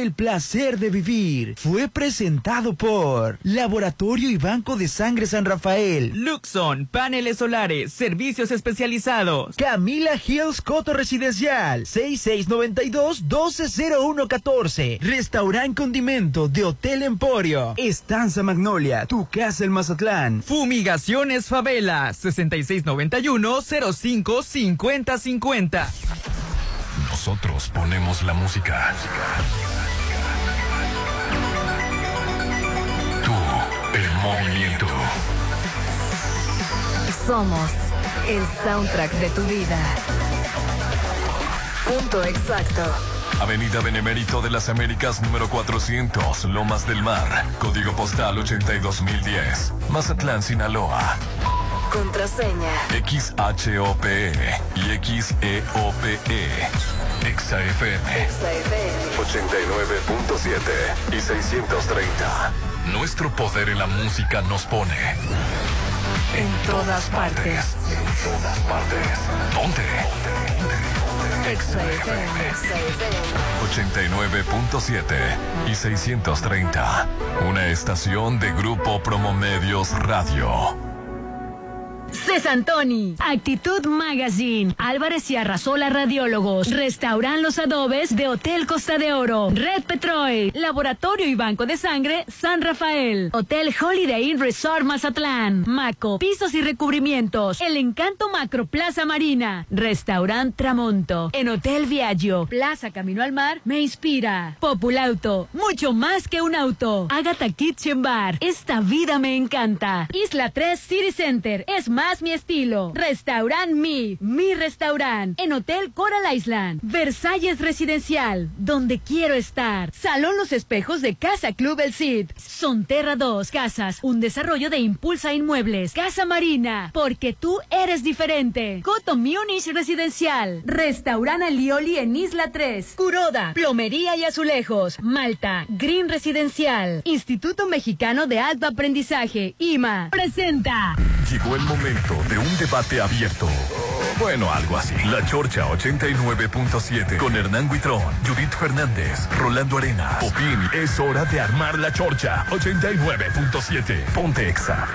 el placer de vivir fue presentado por Laboratorio y Banco de Sangre San Rafael, Luxon, paneles solares, servicios especializados, Camila Hills Coto Residencial, 6692-120114, Restaurant Condimento de Hotel Emporio, Estanza Magnolia, tu casa en Mazatlán, Fumigaciones Favela, 6691-055050. Nosotros ponemos la música. Tú, el movimiento. Somos el soundtrack de tu vida. Punto exacto. Avenida Benemérito de las Américas, número 400, Lomas del Mar. Código postal 82010. Mazatlán, Sinaloa. Contraseña XHOPE y XEOPE. XFM 89.7 y 630. Nuestro poder en la música nos pone en todas partes. En todas partes. Ponte. XFM 89.7 y 630. Una estación de Grupo Promomedios Radio. Cesantoni, Actitud Magazine, Álvarez y Arrasola Radiólogos, Restaurant Los Adobes de Hotel Costa de Oro, Red Petrol, Laboratorio y Banco de Sangre San Rafael, Hotel Holiday Inn Resort Mazatlán, Maco, Pisos y Recubrimientos, El Encanto Macro Plaza Marina, Restaurant Tramonto, en Hotel Viaggio, Plaza Camino al Mar, me inspira, Populauto, mucho más que un auto, Agatha Kitchen Bar, esta vida me encanta, Isla 3 City Center, es más mi estilo. Restaurant mi restaurant. En Hotel Coral Island. Versalles Residencial, donde quiero estar. Salón Los Espejos de Casa Club El Cid. Sonterra 2 Casas, un desarrollo de Impulsa Inmuebles. Casa Marina, porque tú eres diferente. Coto Munich Residencial. Restaurant Alioli en Isla 3. Curoda, Plomería y Azulejos. Malta, Green Residencial. Instituto Mexicano de Alto Aprendizaje, IMA. Presenta. Llegó el momento de un debate abierto. Bueno, algo así. La Chorcha 89.7 con Hernán Huitrón, Judith Fernández, Rolando Arenas. Popín, es hora de armar la Chorcha 89.7. Ponte Exa.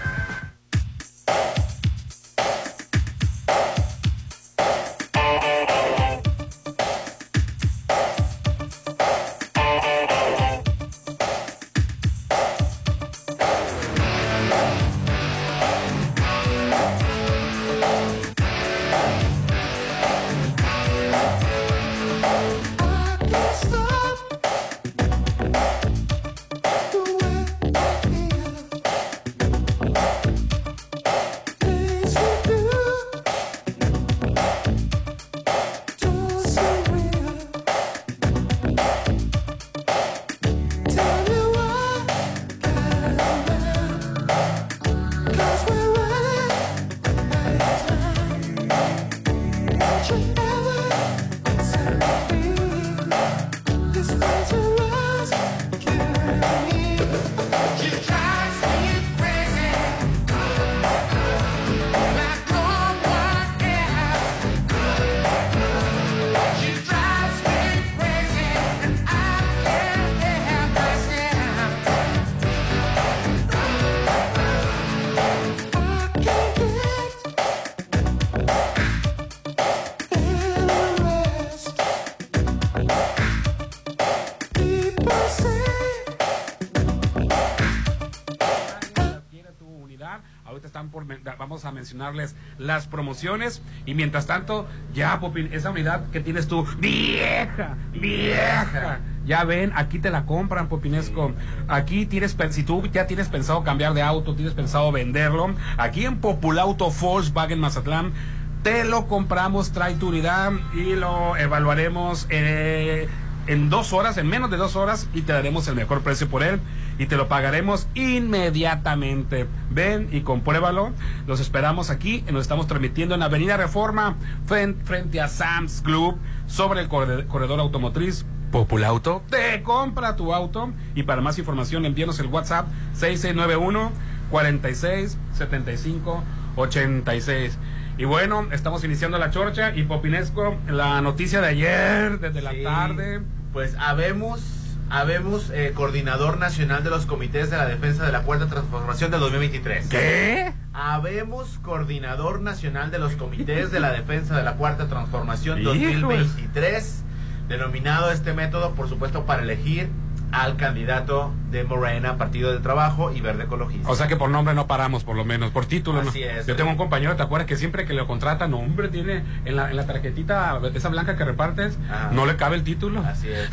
Vamos a mencionarles las promociones y mientras tanto, ya Popín, esa unidad que tienes tú, vieja, ya ven, aquí te la compran, Popinesco. Aquí tienes, si tú ya tienes pensado cambiar de auto, tienes pensado venderlo, aquí en Populauto Volkswagen Mazatlán, te lo compramos, trae tu unidad y lo evaluaremos en 2 horas, en menos de 2 horas, y te daremos el mejor precio por él y te lo pagaremos inmediatamente. Ven y compruébalo. Los esperamos aquí. Nos estamos transmitiendo en Avenida Reforma, frente a Sam's Club, sobre el corredor automotriz. Populauto te compra tu auto. Y para más información, envíanos el WhatsApp 6691 46 75 86. Y bueno, estamos iniciando la Chorcha y Popinesco, la noticia de ayer, desde la tarde. Pues habemos Habemos coordinador nacional de los comités de la defensa de la Cuarta Transformación del 2023. ¿Qué? Habemos coordinador nacional de los comités de la defensa de la Cuarta Transformación Híjole. 2023, denominado este método, por supuesto, para elegir al candidato de Morena, Partido del Trabajo y Verde Ecologista. O sea que por nombre no paramos, por lo menos, por título. Así ¿no? es. Yo tengo un compañero, ¿te acuerdas que siempre que lo contratan, hombre, tiene en la tarjetita esa blanca que repartes, no le cabe el título? Así es.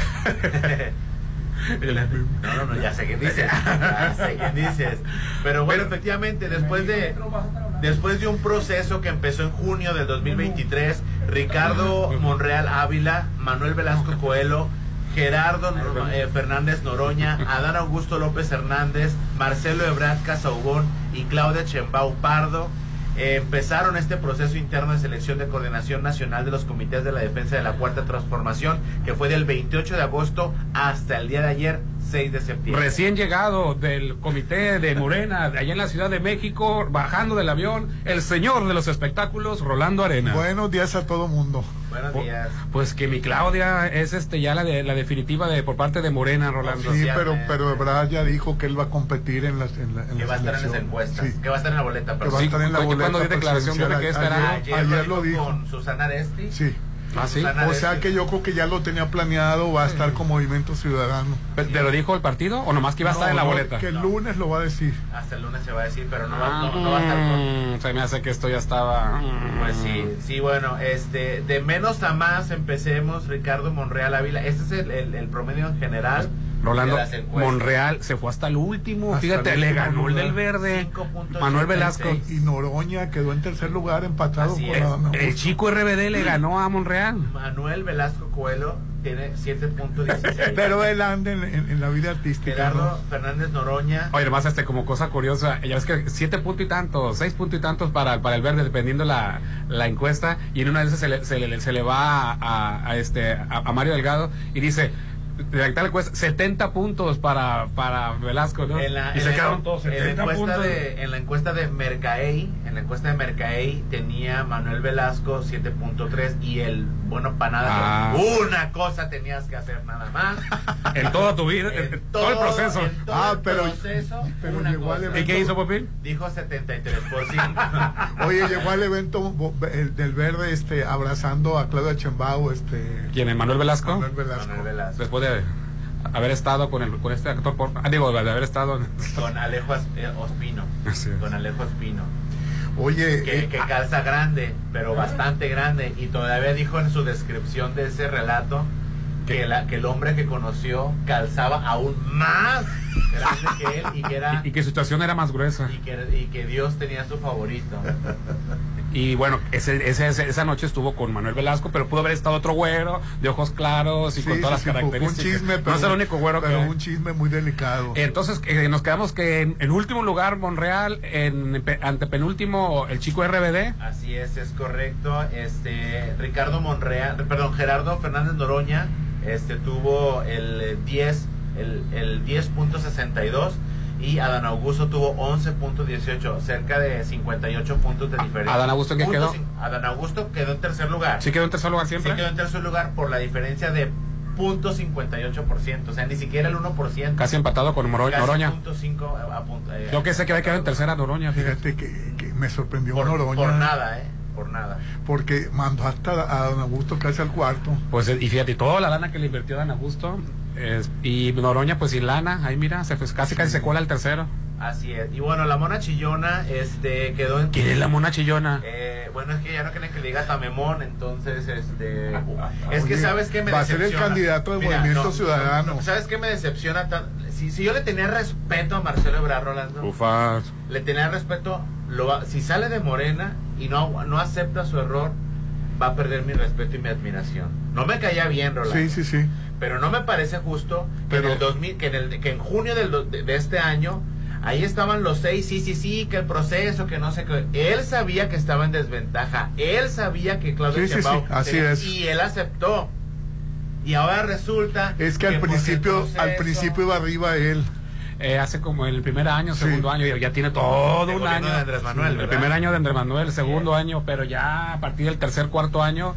No, ya sé qué dices. Ya sé qué dices. Pero bueno, efectivamente, después de un proceso que empezó en junio del 2023, Ricardo Monreal Ávila, Manuel Velasco Coelho, Gerardo Fernández Noroña, Adán Augusto López Hernández, Marcelo Ebrard Casaubón y Claudia Sheinbaum Pardo empezaron este proceso interno de selección de coordinación nacional de los comités de la defensa de la Cuarta Transformación, que fue del 28 de agosto hasta el día de ayer, 6 de septiembre. Recién llegado del comité de Morena, de allá en la Ciudad de México, bajando del avión, el señor de los espectáculos, Rolando Arenas. Buenos días a todo mundo. Buenos días. Pues que mi Claudia es ya la definitiva por parte de Morena, Rolando. Sí, pero Ebrard ya dijo que él va a competir en las que va a estar en las encuestas, sí. Que va a estar en la boleta. Que va a estar en la boleta. Cuando dio declaración, ¿dónde que esperar? Ayer lo dijo. Con Susana Aresti. Sí. Ah, sí. O sea que yo creo que ya lo tenía planeado, va a estar con Movimiento Ciudadano. ¿Te lo dijo el partido o nomás que iba a estar en la boleta? Que el lunes lo va a decir. Hasta el lunes se va a decir, pero no va a estar. Se me hace que esto ya estaba. Pues sí, bueno, de menos a más empecemos, Ricardo Monreal Ávila. Este es el promedio en general. Rolando de las encuestas. Monreal se fue hasta el último, fíjate, le ganó el del Verde, Manuel Velasco. Y Noroña quedó en tercer lugar, empatado Así con es. Adán Augusto. El chico RBD le ganó a Monreal. Manuel Velasco Coelho tiene 7.16. Pero él anda en la vida artística. Gerardo Fernández Noroña. Oye, además, como cosa curiosa, ya ves que 7 puntos y tantos, 6 puntos y tantos para el Verde, dependiendo la encuesta, y en una de esas se le va a Mario Delgado y dice, de tal encuesta, 70 puntos para Velasco, ¿no? Y se quedaron todos 70 puntos. En la encuesta de Mercaey tenía Manuel Velasco 7.3 y el bueno para nada. Una cosa tenías que hacer nada más. En toda tu vida, en todo el proceso. Pero llegó al evento. ¿Y qué hizo, Popín? Dijo 73%. Oye, llegó al evento del Verde abrazando a Claudia Sheinbaum. ¿Quién es? ¿Manuel Velasco? Manuel Velasco. Después de haber estado con este actor de haber estado con Alejo Ospino. Con Alejo Ospino. Oye, que calza grande, pero bastante grande, y todavía dijo en su descripción de ese relato que el hombre que conoció calzaba aún más grande que él y que su situación era más gruesa y que Dios tenía su favorito. Y bueno, esa noche estuvo con Manuel Velasco, pero pudo haber estado otro güero de ojos claros y con todas las características. Un chisme, no es el único güero pero un chisme muy delicado. Entonces nos quedamos que en último lugar Monreal, ante penúltimo el chico RBD. Así es correcto. Gerardo Fernández Noroña tuvo el 10.62 y Adán Augusto tuvo 11.18, cerca de 58 puntos de diferencia. ¿Adán Augusto en qué quedó? Adán Augusto quedó en tercer lugar. ¿Sí quedó en tercer lugar siempre? Sí quedó en tercer lugar por la diferencia de 0.58%, o sea, ni siquiera el 1%. Casi empatado con Noroña. 0.5 yo que sé que había quedado en tercera Noroña. Fíjate que me sorprendió Noroña. Por nada. Porque mandó hasta a Adán Augusto casi al cuarto. Pues, y fíjate, toda la lana que le invirtió Adán Augusto, y Noroña, pues sin lana, ahí mira, casi se cuela el tercero. Así es. Y bueno, la mona chillona quedó en... ¿Quién es la mona chillona? Bueno, es que ya no quieren que le diga Tamemón, entonces es que ¿sabes qué me decepciona? Va a ser el candidato del Movimiento Ciudadano. ¿Sabes qué me decepciona? Si yo le tenía respeto a Marcelo Ebrard, Rolando, Ufas. Le tenía respeto, si sale de Morena y no acepta su error, va a perder mi respeto y mi admiración. No me caía bien, Rolando. Sí. Pero no me parece justo que en junio de este año ahí estaban los 6, sí, que el proceso, que no sé qué. Él sabía que estaba en desventaja. Él sabía que Claudia Sheinbaum así es. Y él aceptó. Y ahora resulta es que al principio iba arriba él. Hace como el primer año, segundo año, ya tiene todo un año. De Andrés Manuel, el primer año de Andrés Manuel, el segundo año, pero ya a partir del tercer, cuarto año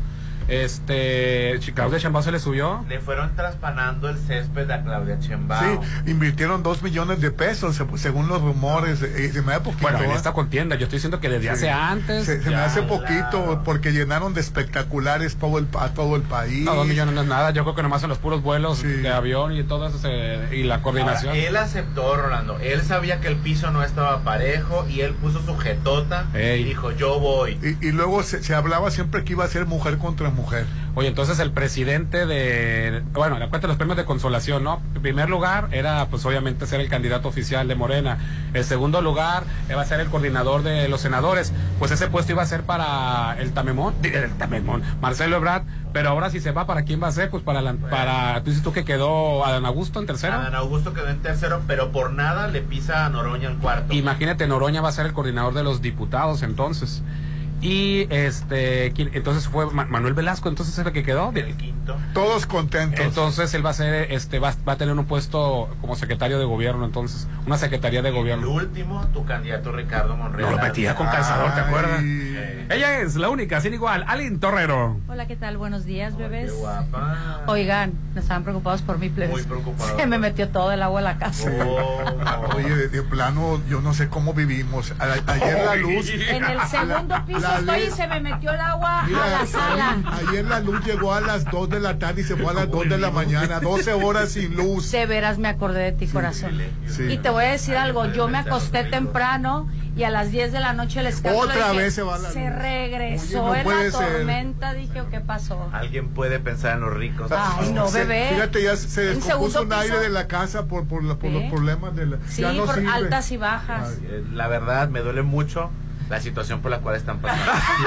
Claudia Sheinbaum se le subió. Le fueron traspanando el césped a Claudia Sheinbaum. Sí, invirtieron 2 millones de pesos, según los rumores. Se me da poquito. Bueno, en esta contienda, yo estoy diciendo que desde hace antes. Se me hace poquito, porque llenaron de espectaculares a todo el país. No, 2 millones no es nada. Yo creo que nomás en los puros vuelos de avión y todo eso, y la coordinación. Ahora, él aceptó, Rolando. Él sabía que el piso no estaba parejo y él puso su jetota y dijo, yo voy. Y luego se hablaba siempre que iba a ser mujer contra mujer. Oye, entonces el presidente la cuenta de los premios de consolación, ¿no? En primer lugar era, pues obviamente, ser el candidato oficial de Morena. El segundo lugar iba a ser el coordinador de los senadores. Pues ese puesto iba a ser para el Tamemón, Marcelo Ebrard. Pero ahora si se va, ¿para quién va a ser? Pues para tú dices tú que quedó Adán Augusto en tercero. Adán Augusto quedó en tercero, pero por nada le pisa a Noroña en cuarto. Imagínate, Noroña va a ser el coordinador de los diputados entonces. Y entonces fue Manuel Velasco, entonces es el que quedó el quinto. Todos contentos. Entonces él va a ser va a tener un puesto como secretario de gobierno, entonces una secretaría de gobierno. El último, tu candidato Ricardo Monreal. No, lo metía con calzador, ¿te acuerdas? Ella es la única, sin igual, Aline Torrero. Hola, ¿qué tal? Buenos días, bebés. Qué guapa. Oigan, estaban preocupados por mi plebes. Muy preocupados. Se me metió todo el agua a la casa. Oye, de plano, yo no sé cómo vivimos. Ayer la luz. En el segundo piso estoy y se me metió el agua a la sala. Ayer la luz llegó a las 2 de la tarde y se fue a las 2 de la mañana. 12 horas sin luz. De veras me acordé de ti, corazón. Sí. Y te voy a decir algo. Yo me acosté temprano y a las 10 de la noche el escándalo. Otra vez se va la luz. Se regresó. Oye, no en puede la ser. tormenta. Dije, ¿qué pasó? Alguien puede pensar en los ricos. Ay, no, bebé. Fíjate, ya se ¿En descompuso segundo un aire piso? de la casa por los problemas de la. Sí, ya no por sirve. altas y bajas. La verdad, me duele mucho la situación por la cual están pasando.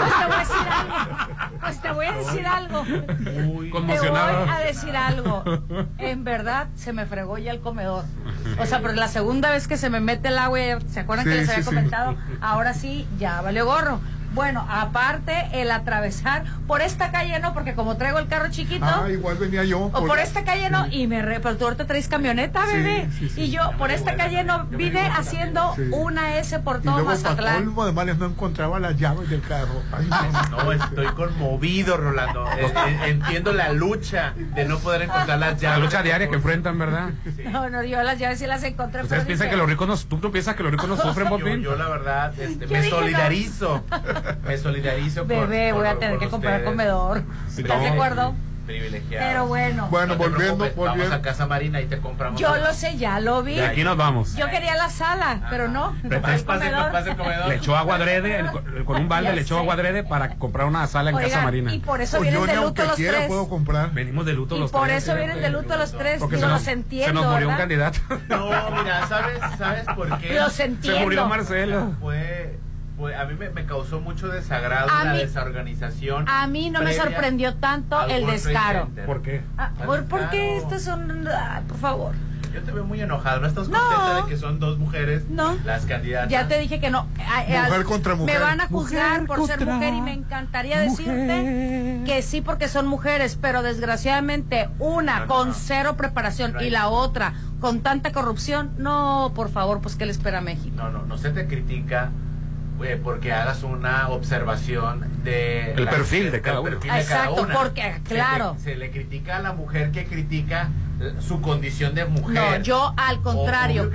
Pues te voy a decir algo. Muy Te conmocionado. voy a decir algo. En verdad, se me fregó ya el comedor. O sea, pero la segunda vez que se me mete el agua, ¿se acuerdan que les había comentado? Ahora sí, ya valió gorro. Bueno, aparte, el atravesar por esta calle no, porque como traigo el carro chiquito. Igual venía yo. O por esta calle no, y pero tú ahorita traes camioneta, bebé. Sí. Y yo por esta calle no, vine haciendo una S por todo Mazatlán. Para colmo de males no encontraba las llaves del carro. Ay, no, estoy conmovido, Rolando. Entiendo la lucha de no poder encontrar las llaves. La lucha diaria que enfrentan, ¿verdad? Sí. No, yo las llaves sí las encontré. ¿Ustedes piensan que los ricos no, tú piensas que los ricos no sufren, Popín? Yo la verdad, me solidarizo. Me solidarizo. Bebé, voy a tener que comprar comedor. ¿Estás de acuerdo? Privilegiado. Pero bueno. Bueno, volviendo. Vamos a Casa Marina y te compramos. Yo lo sé, ya lo vi. De aquí nos vamos. Yo quería la sala, pero no. El comedor. Le echó agua adrede, con un balde le echó agua adrede para comprar una sala en Casa Marina. Y por eso vienen de luto los tres. Puedo comprar. Venimos de luto los tres. Y por tres. eso vienen de luto los tres. Porque Digo, los entiendo. Se nos murió ¿verdad? un candidato. No, mira, ¿sabes por qué? Los entiendo. Se murió Marcelo. A mí me causó mucho desagrado la desorganización. A mí no me sorprendió tanto el descaro. ¿Por qué? ¿Por qué estos son...? Por favor. Yo te veo muy enojado. ¿No estás contenta de que son dos mujeres las candidatas? Ya te dije que no. Mujer contra mujer. Me van a juzgar por ser mujer y me encantaría decirte que sí porque son mujeres, pero desgraciadamente una con cero preparación y la otra con tanta corrupción. No, por favor, pues ¿qué le espera a México? No se te critica porque hagas una observación de el perfil de cada uno. Exacto, porque claro. Se le critica a la mujer que critica su condición de mujer. No, yo al contrario,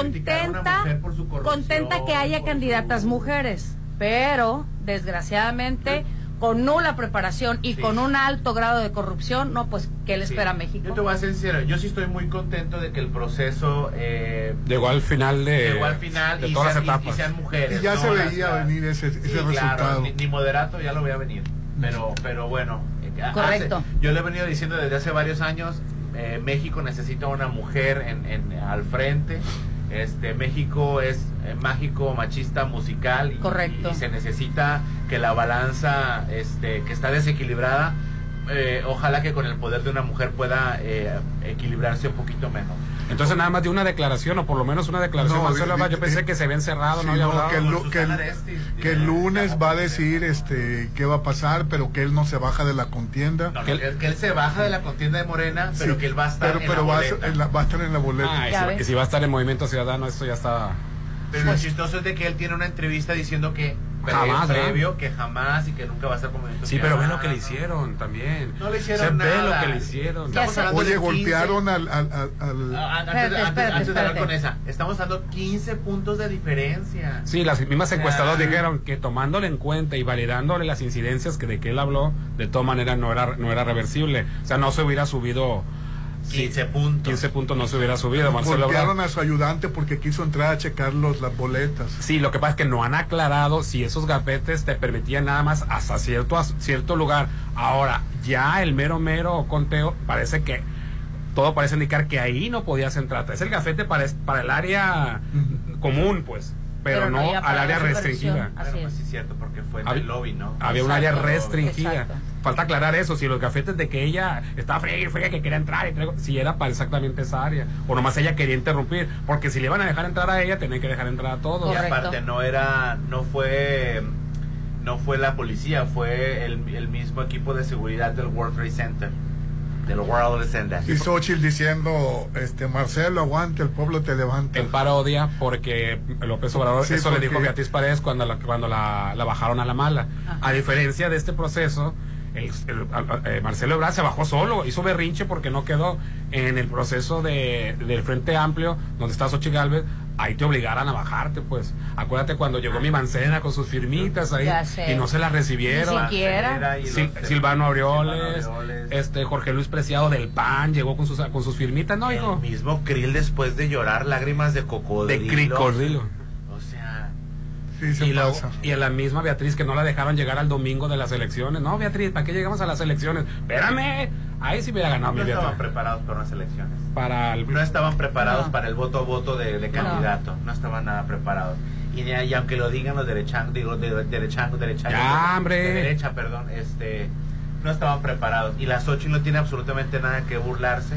contenta que haya candidatas mujeres, pero desgraciadamente con nula preparación y con un alto grado de corrupción, no, pues, ¿qué le espera a México? Yo te voy a ser sincero, yo sí estoy muy contento de que el proceso llegó al final de todas las etapas. Y sean mujeres. Y ya se veía venir ese resultado. Claro, ni moderato ya lo veía venir. Pero bueno. Correcto. Yo le he venido diciendo desde hace varios años, México necesita una mujer al frente. México es mágico, machista, musical y se necesita que la balanza que está desequilibrada, ojalá que con el poder de una mujer pueda equilibrarse un poquito menos. Entonces nada más de una declaración, o por lo menos una declaración. Marcelo, yo pensé que se había encerrado, sí, no había hablado. Que el lunes va a decir qué va a pasar, pero que él no se baja de la contienda. No, que él se baja de la contienda de Morena, pero que él va a estar en la boleta. Va a estar en la boleta. Si va a estar en Movimiento Ciudadano, esto ya está... Pero lo chistoso es de que él tiene una entrevista diciendo que Jamás, previo, que jamás y que nunca va a ser como Movimiento Sí, pero ven lo Ciudadano. que le hicieron también. No le hicieron Se ve nada. lo que le hicieron. Estamos hablando Oye, de 15. golpearon al Antes de hablar con esa, estamos hablando 15 puntos de diferencia. Sí, las mismas encuestadoras dijeron que tomándole en cuenta y validándole las incidencias de que él habló, de todas maneras no era reversible. O sea, no se hubiera subido 15 puntos. 15 puntos no se hubiera subido. Marcelo golpearon Ebrard. a su ayudante porque quiso entrar a checar las boletas. Sí, lo que pasa es que no han aclarado si esos gafetes te permitían nada más hasta cierto lugar. Ahora, ya el mero conteo parece que todo parece indicar que ahí no podías entrar. Es el gafete para el área común, pues, pero no ya al para área la supervisión. restringida. Así Pues es. sí, es cierto, porque fue en Había- el lobby, ¿no? Había un área Exacto. restringida. Exacto. Falta aclarar eso, si los gafetes de que ella estaba frega que quería entrar, si era para exactamente esa área, o nomás ella quería interrumpir, porque si le iban a dejar entrar a ella, tenían que dejar entrar a todos. Y Correcto. aparte no fue la policía, fue el mismo equipo de seguridad del World Trade Center, del World Trade Center. Y Xochitl diciendo, Marcelo, aguante, el pueblo te levanta. En parodia, porque López Obrador, Sí, eso le porque- dijo Beatriz Paredes cuando la bajaron a la mala. A diferencia de este proceso, Marcelo Ebrard se bajó solo, hizo berrinche porque no quedó en el proceso del Frente Amplio, donde está Xochitl Gálvez. Ahí te obligaran a bajarte, pues. Acuérdate cuando llegó mi Mancena con sus firmitas ahí Ya sé. y no se las recibieron. Ni siquiera. Silvano Aureoles, Jorge Luis Preciado del PAN llegó con sus firmitas, ¿no, hijo? El mismo Krill después de llorar lágrimas de De cocodrilo. cricodrilo. O sea, Sí, se Y, pasa. y a la misma Beatriz que no la dejaron llegar al domingo de las elecciones. No, Beatriz, ¿para qué llegamos a las elecciones? Espérame. Ahí sí hubiera ganado mi no estaban Beatriz. preparados para unas elecciones. Para el... No estaban preparados No. para el voto a voto de candidato. No estaban nada preparados. Y aunque lo digan los derechangos, Ya, hombre. de derecha, perdón, no estaban preparados. Y la Xochitl no tiene absolutamente nada que burlarse.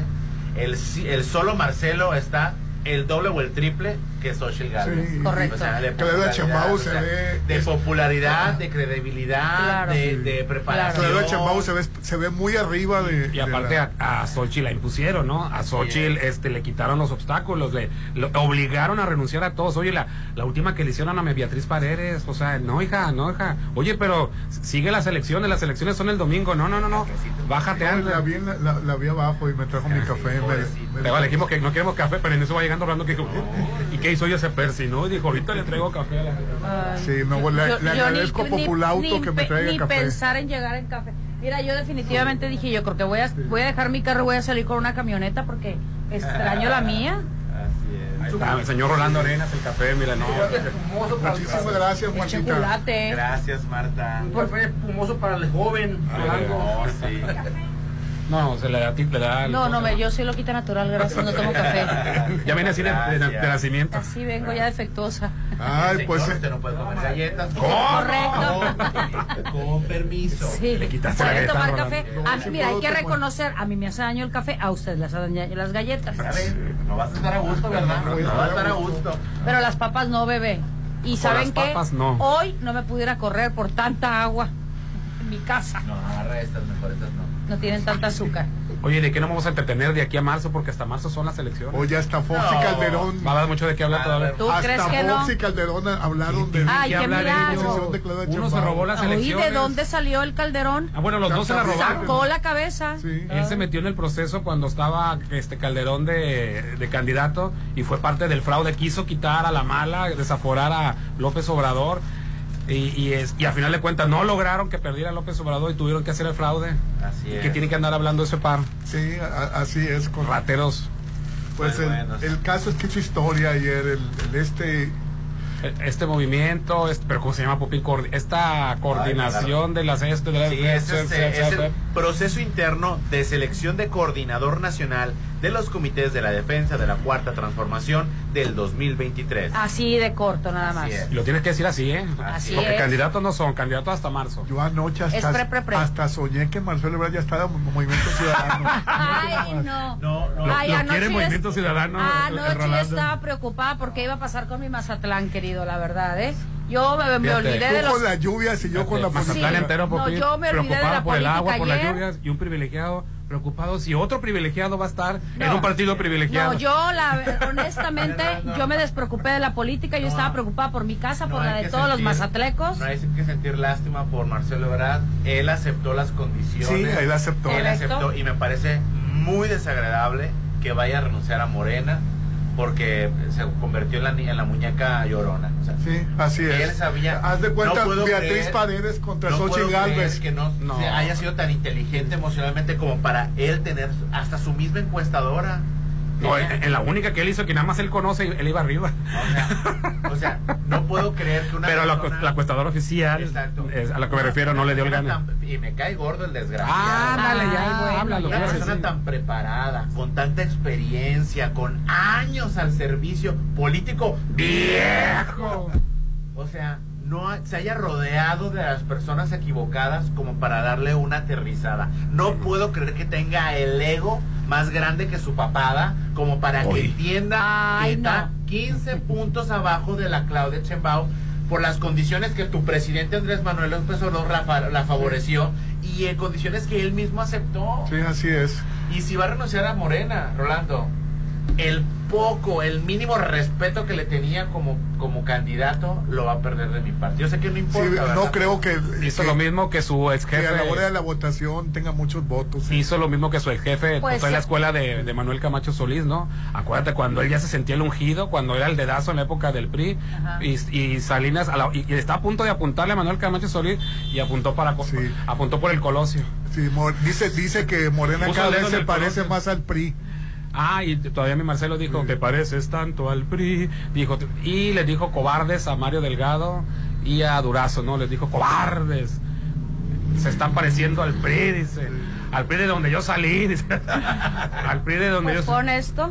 El solo Marcelo está el doble o el triple que Xochitl Gálvez. Sí. Correcto. O sea, de Claudia popularidad, Sheinbaum o se sea, ve- de popularidad, de credibilidad, Claro. de preparación. Claudia Sheinbaum se ve muy arriba de... Y aparte de la- a Xochitl la impusieron, ¿no? A Xochitl le quitaron los obstáculos, lo obligaron a renunciar a todos. Oye, la última que le hicieron a Beatriz Paredes, o sea, no, hija. Oye, pero sigue las elecciones son el domingo. No. Bájate No, antes. la vi abajo y me trajo mi café. Te vale, dijimos que no queremos café, pero en eso va llegando hablando que dijo, ¿y qué hizo? Ella se persinó y dijo, ahorita le traigo café a la... Ay, Sí, no, le yo agradezco a Populauto que me traiga ni café. pensar en llegar en café. Mira, yo definitivamente dije, yo creo que voy a dejar mi carro y voy a salir con una camioneta porque extraño la mía. Así Ahí está, el señor Rolando Arenas, el café, mira, no. Muchísimas gracias, El Martita. chocolate. Gracias, Marta. Por- espumoso para el joven. No, sí. No, se le da No, yo soy loquita natural, gracias, no tomo café. Ya viene así de nacimiento. Así vengo ya defectuosa. Ay, pues... Señor, usted no puede comer galletas. Correcto. Con permiso. Sí, Le quitaste la pueden galleta, tomar Rolando. café. No, sí Mira, hay puedo que tomar. reconocer, a mí me hace daño el café, a usted les hacen daño las galletas. A ver, no vas a estar a gusto, ¿verdad? No voy a No vas a estar estar a a gusto. Pero las papas no, bebé. Y ¿saben las qué? papas, no. Hoy no me pudiera correr por tanta agua en mi casa. No, agarra estas, mejor estas no. No tienen tanta azúcar. Oye, ¿de qué nos vamos a entretener de aquí a marzo? Porque hasta marzo son las elecciones. Oye, hasta Fox y No. Calderón... Va a dar mucho de qué hablar todavía. ¿Tú crees Hasta que no? Fox y Calderón hablaron de... Ay, ¿Qué qué hablar milagro. de Claudia Uno se Sheinbaum. robó las Oí, elecciones. ¿de dónde salió el Calderón? Ah, bueno, los dos se la robaron. Sacó la cabeza. Sí. Él se metió en el proceso cuando estaba Calderón de candidato y fue parte del fraude. Quiso quitar a la mala, desaforar a López Obrador y a final de cuentas no lograron que perdiera López Obrador y tuvieron que hacer el fraude. Así Y es. que tiene que andar hablando ese par. Sí, así es. Con... Rateros. Pues Pues bueno. el caso es que hizo historia ayer, Este movimiento, pero ¿cómo se llama, Popín? Esta coordinación de las... Sí, ese es el proceso interno de selección de coordinador nacional de los comités de la defensa de la Cuarta Transformación del 2023. Así de corto, nada más. Así es. Y lo tienes que decir así, ¿eh? Así Porque es. candidatos no son, candidatos hasta marzo. Yo anoche Es pre. hasta soñé que Marcelo Ebrard ya estaba en Movimiento Ciudadano. Ay, no. No, no. Ay, lo anoche quiere yo Movimiento Ciudadano, el Anoche yo Rolando. estaba preocupada porque iba a pasar con mi Mazatlán, querido, la verdad, ¿eh? Yo me Fíjate. olvidé de Tú los... con las lluvias y yo con la Mazatlán política. entero, No, Popín, yo me olvidé de preocupado la por el agua, política por las ayer. lluvias, y un privilegiado preocupados si otro privilegiado va a estar en un partido privilegiado. No, honestamente, yo me despreocupé de la política, yo estaba preocupada por mi casa, por la de todos los mazatlecos. No hay que sentir lástima por Marcelo Ebrard, él aceptó las condiciones. Sí, él aceptó. Y me parece muy desagradable que vaya a renunciar a Morena, porque se convirtió en la muñeca llorona. O sea, sí, así es. Él sabía. Haz de cuenta, Beatriz Paredes contra Xochitl Gálvez. Que no haya sido tan inteligente emocionalmente como para él tener hasta su misma encuestadora. No, en la única que él hizo, que nada más él conoce, él iba arriba. O sea, no puedo creer que una pero persona... la encuestadora oficial, es a la que me refiero, no le dio el gane. Y me cae gordo el desgraciado. Ándale, ya, háblalo. Una persona tan preparada, con tanta experiencia, con años al servicio político viejo. O sea, no se haya rodeado de las personas equivocadas como para darle una aterrizada. No puedo creer que tenga el ego más grande que su papada como para que entienda que está 15 puntos abajo de la Claudia Sheinbaum por las condiciones que tu presidente Andrés Manuel López Obrador la favoreció y en condiciones que él mismo aceptó. Sí, así es. Y si va a renunciar a Morena, Rolando, el mínimo respeto que le tenía como candidato lo va a perder de mi parte. Yo sé que no importa. Sí, no creo que hizo lo mismo que su ex jefe. Que a la hora de la votación tenga muchos votos. Hizo lo mismo que su ex jefe, pues, en la escuela de Manuel Camacho Solís, ¿no? Acuérdate cuando él ya se sentía el ungido, cuando era el dedazo en la época del PRI, y Salinas y está a punto de apuntarle a Manuel Camacho Solís y apuntó apuntó por el Colosio. Sí, dice que Morena cada vez se parece más al PRI. Y todavía mi Marcelo dijo, te pareces tanto al PRI, y le dijo cobardes a Mario Delgado y a Durazo, ¿no? Les dijo cobardes, se están pareciendo al PRI, dice, al PRI de donde yo salí, dice, al PRI de donde yo salí. ¿Fue honesto?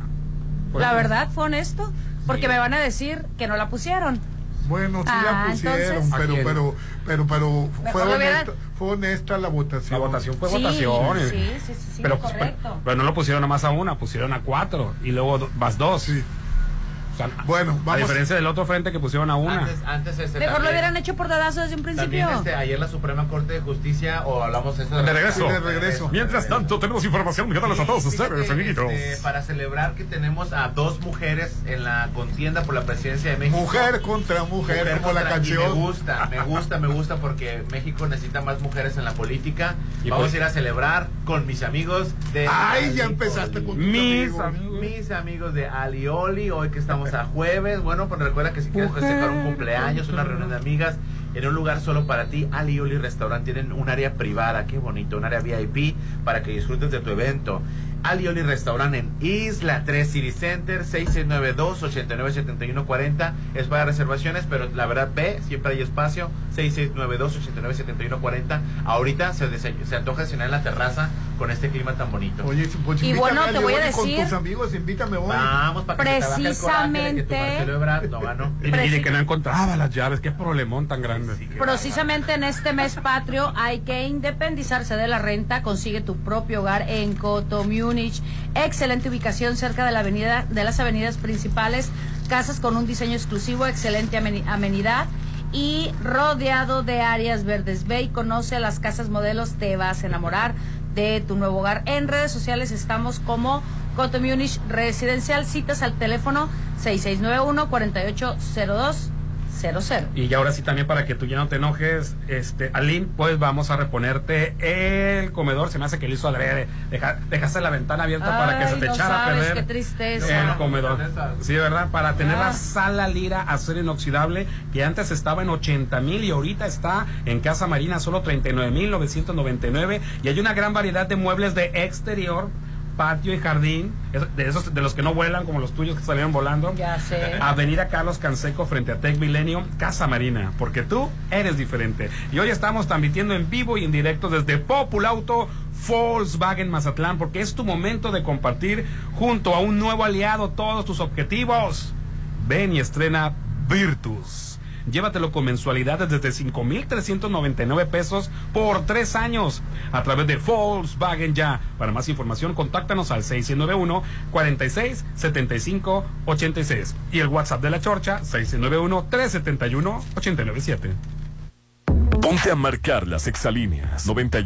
La verdad, fue honesto, porque me van a decir que no la pusieron. Bueno, sí la pusieron, entonces, pero fue honesta la votación. La votación fue votación. Sí, pero, correcto. Pero no lo pusieron nomás a una, pusieron a 4 y luego más 2. Sí. O sea, bueno, vamos. A diferencia del otro frente que pusieron a una. Antes mejor lo hubieran hecho por dedazo desde un principio. También ayer la Suprema Corte de Justicia, o hablamos de regreso. Mientras tanto, tenemos información. Míralos a todos ustedes, amiguitos. Para celebrar que tenemos a 2 mujeres en la contienda por la presidencia de México. Mujer contra mujer, como la canción. Me gusta porque México necesita más mujeres en la política. Vamos a ir a celebrar con mis amigos de... ya empezaste con mis amigos de Alioli, hoy que estamos a jueves. Bueno, pues recuerda que si quieres festejar un cumpleaños, una reunión de amigas en un lugar solo para ti, Alioli Restaurant tienen un área privada, qué bonito, un área VIP para que disfrutes de tu evento. Alioli Restaurant en Isla 3 City Center, 6692-897140. Es para reservaciones, pero la verdad, siempre hay espacio. 6692-897140. Ahorita se antoja cenar en la terraza con este clima tan bonito. Oye, pues y bueno, te voy a decir, con tus amigos, invítame hoy. Vamos, para que precisamente, te baje el coraje de que tu Marcelo Ebrard no ganó. Y de que no encontraba las llaves, qué problemón tan grande. Precisamente en este mes patrio hay que independizarse de la renta. Consigue tu propio hogar en Coto Múnich. Excelente ubicación cerca de las avenidas principales. Casas con un diseño exclusivo, excelente amenidad y rodeado de áreas verdes. Ve y conoce las casas modelos, te vas a enamorar de tu nuevo hogar. En redes sociales estamos como Coto Múnich Residencial. Citas al teléfono 6691-480200. Y ahora sí también, para que tú ya no te enojes, Aline, pues vamos a reponerte el comedor. Se me hace que lo hizo adrede. Dejaste la ventana abierta para que se te echara a perder. Qué tristeza. El comedor. Sí, ¿verdad? Para tener la sala Lira acero inoxidable, que antes estaba en 80,000 y ahorita está en Casa Marina solo 39,999. Y hay una gran variedad de muebles de exterior, patio y jardín, de los que no vuelan, como los tuyos que salieron volando. Ya sé. Avenida Carlos Canseco frente a Tech Milenio, Casa Marina, porque tú eres diferente. Y hoy estamos transmitiendo en vivo y en directo desde Populauto Volkswagen Mazatlán, porque es tu momento de compartir junto a un nuevo aliado todos tus objetivos. Ven y estrena Virtus. Llévatelo con mensualidades desde 5,399 pesos por 3 años a través de Volkswagen Ya. Para más información, contáctanos al 691-4675-86 y el WhatsApp de la Chorcha 691-371-897. Ponte a marcar las exalíneas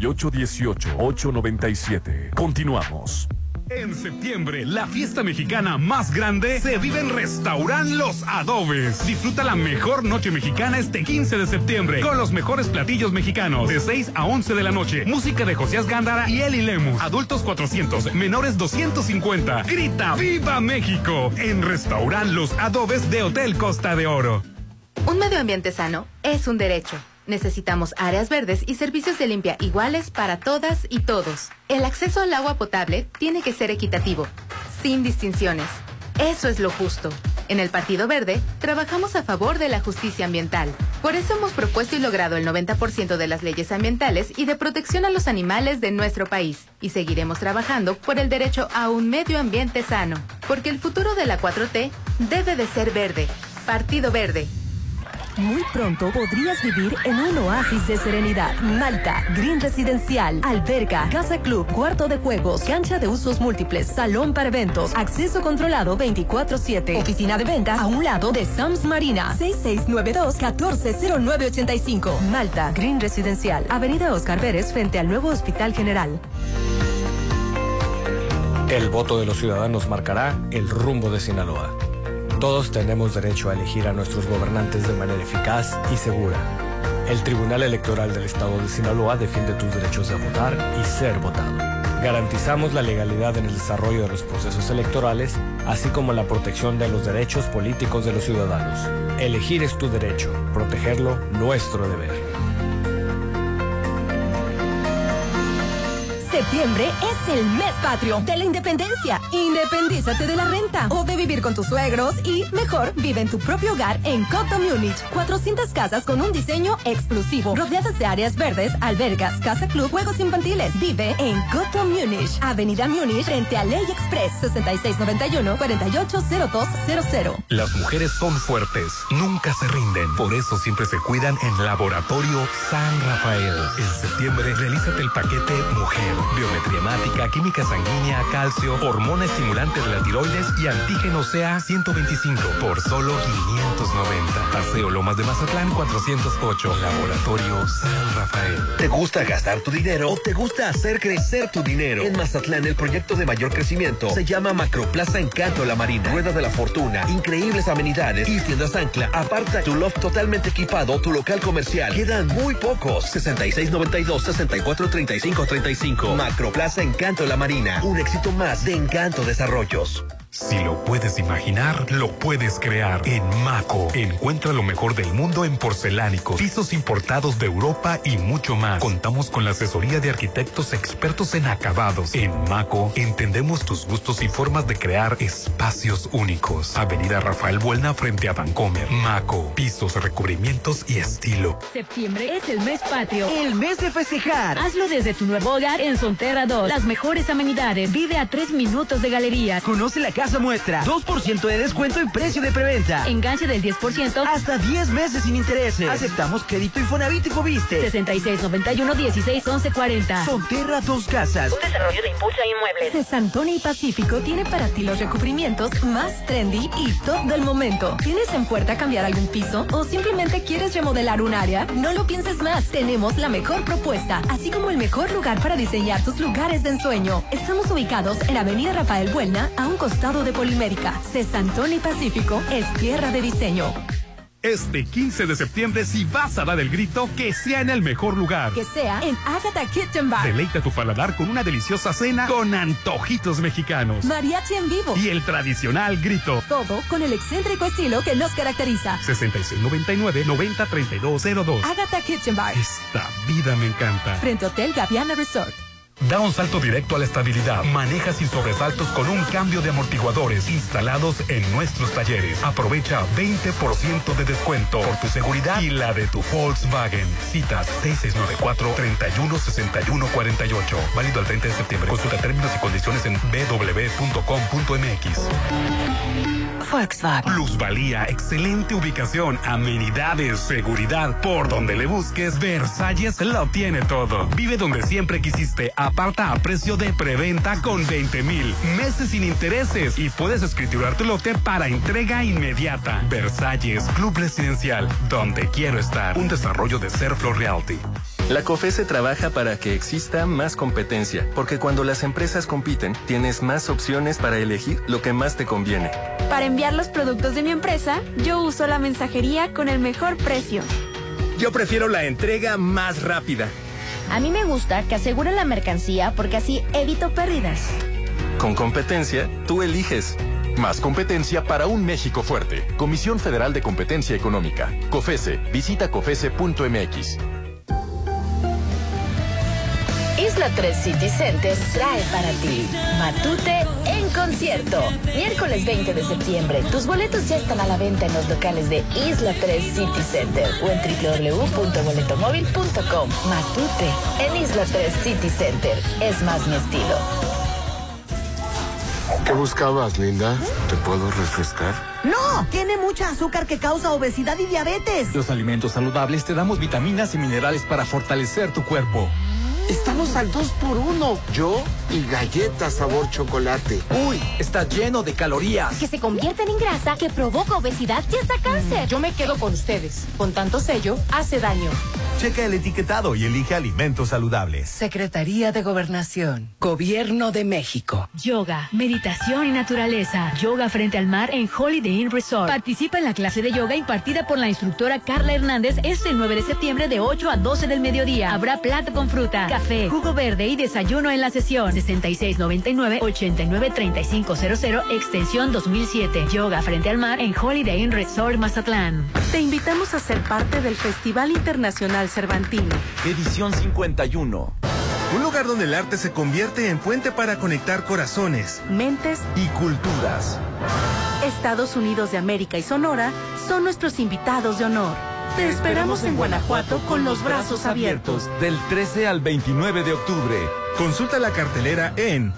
9818-897. Continuamos. En septiembre, la fiesta mexicana más grande se vive en Restaurant Los Adobes. Disfruta la mejor noche mexicana este 15 de septiembre con los mejores platillos mexicanos de 6 a 11 de la noche. Música de Josías Gándara y Eli Lemus. Adultos 400, menores 250. Grita ¡Viva México! En Restaurant Los Adobes de Hotel Costa de Oro. Un medio ambiente sano es un derecho. Necesitamos áreas verdes y servicios de limpia iguales para todas y todos. El acceso al agua potable tiene que ser equitativo, sin distinciones. Eso es lo justo. En el Partido Verde, trabajamos a favor de la justicia ambiental. Por eso hemos propuesto y logrado el 90% de las leyes ambientales y de protección a los animales de nuestro país. Y seguiremos trabajando por el derecho a un medio ambiente sano. Porque el futuro de la 4T debe de ser verde. Partido Verde. Muy pronto podrías vivir en un oasis de serenidad. Malta, Green Residencial, alberca, casa club, cuarto de juegos, cancha de usos múltiples, salón para eventos, acceso controlado 24/7. Oficina de venta a un lado de Sams Marina. 6692-140985. Malta, Green Residencial, Avenida Oscar Pérez frente al nuevo Hospital General. El voto de los ciudadanos marcará el rumbo de Sinaloa. Todos tenemos derecho a elegir a nuestros gobernantes de manera eficaz y segura. El Tribunal Electoral del Estado de Sinaloa defiende tus derechos de votar y ser votado. Garantizamos la legalidad en el desarrollo de los procesos electorales, así como la protección de los derechos políticos de los ciudadanos. Elegir es tu derecho, protegerlo, nuestro deber. Septiembre es el mes patrio de la independencia. Independízate de la renta o de vivir con tus suegros y, mejor, vive en tu propio hogar en Coto Múnich. 400 casas con un diseño exclusivo, rodeadas de áreas verdes, albergas, casa club, juegos infantiles. Vive en Coto Múnich, Avenida Múnich, frente a Ley Express, 6691-480200. Las mujeres son fuertes, nunca se rinden. Por eso siempre se cuidan en Laboratorio San Rafael. En septiembre, realízate el paquete Mujer. Biometría hemática, química sanguínea, calcio, hormona estimulante de la tiroides y antígeno CA 125 por solo 590. Paseo Lomas de Mazatlán 408. Laboratorio San Rafael. ¿Te gusta gastar tu dinero o te gusta hacer crecer tu dinero? En Mazatlán el proyecto de mayor crecimiento se llama Macroplaza Encanto La Marina. Rueda de la Fortuna, increíbles amenidades y tiendas ancla. Aparta tu loft totalmente equipado, tu local comercial. Quedan muy pocos. 6692-643535. Macroplaza Encanto La Marina. Un éxito más de Encanto Desarrollos. Si lo puedes imaginar, lo puedes crear. En Maco, encuentra lo mejor del mundo en porcelánicos, pisos importados de Europa y mucho más. Contamos con la asesoría de arquitectos expertos en acabados. En Maco, entendemos tus gustos y formas de crear espacios únicos. Avenida Rafael Buelna frente a Vancomer. Maco, pisos, recubrimientos y estilo. Septiembre es el mes patrio. El mes de festejar. Hazlo desde tu nuevo hogar en Sonterra 2. Las mejores amenidades. Vive a 3 minutos de galerías. Conoce la casa muestra. 2% de descuento y precio de preventa. Enganche del 10%. Hasta 10 meses sin intereses. Aceptamos crédito Infonavit y Foviste. 6691-161140. Sonterra 2 Casas. Un desarrollo de Impulsa Inmuebles. Cesantoni y Pacífico tiene para ti los recubrimientos más trendy y top del momento. ¿Tienes en puerta cambiar algún piso o simplemente quieres remodelar un área? No lo pienses más. Tenemos la mejor propuesta, así como el mejor lugar para diseñar tus lugares de ensueño. Estamos ubicados en Avenida Rafael Buelna, a un costado de Polimérica. Cesantoni Pacífico es tierra de diseño. Este 15 de septiembre, si vas a dar el grito, que sea en el mejor lugar. Que sea en Agatha Kitchen Bar. Deleita tu paladar con una deliciosa cena con antojitos mexicanos. Mariachi en vivo. Y el tradicional grito. Todo con el excéntrico estilo que nos caracteriza. 6699-903202. Agatha Kitchen Bar. Esta vida me encanta. Frente a Hotel Gaviana Resort. Da un salto directo a la estabilidad. Maneja sin sobresaltos con un cambio de amortiguadores instalados en nuestros talleres. Aprovecha 20% de descuento por tu seguridad y la de tu Volkswagen. Citas 6694-316148. Válido al 30 de septiembre. Consulta términos y condiciones en www.com.mx. Volkswagen. Plusvalía, excelente ubicación, amenidades, seguridad. Por donde le busques, Versalles lo tiene todo. Vive donde siempre quisiste. Aparta a precio de preventa con 20,000 meses sin intereses y puedes escriturar tu lote para entrega inmediata. Versalles Club Residencial, donde quiero estar. Un desarrollo de Serflo Realty. La COFESE trabaja para que exista más competencia, porque cuando las empresas compiten, tienes más opciones para elegir lo que más te conviene. Para enviar los productos de mi empresa, yo uso la mensajería con el mejor precio. Yo prefiero la entrega más rápida. A mí me gusta que aseguren la mercancía porque así evito pérdidas. Con competencia, tú eliges. Más competencia para un México fuerte. Comisión Federal de Competencia Económica. COFESE. Visita COFESE.mx. Isla 3 City Center trae para ti Matute en concierto. Miércoles 20 de septiembre. Tus boletos ya están a la venta en los locales de Isla 3 City Center o en www.boletomóvil.com. Matute en Isla 3 City Center. Es más mi estilo. ¿Qué buscabas, Linda? ¿Te puedo refrescar? ¡No! Tiene mucha azúcar que causa obesidad y diabetes. Los alimentos saludables te damos vitaminas y minerales para fortalecer tu cuerpo. Estamos al 2x1. Yo y galletas sabor chocolate. Uy, está lleno de calorías. Que se convierten en grasa, que provoca obesidad y hasta cáncer. Yo me quedo con ustedes. Con tanto sello, hace daño. Checa el etiquetado y elige alimentos saludables. Secretaría de Gobernación. Gobierno de México. Yoga, meditación y naturaleza. Yoga frente al mar en Holiday Inn Resort. Participa en la clase de yoga impartida por la instructora Carla Hernández este 9 de septiembre de 8 a 12 del mediodía. Habrá plato con fruta, café, jugo verde y desayuno en la sesión. 6699-893500, extensión 2007. Yoga frente al mar en Holiday Inn Resort Mazatlán. Te invitamos a ser parte del Festival Internacional Cervantino. Edición 51. Un lugar donde el arte se convierte en puente para conectar corazones, mentes y culturas. Estados Unidos de América y Sonora son nuestros invitados de honor. Te esperamos en Guanajuato con los brazos abiertos. Del 13 al 29 de octubre. Consulta la cartelera en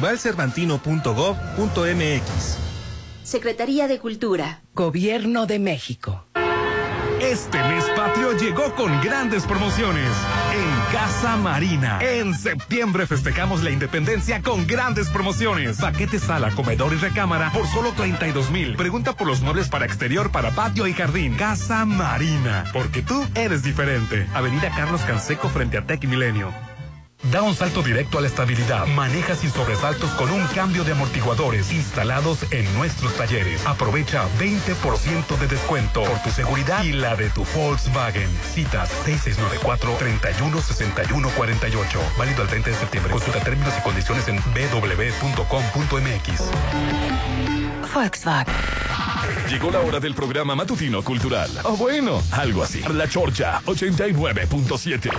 festivalcervantino.gov.mx. Secretaría de Cultura. Gobierno de México. Este mes patrio llegó con grandes promociones en Casa Marina. En septiembre festejamos la independencia con grandes promociones. Paquete sala, comedor y recámara por solo 32,000. Pregunta por los muebles para exterior, para patio y jardín. Casa Marina, porque tú eres diferente. Avenida Carlos Canseco frente a Tec Milenio. Da un salto directo a la estabilidad. Maneja sin sobresaltos con un cambio de amortiguadores instalados en nuestros talleres. Aprovecha 20% de descuento por tu seguridad y la de tu Volkswagen. Citas 6694-316148. Válido al 30 de septiembre. Consulta términos y condiciones en www.com.mx. Volkswagen. Llegó la hora del programa matutino cultural. O bueno, algo así. La Chorcha 89.7.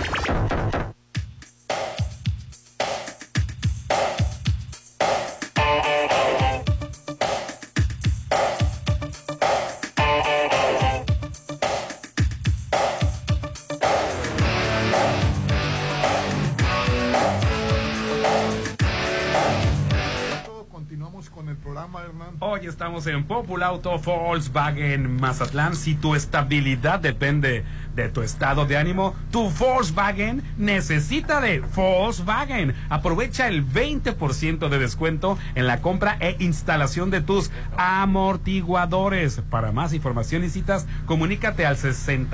Hoy estamos en Populauto Volkswagen Mazatlán. Si tu estabilidad depende de tu estado de ánimo, tu Volkswagen necesita de Volkswagen. Aprovecha el 20% de descuento en la compra e instalación de tus amortiguadores. Para más información y citas, comunícate al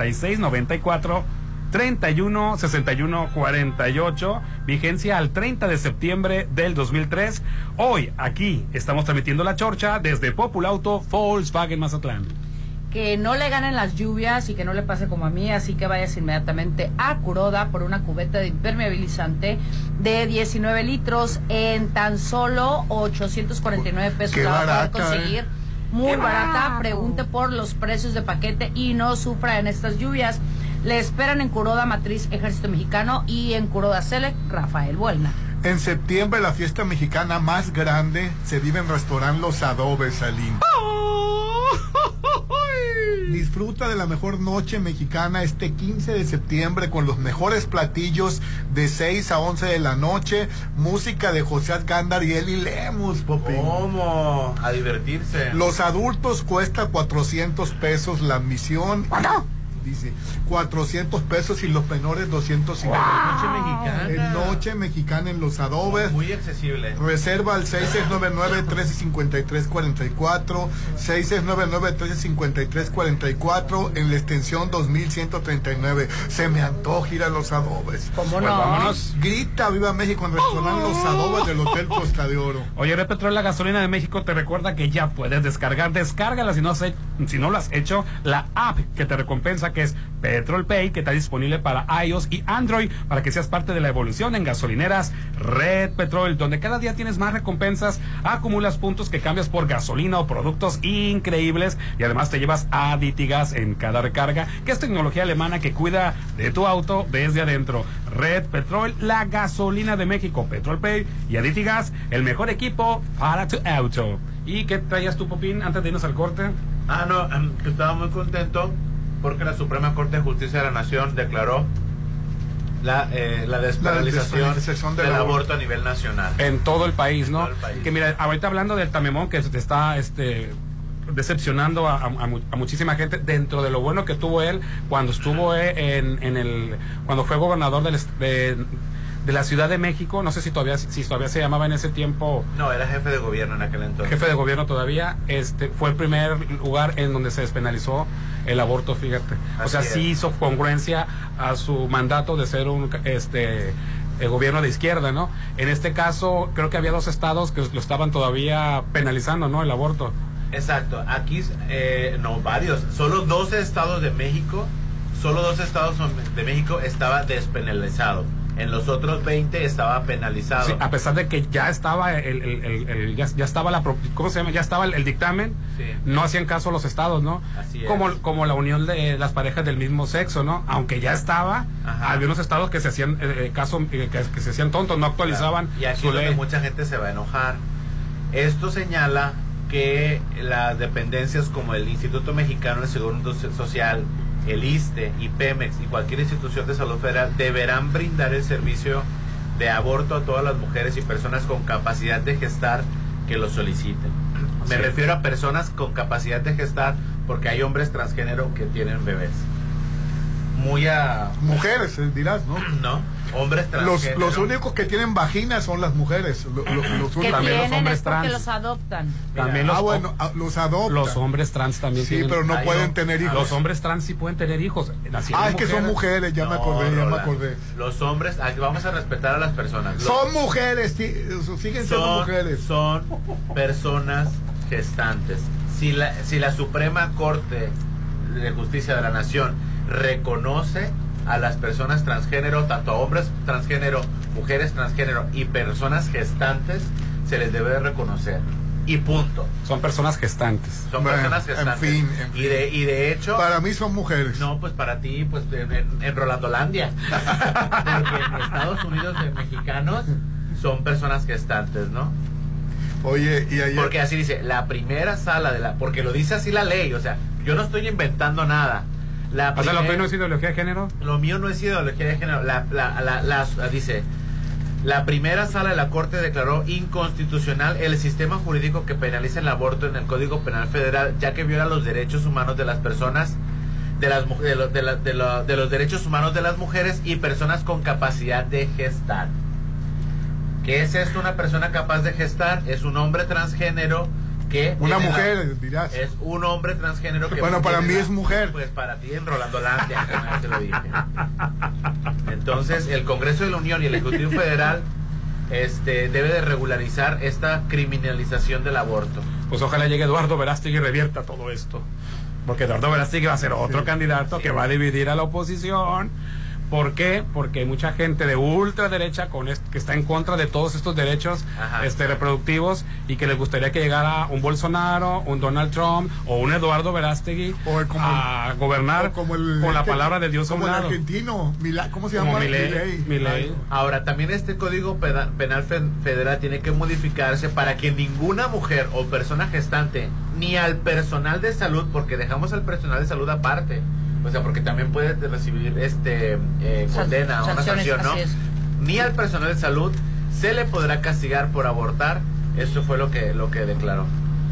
6694-316148, vigencia al 30 de septiembre del 2003. Hoy, aquí, estamos transmitiendo la Chorcha desde Populauto Volkswagen Mazatlán. Que no le ganen las lluvias y que no le pase como a mí, así que vayas inmediatamente a Kuroda por una cubeta de impermeabilizante de 19 litros en tan solo 849 pesos. Qué la va a barata, poder conseguir. Muy barata. Pregunte por los precios de paquete y no sufra en estas lluvias. Le esperan en Kuroda Matriz Ejército Mexicano y en Kuroda Select Rafael Buelna. En septiembre, la fiesta mexicana más grande se vive en restaurante Los Adobes, Salim. Disfruta de la mejor noche mexicana este 15 de septiembre con los mejores platillos de 6 a 11 de la noche. Música de José Azgándar y Eli Lemus, Popi. ¿Cómo? A divertirse. Los adultos cuesta 400 pesos la admisión. ¿Cuánto? dice 400 pesos y los menores 250. Noche mexicana. En Noche Mexicana en Los Adobes. Muy accesible. Reserva al 6699-1353-44, 6699-1353-44 en la extensión 2139. Se me antoja ir a Los Adobes. ¿Cómo Pues no? vámonos. Grita Viva México en restaurante Los Adobes del Hotel Costa de Oro. Oye, Red Petrol, la gasolina de México te recuerda que ya puedes descárgala si no lo has hecho, la app que te recompensa, que es Petrol Pay, que está disponible para iOS y Android, para que seas parte de la evolución en gasolineras Red Petrol, donde cada día tienes más recompensas, acumulas puntos que cambias por gasolina o productos increíbles, y además te llevas Aditigas en cada recarga, que es tecnología alemana que cuida de tu auto desde adentro. Red Petrol, la gasolina de México. Petrol Pay y Aditigas, el mejor equipo para tu auto. ¿Y qué traías tú, Popín, antes de irnos al corte? Que estaba muy contento porque la Suprema Corte de Justicia de la Nación declaró la despenalización del aborto a nivel nacional. En todo el país, ¿no? Todo el país. Que mira, ahorita hablando del Tamemón, que te está decepcionando a muchísima gente, dentro de lo bueno que tuvo él cuando estuvo cuando fue gobernador de la Ciudad de México, no sé si todavía se llamaba en ese tiempo. No, era jefe de gobierno en aquel entonces. Jefe de gobierno todavía, fue el primer lugar en donde se despenalizó el aborto, fíjate. Así o sea, sí hizo congruencia a su mandato de ser un el gobierno de izquierda, ¿no? En este caso, creo que había 2 estados que lo estaban todavía penalizando, ¿no? El aborto. Exacto, aquí no, varios, solo 12 estados de México estaba despenalizado. En los otros 20 estaba penalizado. Sí, a pesar de que ya estaba ya estaba ¿cómo se llama? Ya estaba el dictamen. Sí. No hacían caso a los estados, ¿no? Así como la unión de las parejas del mismo sexo, ¿no? Aunque ya estaba, había unos estados que se hacían que se hacían tontos, no actualizaban. Claro. Y aquí su es donde ley. mucha gente se va a enojar. Esto señala que las dependencias como el Instituto Mexicano de Seguro Social, el ISSSTE y Pemex y cualquier institución de salud federal deberán brindar el servicio de aborto a todas las mujeres y personas con capacidad de gestar que lo soliciten. Me refiero a personas con capacidad de gestar porque hay hombres transgénero que tienen bebés. Mujeres, dirás, ¿no? No, hombres transgénero. Los únicos que tienen vaginas son las mujeres. Que también los hombres es porque trans los adoptan. También los adoptan. Los hombres trans también sí, tienen. pero no pueden tener hijos. Los hombres trans sí pueden tener hijos. Es que son mujeres, ya me acordé. Los hombres, vamos a respetar a las personas. Son mujeres, siguen siendo mujeres. Son personas gestantes. Si la Suprema Corte de Justicia de la Nación reconoce a las personas transgénero, tanto a hombres transgénero, mujeres transgénero y personas gestantes, se les debe de reconocer. Y punto. Son personas gestantes. Son personas gestantes. En fin. Y de hecho... Para mí son mujeres. No, pues para ti, pues en Rolandolandia. Porque en Estados Unidos de mexicanos son personas gestantes, ¿no? Oye, y ayer... Porque así dice, la primera sala porque lo dice así la ley, o sea, yo no estoy inventando nada. O sea, ¿lo tuyo no es ideología de género? Lo mío no es ideología de género. Dice, la primera sala de la Corte declaró inconstitucional el sistema jurídico que penaliza el aborto en el Código Penal Federal, ya que viola los derechos humanos de las personas, de los derechos humanos de las mujeres y personas con capacidad de gestar. ¿Qué es esto? Una persona capaz de gestar es un hombre transgénero que... Una mujer, dirás. Es un hombre transgénero que... Bueno, para mí es mujer. Pues para ti en Rolandolandia, como ya te lo dije. Entonces, el Congreso de la Unión y el Ejecutivo Federal debe de regularizar esta criminalización del aborto. Pues ojalá llegue Eduardo Verástegui y revierta todo esto. Porque Eduardo Verástegui va a ser otro candidato que va a dividir a la oposición. ¿Por qué? Porque hay mucha gente de ultraderecha que está en contra de todos estos derechos reproductivos y que les gustaría que llegara un Bolsonaro, un Donald Trump o un Eduardo Verástegui a gobernar con la palabra de Dios a un lado. Como el argentino, ¿cómo se llama? Milei. Ahora, también este Código Penal Federal tiene que modificarse para que ninguna mujer o persona gestante, ni al personal de salud, porque dejamos al personal de salud aparte, o sea, porque también puede recibir condena o una sanción, ¿no? Ni al personal de salud se le podrá castigar por abortar. Eso fue lo que declaró.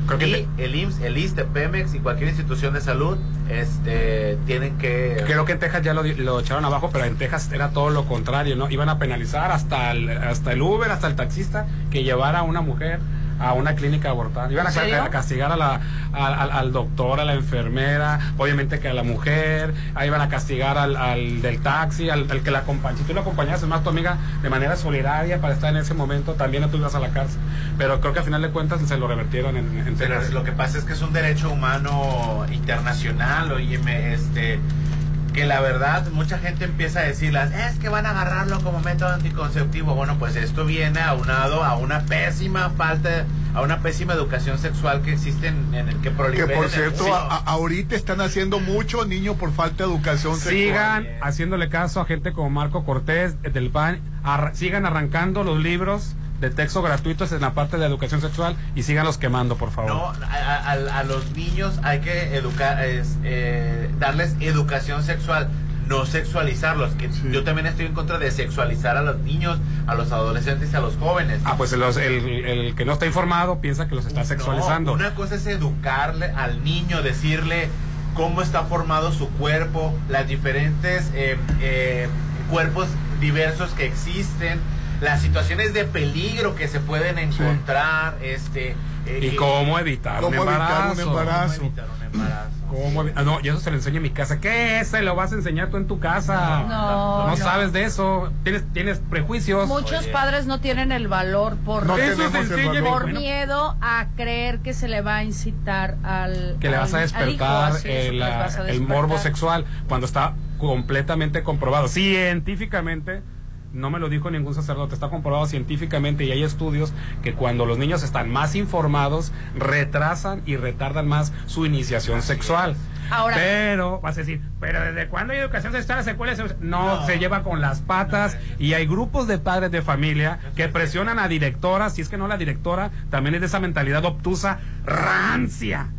Creo que y el IMSS, el ISSSTE, Pemex y cualquier institución de salud tienen que... Creo que en Texas ya lo echaron abajo, pero en Texas era todo lo contrario, ¿no? Iban a penalizar hasta el Uber, hasta el taxista que llevara a una mujer a una clínica a abortar. Iban a castigar al doctor, a la enfermera, obviamente que a la mujer, ahí iban a castigar al del taxi, al que la acompaña. Si tú lo acompañas, es más tu amiga, de manera solidaria para estar en ese momento, también no tú ibas a la cárcel. Pero creo que al final de cuentas se lo revertieron en Texas. Lo que pasa es que es un derecho humano internacional, óyeme, que la verdad mucha gente empieza a decirlas, es que van a agarrarlo como método anticonceptivo. Bueno, pues esto viene aunado a una pésima educación sexual que existe en el que prolifera. Que por cierto, ahorita están haciendo mucho niño por falta de educación sexual. Sigan haciéndole caso a gente como Marco Cortés del PAN, sigan arrancando los libros de texto gratuitos en la parte de educación sexual y síganlos quemando, por favor. No, a los niños hay que educar, darles educación sexual, no sexualizarlos. Que sí. Yo también estoy en contra de sexualizar a los niños, a los adolescentes y a los jóvenes. Pues el que no está informado piensa que los está sexualizando. Una cosa es educarle al niño, decirle cómo está formado su cuerpo, las diferentes cuerpos diversos que existen, las situaciones de peligro que se pueden encontrar, y cómo evitar un embarazo. No, y eso se lo enseño en mi casa. ¿Qué? Se lo vas a enseñar tú en tu casa. No sabes de eso. Tienes prejuicios. Muchos padres no tienen el valor por miedo a creer que se le va a incitar que le vas a despertar el morbo sexual cuando está completamente comprobado científicamente. No me lo dijo ningún sacerdote, está comprobado científicamente y hay estudios que cuando los niños están más informados retrasan y retardan más su iniciación sexual. Ahora, pero vas a decir, pero ¿desde cuándo hay educación sexual? No, se lleva con las patas y hay grupos de padres de familia que presionan a directoras, si es que no la directora también es de esa mentalidad obtusa, rancia,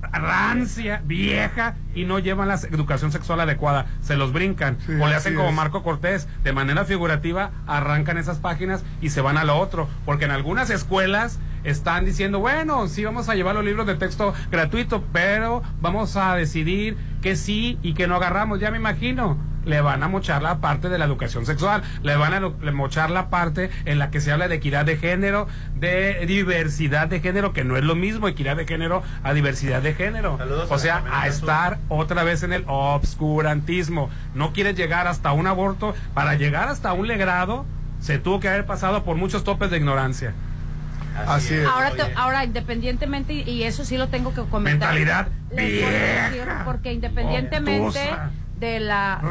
vieja, y no llevan la educación sexual adecuada, se los brincan, o le hacen como Marco Cortés, de manera figurativa, arrancan esas páginas y se van a lo otro, porque en algunas escuelas están diciendo, bueno, sí vamos a llevar los libros de texto gratuito, pero vamos a decidir que sí y que no agarramos, ya me imagino. Le van a mochar la parte de la educación sexual, le van a mochar la parte en la que se habla de equidad de género, de diversidad de género, que no es lo mismo equidad de género a diversidad de género. O sea, a estar otra vez en el obscurantismo. No quieres llegar hasta un aborto, para llegar hasta un legrado se tuvo que haber pasado por muchos topes de ignorancia. Así es. Ahora, independientemente, y eso sí lo tengo que comentar. Mentalidad vieja, porque independientemente de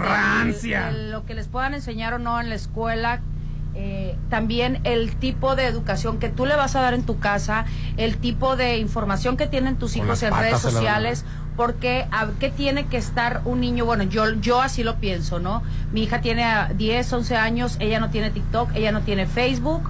lo que les puedan enseñar o no en la escuela, también el tipo de educación que tú le vas a dar en tu casa, el tipo de información que tienen tus hijos en redes sociales, porque ¿qué tiene que estar un niño? Bueno, yo así lo pienso, ¿no? Mi hija tiene 10, 11 años, ella no tiene TikTok, ella no tiene Facebook,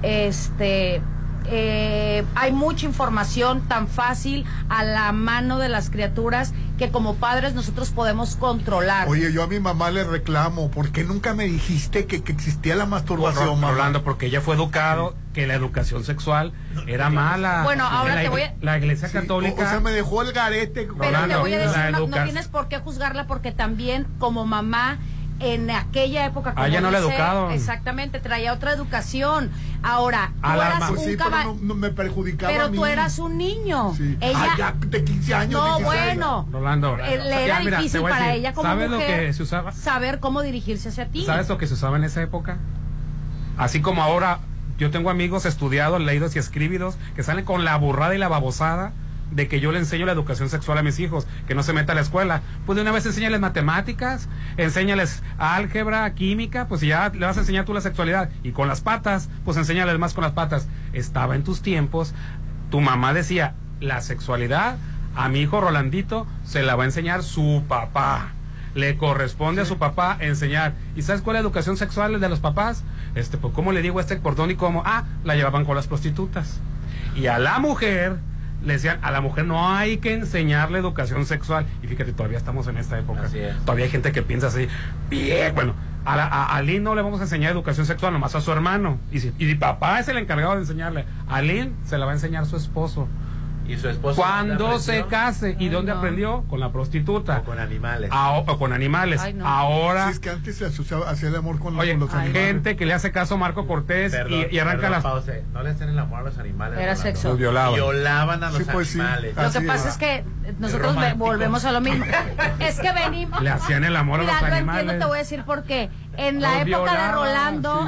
hay mucha información tan fácil a la mano de las criaturas que como padres nosotros podemos controlar. Oye, yo a mi mamá le reclamo, ¿por qué nunca me dijiste que existía la masturbación, mamá? Hablando, porque ella fue educado que la educación sexual era mala. Bueno, ahora la Iglesia Católica. O sea, me dejó el garete. Pero te voy a decir, no tienes por qué juzgarla, porque también como mamá en aquella época, como ya no la educaron. Exactamente, traía otra educación. Ahora, tú eras un pero no me perjudicaba. Pero tú eras un niño. Sí. Ella ya de 15 años. No, bueno. Rolando, le era difícil para ella como ¿sabes mujer lo que se usaba? Saber cómo dirigirse hacia ti. ¿Sabes lo que se usaba en esa época? Así como ahora yo tengo amigos estudiados, leídos y escribidos que salen con la burrada y la babosada de que yo le enseño la educación sexual a mis hijos, que no se meta a la escuela. Pues de una vez enséñales matemáticas, enséñales álgebra, química, pues ya le vas a enseñar tú la sexualidad. Y con las patas, pues enséñales más con las patas. Estaba en tus tiempos, tu mamá decía, la sexualidad a mi hijo Rolandito se la va a enseñar su papá. Le corresponde a su papá enseñar. ¿Y sabes cuál es la educación sexual de los papás? Pues ¿cómo le digo por dónde y cómo? La llevaban con las prostitutas. Y a la mujer le decían, a la mujer no hay que enseñarle educación sexual. Y fíjate, todavía estamos en esta época. Todavía hay gente que piensa así, bien, bueno, a Lynn no le vamos a enseñar educación sexual, nomás a su hermano. Y papá es el encargado de enseñarle. A Lynn se la va a enseñar su esposo. Y su esposo cuando se case. ¿Y dónde aprendió? Con la prostituta. O con animales. O con animales. Ay, no. Ahora. Sí, es que antes se asociaba, hacía el amor con los animales. Gente que le hace caso a Marco Cortés y arranca las. Pause. No le hacen el amor a los animales. Era sexo. Los violaban a los animales. Lo que pasa es que nosotros volvemos a lo mismo. Es que venimos. Le hacían el amor a los animales. No entiendo, te voy a decir por qué. En la época de Rolando,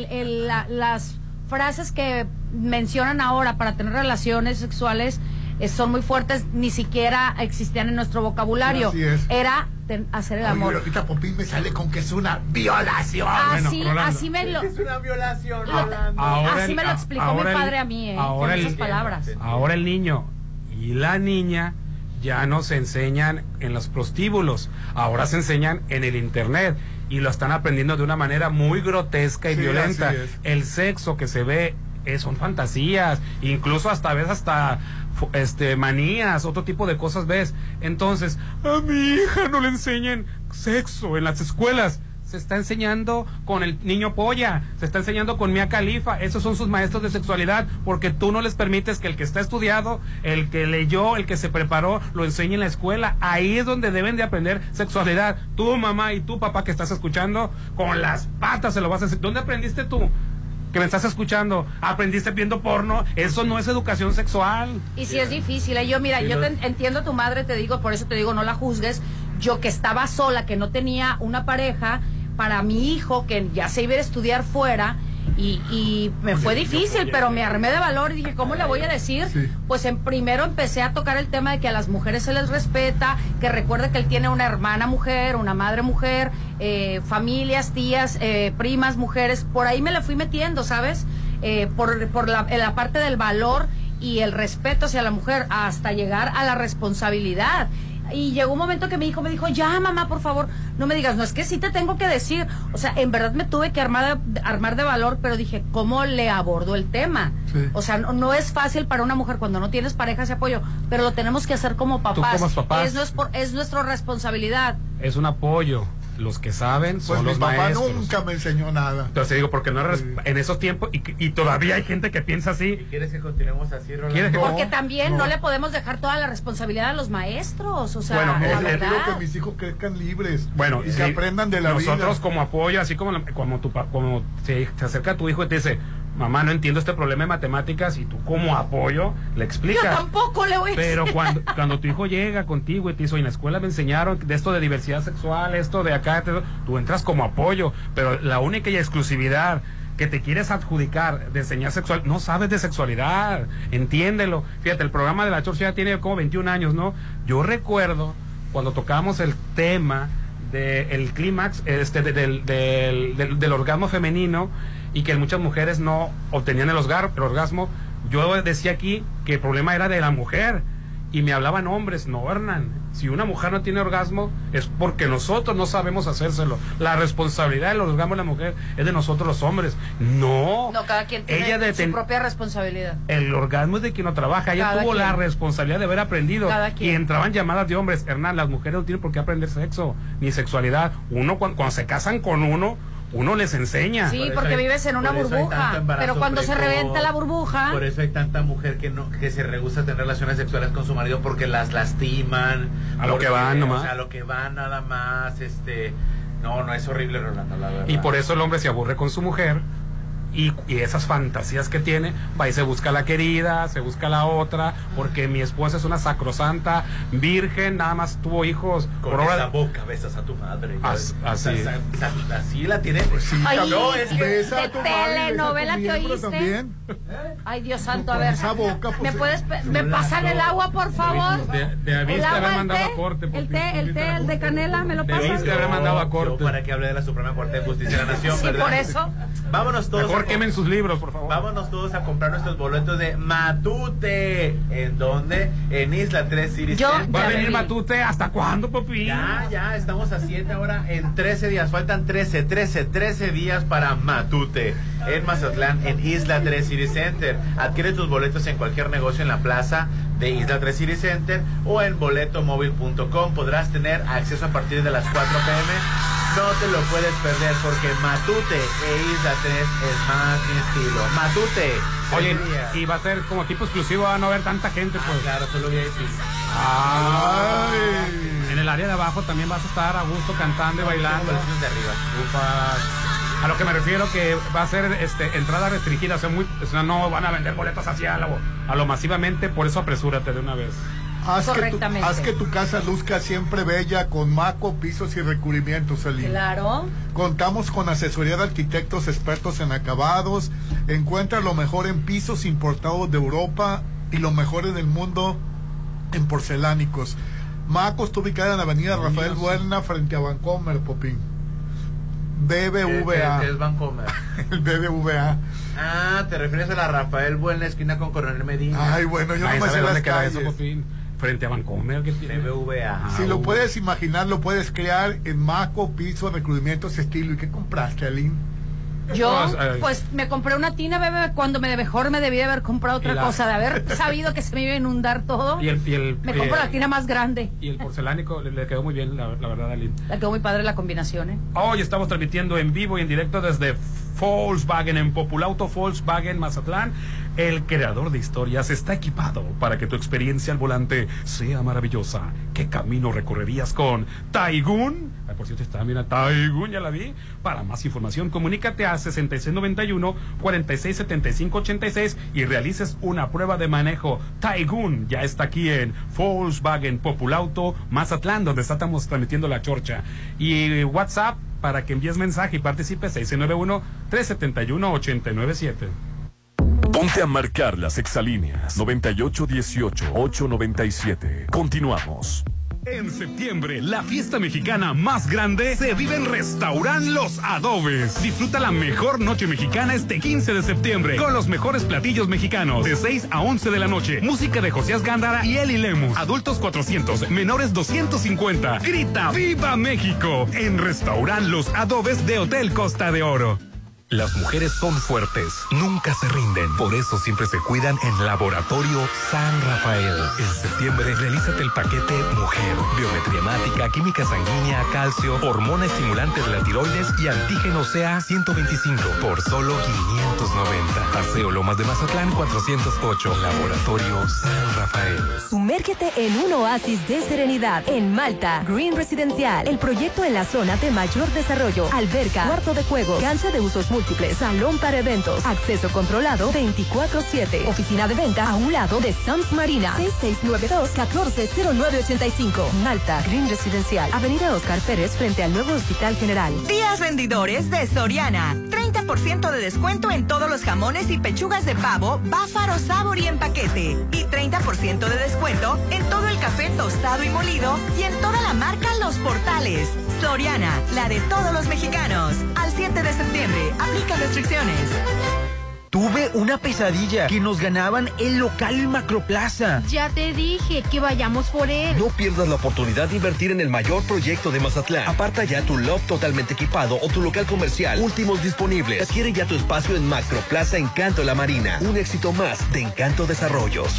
las frases que mencionan ahora para tener relaciones sexuales son muy fuertes, ni siquiera existían en nuestro vocabulario. Sí, así es. Era hacer el amor. Pero ahorita Popín me sale con que es una violación. Así me lo. Es una violación, así me lo explicó mi padre a mí, con esas palabras. Ahora el niño y la niña ya no se enseñan en los prostíbulos, ahora se enseñan en el internet y lo están aprendiendo de una manera muy grotesca y violenta. El sexo que se ve son fantasías, incluso hasta manías, otro tipo de cosas ves. Entonces, a mi hija no le enseñen sexo en las escuelas. Se está enseñando con el niño polla, se está enseñando con Mia Khalifa. Esos son sus maestros de sexualidad, porque tú no les permites que el que está estudiado, el que leyó, el que se preparó, lo enseñe en la escuela. Ahí es donde deben de aprender sexualidad. Tú, mamá, y tú, papá, que estás escuchando, con las patas se lo vas a hacer. ¿Dónde aprendiste tú? Que me estás escuchando, aprendiste viendo porno. Eso no es educación sexual. Y si es difícil, yo entiendo a tu madre, te digo, por eso te digo, no la juzgues. Yo que estaba sola, que no tenía una pareja para mi hijo, que ya se iba a estudiar fuera, y me fue difícil, pero me armé de valor y dije, ¿cómo le voy a decir? Pues primero empecé a tocar el tema de que a las mujeres se les respeta, que recuerde que él tiene una hermana mujer, una madre mujer, familias, tías, primas, mujeres. Por ahí me la fui metiendo, ¿sabes? Por la parte del valor y el respeto hacia la mujer, hasta llegar a la responsabilidad. Y llegó un momento que mi hijo me dijo, ya mamá, por favor, no me digas, no, es que sí te tengo que decir. O sea, en verdad me tuve que armar de valor, pero dije, ¿cómo le abordo el tema? O sea, no es fácil para una mujer cuando no tienes pareja ese apoyo, pero lo tenemos que hacer como papás. Tú como papás. Es nuestra responsabilidad. Es un apoyo. Los que saben son los maestros. Mi papá nunca me enseñó nada. Entonces digo, porque no en esos tiempos, y todavía hay gente que piensa así. ¿Y quieres que continuemos así, Rolando? Porque también no le podemos dejar toda la responsabilidad a los maestros. O sea, bueno, la verdad. verdad. Quiero que mis hijos crezcan libres. Bueno, y que aprendan de la vida. Nosotros como apoyo, así como se acerca a tu hijo y te dice, mamá, no entiendo este problema de matemáticas, y tú como apoyo le explicas. Yo tampoco le voy a Pero cuando tu hijo llega contigo y te dice, en la escuela me enseñaron de esto de diversidad sexual, esto de acá, tú entras como apoyo, pero la única y exclusividad que te quieres adjudicar de enseñar sexual, no sabes de sexualidad, entiéndelo. Fíjate, el programa de la Chorcha ya tiene como 21 años, ¿no? Yo recuerdo cuando tocábamos el tema del clímax, del orgasmo femenino, y que muchas mujeres no obtenían el orgasmo. Yo decía aquí que el problema era de la mujer, y me hablaban hombres. No, Hernán, si una mujer no tiene orgasmo es porque nosotros no sabemos hacérselo. La responsabilidad del orgasmo de la mujer es de nosotros los hombres. No, cada quien tiene su propia responsabilidad. El orgasmo es de quien no trabaja. Ella tuvo la responsabilidad de haber aprendido. Y entraban llamadas de hombres. Hernán, las mujeres no tienen por qué aprender sexo ni sexualidad. Uno cuando se casan con uno les enseña. Sí, porque vives en una burbuja, pero cuando se revienta la burbuja. Por eso hay tanta mujer que se rehúsa a tener relaciones sexuales con su marido porque las lastiman. A lo que van nomás. O sea, a lo que van nada más. No es horrible, Rolando, la verdad. Y por eso el hombre se aburre con su mujer. Y esas fantasías que tiene, va y se busca a la querida, se busca a la otra, porque mi esposa es una sacrosanta virgen, nada más tuvo hijos. Con esa boca besas a tu madre. Así la tiene. Ay, no, es que de telenovela que oíste. Ay, Dios santo, a ver. ¿Me pasan el agua, por favor? Debiste haber mandado a corte. El de canela, ¿me lo pasan? Debiste haber mandado a corte. Para que hable de la Suprema Corte de Justicia de la Nación, sí, ¿verdad? Por eso. Vámonos todos. Mejor quemen sus libros, por favor. Vámonos todos a comprar nuestros boletos de Matute. ¿En dónde? En Isla 3 City Center. ¿Va a venir Matute? ¿Hasta cuándo, papi? Ya, estamos a 7 ahora en 13 días. Faltan 13 días para Matute. En Mazatlán, en Isla 3 City Center. Adquiere tus boletos en cualquier negocio en la plaza de Isla 3 City Center o en boletomóvil.com. Podrás tener acceso a partir de las 4 p.m. No te lo puedes perder porque Matute e Isla 3 es más mi estilo. Matute. Oye, y va a ser como tipo exclusivo, va a no haber tanta gente, pues. Claro, solo VIP. En el área de abajo también vas a estar a gusto cantando y bailando. De arriba. Ufas. A lo que me refiero que va a ser entrada restringida, o sea, no van a vender boletos así a lo masivamente, por eso apresúrate de una vez. Haz que tu casa luzca siempre bella con Maco, pisos y recubrimientos, Aline. Claro. Contamos con asesoría de arquitectos expertos en acabados. Encuentra lo mejor en pisos importados de Europa y lo mejor en el mundo en porcelánicos. Maco está ubicada en la avenida Rafael Buelna frente a Vancomer, Popín. BBVA. ¿Qué es Vancomer? El BBVA. Ah, te refieres a la Rafael Buelna, esquina con Coronel Medina. Ay, bueno, yo no me sé las calles. Eso, Popín? Frente a Vancomer, que tiene BBVA. Si lo puedes imaginar, lo puedes crear en Maco, piso, recubrimientos, estilo. ¿Y qué compraste, Aline? Yo, pues me compré una tina, bebé, cuando mejor me debí de haber comprado otra cosa, de haber sabido que se me iba a inundar todo. Me compro la tina más grande. Y el porcelánico le quedó muy bien, la verdad, Aline. Le quedó muy padre la combinación, Hoy estamos transmitiendo en vivo y en directo desde Volkswagen, en Populauto Volkswagen Mazatlán. El creador de historias está equipado para que tu experiencia al volante sea maravillosa. ¿Qué camino recorrerías con Taigun? Por cierto, está, mira, Taigun, ya la vi. Para más información, comunícate a 6691-467586 y realices una prueba de manejo. Taigun ya está aquí en Volkswagen Populauto Mazatlán, donde estamos transmitiendo la chorcha. Y WhatsApp para que envíes mensaje y participes, 691-371-897. Ponte a marcar las exalíneas 9818-897. Continuamos. En septiembre, la fiesta mexicana más grande se vive en Restaurant Los Adobes. Disfruta la mejor noche mexicana este 15 de septiembre con los mejores platillos mexicanos de 6 a 11 de la noche. Música de Josías Gándara y Eli Lemus. Adultos 400, menores 250. Grita ¡Viva México! En Restaurant Los Adobes de Hotel Costa de Oro. Las mujeres son fuertes, nunca se rinden. Por eso siempre se cuidan en Laboratorio San Rafael. En septiembre, realízate el paquete Mujer. Biometría hemática, química sanguínea, calcio, hormona estimulante de la tiroides y antígeno CA-125 por solo 590. Paseo Lomas de Mazatlán 408. Laboratorio San Rafael. Sumérgete en un oasis de serenidad en Malta. Green Residencial, el proyecto en la zona de mayor desarrollo. Alberca, cuarto de juego, cancha de usos múltiples, salón para eventos, acceso controlado 24/7. Oficina de venta a un lado de Sams Marina. 6692-140985. Malta Green Residencial, Avenida Oscar Pérez frente al nuevo Hospital General. Días vendidores de Soriana. 30% de descuento en todos los jamones y pechugas de pavo, Báfaro, Sabor y en paquete. Y 30% de descuento en todo el café tostado y molido y en toda la marca Los Portales. Soriana, la de todos los mexicanos. Al 7 de septiembre, aplica restricciones. Tuve una pesadilla, que nos ganaban el local Macroplaza. Ya te dije que vayamos por él. No pierdas la oportunidad de invertir en el mayor proyecto de Mazatlán. Aparta ya tu loft totalmente equipado o tu local comercial. Últimos disponibles. Adquiere ya tu espacio en Macroplaza Encanto La Marina. Un éxito más de Encanto Desarrollos.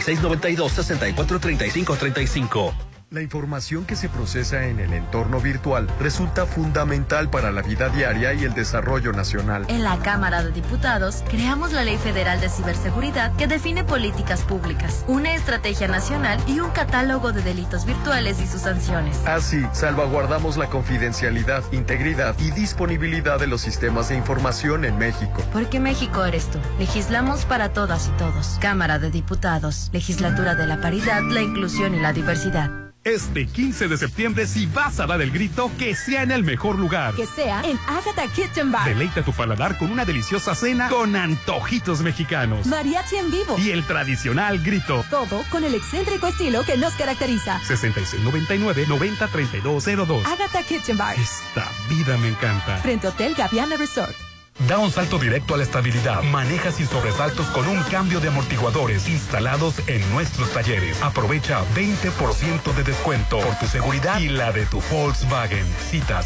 6692-643535. La información que se procesa en el entorno virtual resulta fundamental para la vida diaria y el desarrollo nacional. En la Cámara de Diputados creamos la Ley Federal de Ciberseguridad que define políticas públicas, una estrategia nacional y un catálogo de delitos virtuales y sus sanciones. Así, salvaguardamos la confidencialidad, integridad y disponibilidad de los sistemas de información en México. Porque México eres tú. Legislamos para todas y todos. Cámara de Diputados, Legislatura de la Paridad, la Inclusión y la Diversidad. Este 15 de septiembre, si vas a dar el grito, que sea en el mejor lugar. Que sea en Agatha Kitchen Bar. Deleita tu paladar con una deliciosa cena con antojitos mexicanos. Mariachi en vivo. Y el tradicional grito. Todo con el excéntrico estilo que nos caracteriza. 6699-903202. Agatha Kitchen Bar. Esta vida me encanta. Frente Hotel Gaviana Resort. Da un salto directo a la estabilidad. Maneja sin sobresaltos con un cambio de amortiguadores instalados en nuestros talleres. Aprovecha 20% de descuento por tu seguridad y la de tu Volkswagen. Citas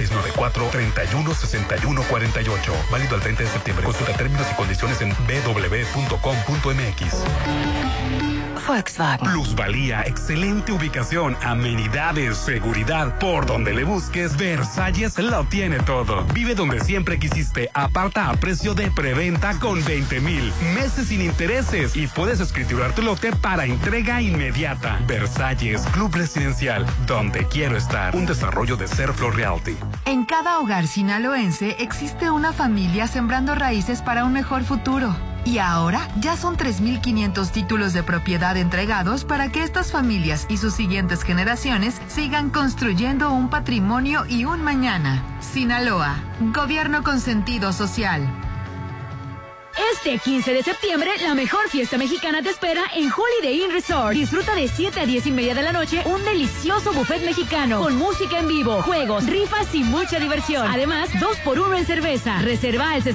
6694-316148. Válido al 30 de septiembre. Consulta términos y condiciones en www.com.mx. Volkswagen. Plusvalía, excelente ubicación, amenidades, seguridad. Por donde le busques, Versalles lo tiene todo. Vive donde siempre quisiste. Aparta a precio de preventa con 20,000 meses sin intereses y puedes escriturar tu lote para entrega inmediata. Versalles, Club Residencial, donde quiero estar. Un desarrollo de Serflo Realty. En cada hogar sinaloense existe una familia sembrando raíces para un mejor futuro. Y ahora ya son 3,500 títulos de propiedad entregados para que estas familias y sus siguientes generaciones sigan construyendo un patrimonio y un mañana. Sinaloa, gobierno con sentido social. Este 15 de septiembre, la mejor fiesta mexicana te espera en Holiday Inn Resort. Disfruta de 7 a 10:30 de la noche un delicioso buffet mexicano con música en vivo, juegos, rifas y mucha diversión. Además, 2x1 en cerveza. Reserva al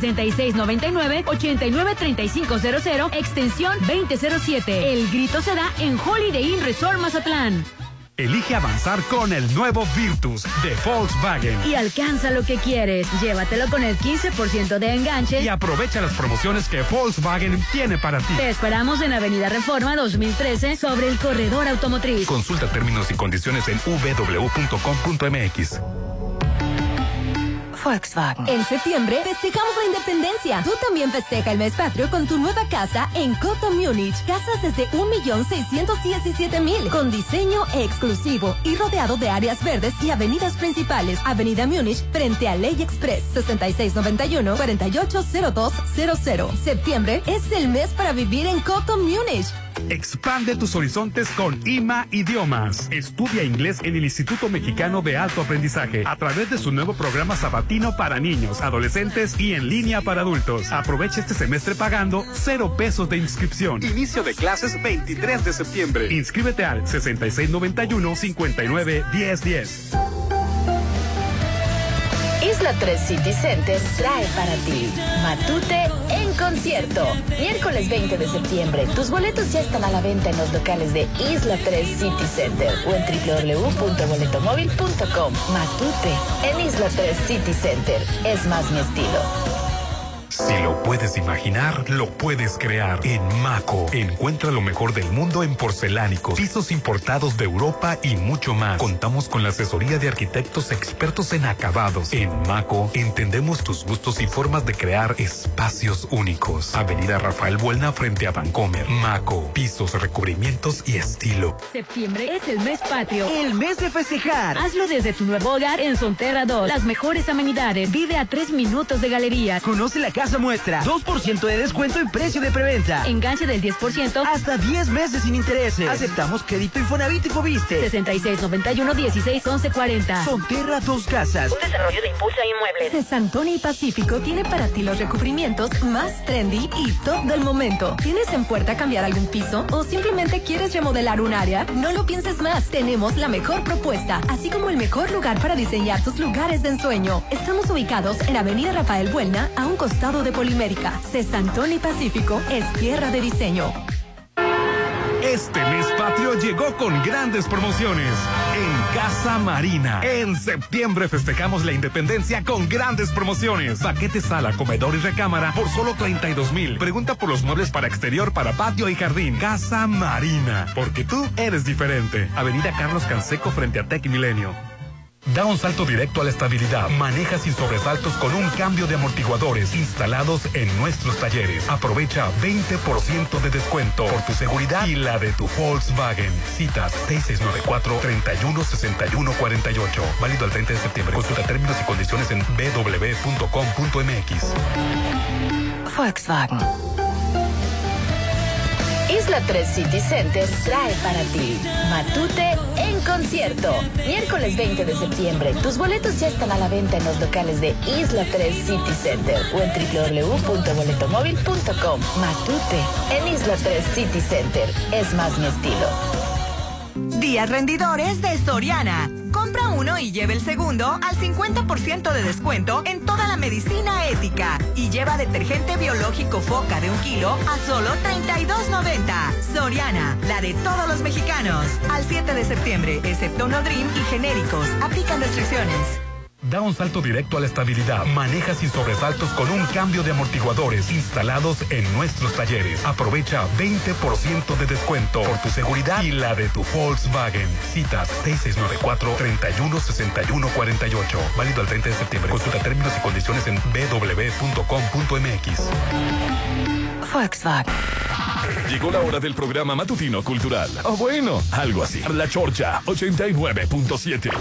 6699-893500, extensión 2007. El grito se da en Holiday Inn Resort Mazatlán. Elige avanzar con el nuevo Virtus de Volkswagen. Y alcanza lo que quieres. Llévatelo con el 15% de enganche. Y aprovecha las promociones que Volkswagen tiene para ti. Te esperamos en Avenida Reforma 2013 sobre el corredor automotriz. Consulta términos y condiciones en www.com.mx. Volkswagen. En septiembre festejamos la independencia. Tú también festeja el mes patrio con tu nueva casa en Coto Múnich. Casas desde 1,617,000 con diseño exclusivo y rodeado de áreas verdes y avenidas principales. Avenida Múnich frente a Ley Express. 6691-480200. Septiembre es el mes para vivir en Coto Múnich. Expande tus horizontes con IMA Idiomas. Estudia inglés en el Instituto Mexicano de Alto Aprendizaje a través de su nuevo programa sabatino para niños, adolescentes y en línea para adultos. Aprovecha este semestre pagando 0 pesos de inscripción. Inicio de clases 23 de septiembre. Inscríbete al 6691-591010. Isla 3 City Center trae para ti Matute en concierto. Miércoles 20 de septiembre. Tus boletos ya están a la venta en los locales de Isla 3 City Center o en www.boletomóvil.com. Matute en Isla 3 City Center. Es más mi estilo. Si lo puedes imaginar, lo puedes crear. En Maco, encuentra lo mejor del mundo en porcelánicos, pisos importados de Europa y mucho más. Contamos con la asesoría de arquitectos expertos en acabados. En Maco, entendemos tus gustos y formas de crear espacios únicos. Avenida Rafael Buelna frente a Vancomer. Maco, pisos, recubrimientos y estilo. Septiembre es el mes patrio. El mes de festejar. Hazlo desde tu nuevo hogar en Sonterra 2. Las mejores amenidades. Vive a 3 minutos de galerías. Conoce la casa muestra. 2% de descuento en precio de preventa. Enganche del 10%. Hasta 10 meses sin intereses. Aceptamos crédito Infonavit y Foviste. 6691-161140. Sonterra 2 Casas. Un desarrollo de Impulsa Inmuebles. Santoni Pacífico tiene para ti los recubrimientos más trendy y top del momento. ¿Tienes en puerta cambiar algún piso o simplemente quieres remodelar un área? No lo pienses más. Tenemos la mejor propuesta, así como el mejor lugar para diseñar tus lugares de ensueño. Estamos ubicados en Avenida Rafael Buelna, a un costado de Polimérica. Santoni Pacífico es tierra de diseño. Este mes patrio llegó con grandes promociones en Casa Marina. En septiembre festejamos la independencia con grandes promociones. Paquete sala, comedor y recámara por solo 32,000. Pregunta por los muebles para exterior, para patio y jardín. Casa Marina, porque tú eres diferente. Avenida Carlos Canseco frente a Tec Milenio. Da un salto directo a la estabilidad. Maneja sin sobresaltos con un cambio de amortiguadores instalados en nuestros talleres. Aprovecha 20% de descuento por tu seguridad y la de tu Volkswagen. Citas 6694-316148. Válido al 30 de septiembre. Consulta términos y condiciones en www.com.mx. Volkswagen. Isla 3 City Center trae para ti Matute en concierto. Miércoles 20 de septiembre. Tus boletos ya están a la venta en los locales de Isla 3 City Center o en www.boletomóvil.com. Matute en Isla 3 City Center. Es más mi estilo. Días rendidores de Soriana. Compra uno y lleve el segundo al 50% de descuento en toda la medicina ética. Y lleva detergente biológico Foca de 1 kilo a solo $32.90. Soriana, la de todos los mexicanos. Al 7 de septiembre, excepto Nodrim y genéricos. Aplican restricciones. Da un salto directo a la estabilidad. Maneja sin sobresaltos con un cambio de amortiguadores instalados en nuestros talleres. Aprovecha 20% de descuento por tu seguridad y la de tu Volkswagen. Citas 6694-316148. Válido al 30 de septiembre. Consulta términos y condiciones en www.com.mx. Volkswagen. Llegó la hora del programa matutino cultural. O bueno, algo así. La Chorcha 89.7.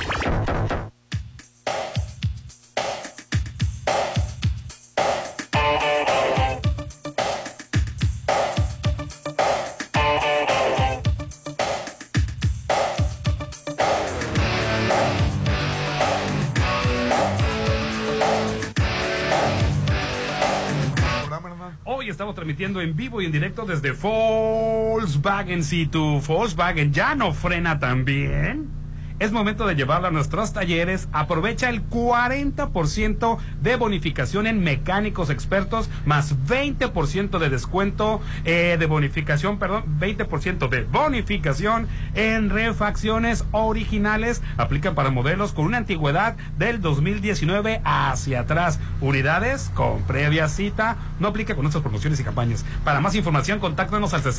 Estamos transmitiendo en vivo y en directo desde Volkswagen. Si tu Volkswagen ya no frena tan bien, es momento de llevarla a nuestros talleres. Aprovecha el 40% de bonificación en mecánicos expertos, más 20% de descuento de bonificación, 20% de bonificación en refacciones originales. Aplican para modelos con una antigüedad del 2019 hacia atrás. Unidades con previa cita. No aplica con nuestras promociones y campañas. Para más información, contáctanos al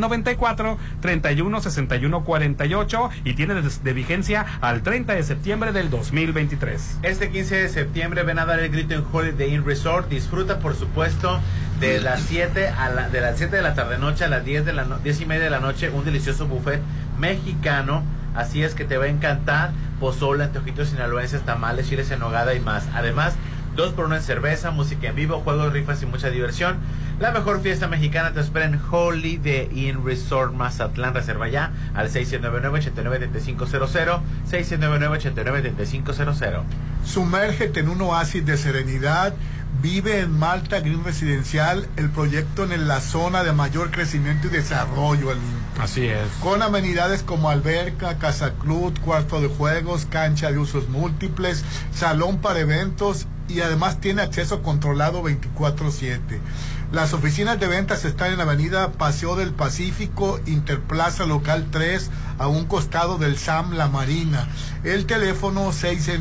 6694-316148 y tiene de vigencia al 30 de septiembre del 2023. Este 15 de septiembre ven a dar el grito en Holiday Inn Resort. Disfruta, por supuesto, de las 7 de la tarde noche a las 10 y media de la noche, un delicioso buffet mexicano. Así es que te va a encantar. Pozole, antojitos sinaloenses, tamales, chiles en nogada y más. Además, 2x1 en cerveza, música en vivo, juegos, rifas y mucha diversión. La mejor fiesta mexicana te espera en Holiday Inn Resort Mazatlán. Reserva ya al 699-893500, 699-893500. Sumérgete en un oasis de serenidad. Vive en Malta Green Residencial, el proyecto en la zona de mayor crecimiento y desarrollo. Así es. Con amenidades como alberca, casa club, cuarto de juegos, cancha de usos múltiples, salón para eventos y además tiene acceso controlado 24/7. Las oficinas de ventas están en la avenida Paseo del Pacífico, Interplaza Local 3, a un costado del SAM La Marina. El teléfono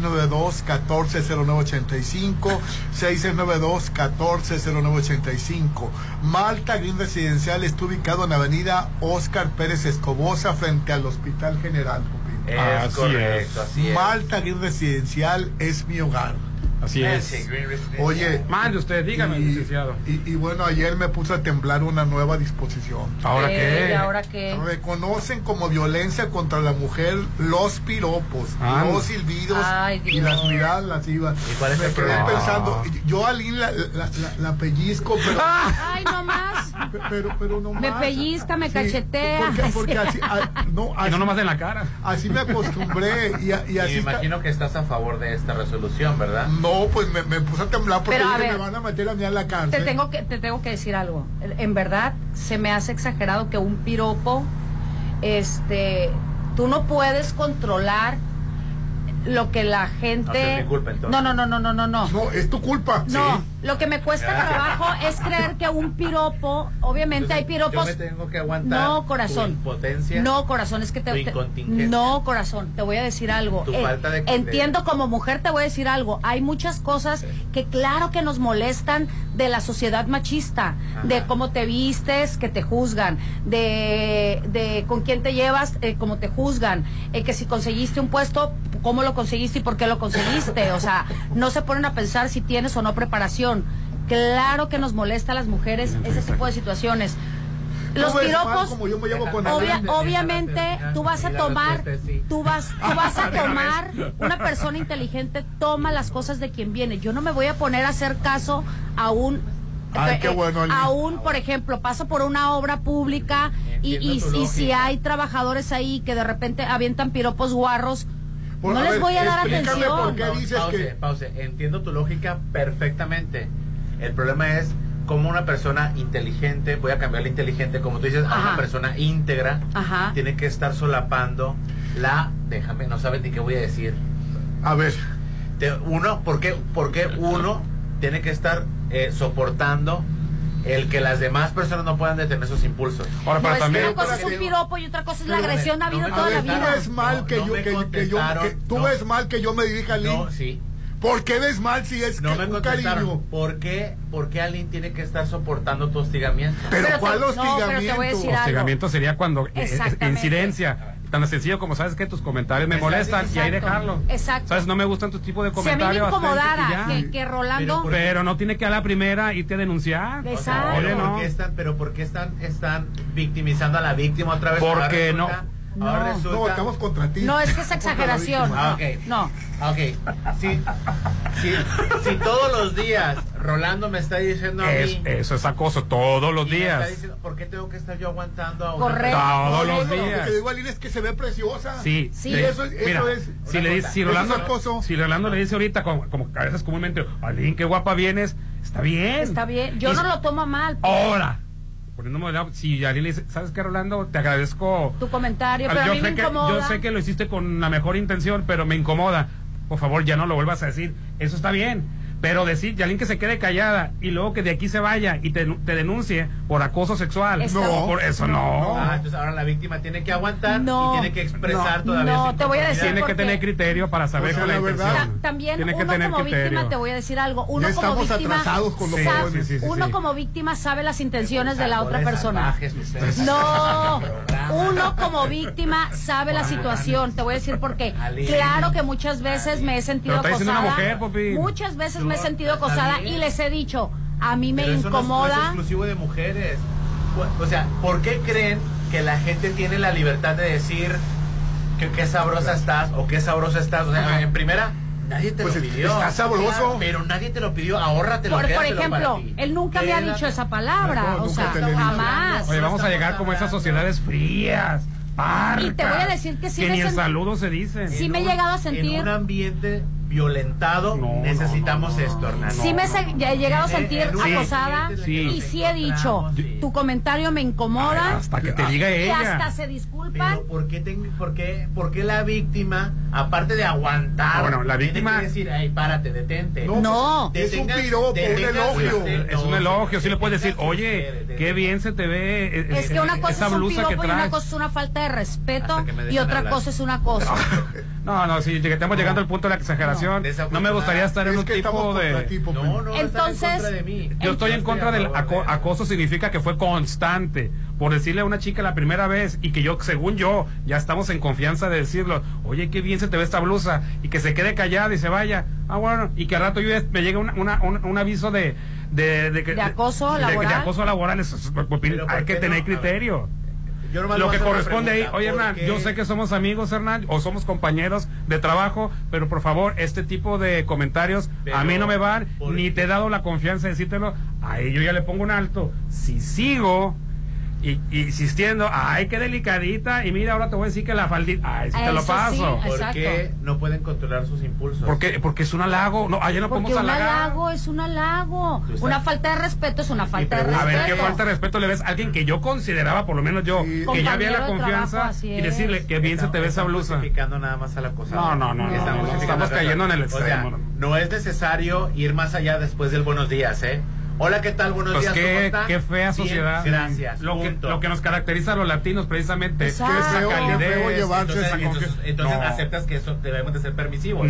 6692-140985, 6692-140985. Malta Green Residencial está ubicado en la avenida Óscar Pérez Escobosa, frente al Hospital General. Es correcto, así es. Malta Green Residencial es mi hogar. Así es. Oye, mande usted, dígame, licenciado. Y bueno, ayer me puse a temblar una nueva disposición. ¿Ahora qué? ¿Ahora qué? Reconocen como violencia contra la mujer los piropos, los silbidos y las miradas lascivas. ¿Y cuál es el problema? Pensando, yo a Aline la pellizco, pero... ¡Ay, no más! Pero no más. Me pellizca, me cachetea. Porque así, no nomás en la cara. Así me acostumbré y así me imagino que estás a favor de esta resolución, ¿verdad? No, pues me puse a temblar porque Pero, me van a meter a mí a la cárcel. Te tengo que decir algo. En verdad, se me hace exagerado que un piropo, tú no puedes controlar lo que la gente... No es mi culpa, entonces. No. No, es tu culpa. No, Sí. lo que me cuesta trabajo es creer que un piropo, obviamente hay piropos... Yo me tengo que aguantar. No, corazón. Tu impotencia. No, corazón, es que tu incontingencia. No, corazón, te voy a decir algo. Tu falta de... Entiendo, como mujer te voy a decir algo. Hay muchas cosas que claro que nos molestan de la sociedad machista. Ajá. De cómo te vistes, que te juzgan. De con quién te llevas, cómo te juzgan. Que si conseguiste un puesto, cómo lo conseguiste y por qué lo conseguiste. O sea, no se ponen a pensar si tienes o no preparación. Claro que nos molesta a las mujeres ese tipo de situaciones. Los piropos, obviamente, tú vas a tomar, una persona inteligente toma las cosas de quien viene. Yo no me voy a poner a hacer caso a un... por ejemplo, paso por una obra pública y si hay trabajadores ahí que de repente avientan piropos guarros, no les voy a dar atención. Pause. Entiendo tu lógica perfectamente. El problema es cómo una persona inteligente, voy a cambiar la inteligente, como tú dices, a una persona íntegra, tiene que estar solapando no sabes ni qué voy a decir. A ver. ¿Por qué uno tiene que estar soportando el que las demás personas no puedan detener sus impulsos? Ahora, pero No, también es que una cosa es un piropo y otra cosa es la agresión, ha habido toda la vida. Tú ves mal que yo me dirija a Lin. No, sí. ¿Por qué ves mal si es No me un contestaron. cariño? ¿Por qué Aline tiene que estar soportando tu hostigamiento? ¿Pero cuál pero te voy a hostigamiento? decir algo. hostigamiento sería cuando Exactamente. incidencia. Tan sencillo como sabes que tus comentarios me molestan y ahí dejarlo. Exacto. ¿Sabes? No me gustan tu tipo de Si a mí me comentarios. incomodara abstente y ya. que Rolando... Pero no tiene que a la primera irte a denunciar. Exacto. Oye, no. ¿Por qué están victimizando a la víctima otra vez? Porque Ahora resulta- No, estamos contra ti. No, es que es exageración. Ok. No. Ok. Si todos los días Rolando me está diciendo a mí... Eso es acoso todos los y me está días. diciendo, ¿por qué tengo que estar yo aguantando a una Correcto. persona? Todos los Lo días. que digo a Lin es que se ve preciosa. Sí, Y eso mira, es. si Rolando le dice ahorita, como a veces comúnmente, Aline, qué guapa vienes, está bien. Está bien. Yo no lo tomo mal. Ahora, poniéndome, si Aline le dice, ¿sabes qué, Rolando? Te agradezco. Tu comentario, pero a mí me incomoda. Yo sé que lo hiciste con la mejor intención, pero me incomoda. Por favor, ya no lo vuelvas a decir. Eso está bien. Pero decir, Yailin, que se quede callada y luego que de aquí se vaya y te denuncie por acoso sexual. No. Por eso no. Entonces ahora la víctima tiene que aguantar y tiene que expresar todavía. No, su te voy a decir Tiene que tener criterio para saber con la intención. También Tiene que uno tener como criterio. víctima, te voy a decir algo. Uno Ya como estamos víctima atrasados con los sabe- jóvenes. Sí. uno como víctima sabe las intenciones de la otra Abusadores persona. salvajes, ustedes. No, uno como víctima sabe la situación. Te voy a decir por qué. Claro que muchas veces me he sentido Pero está diciendo acosada. una mujer, Popín. Muchas veces me he sentido acosada y les he dicho, a mí me Pero eso no es incomoda. exclusivo de mujeres. O sea, ¿por qué creen que la gente tiene la libertad de decir que qué sabrosa estás o qué sabroso estás? O sea, en primera, nadie te Pues lo pidió. está sabroso. Pero nadie te lo pidió, ahórratelo. Por quédatelo ejemplo, para ti. él nunca me ha dicho esa palabra. No, O sea, nunca te le he dicho. jamás. Oye, vamos a llegar como esas sociedades frías. Y te voy a decir que sí que me ni el sent- saludo se dice. Sí me he llegado a sentir. En un ambiente violentado necesitamos esto, Hernán. Sí he llegado a sentir Sí. acosada Sí. y sí he dicho, tu comentario me incomoda. Hasta que te diga y ella. hasta se disculpan. Pero ¿por qué la víctima, aparte de aguantar, Bueno, la tiene víctima- que decir, ay, párate, detente? No. Es un Detengas- piropo, un detengas elogio. usted- Es un no, elogio, sí le puedes decir, detengas oye, usted, qué bien se te ve Es que una cosa esa es un blusa que piropo y una traes. cosa es una falta de respeto Hasta que me y dejen otra hablar. cosa es una cosa. No, sí, estamos llegando al punto de la exageración. No me gustaría estar en Es un que estamos tipo contra de... ti, Popín. No, Entonces, están en contra de mí. Yo estoy en contra del acoso, significa que fue constante. Por decirle a una chica la primera vez y que yo, según yo, ya estamos en confianza de decirlo, oye, qué bien se te ve esta blusa, y que se quede callada y se vaya. Bueno, y que al rato me llegue un aviso de acoso laboral. De acoso laboral. Hay que tener criterio. Yo nomás Lo voy a que hacer una corresponde ahí, pregunta, oye, ¿por Hernán, qué? yo sé que somos amigos, Hernán, o somos compañeros de trabajo, pero por favor, este tipo de comentarios a mí no me van, ni te he dado la confianza de decírtelo, ahí yo ya le pongo un alto. Si sigo insistiendo, ay, qué delicadita, y mira, ahora te voy a decir que la faldita, ay, si te lo Eso paso. sí, ¿Por qué no pueden controlar sus impulsos? Porque es un halago, no, ayer no Porque podemos un halagar. halago es un halago. Una falta de respeto es una falta de respeto. A ver, ¿qué falta de respeto le ves a alguien que yo consideraba, por lo menos yo, que ya había la Compañero de confianza, trabajo, así y decirle que bien se te ve esa blusa? Justificando nada más al acosador. No, Estamos estamos cayendo en el O sea, extremo. no es necesario ir más allá después del buenos días, ¿eh? Hola, ¿qué tal? Buenos Pues días, ¿cómo están? qué fea Bien, sociedad. gracias. Lo punto. que nos caracteriza a los latinos precisamente es Exacto. esa Qué calidez. feo llevarse esa Entonces No. aceptas que eso debemos de ser permisivos.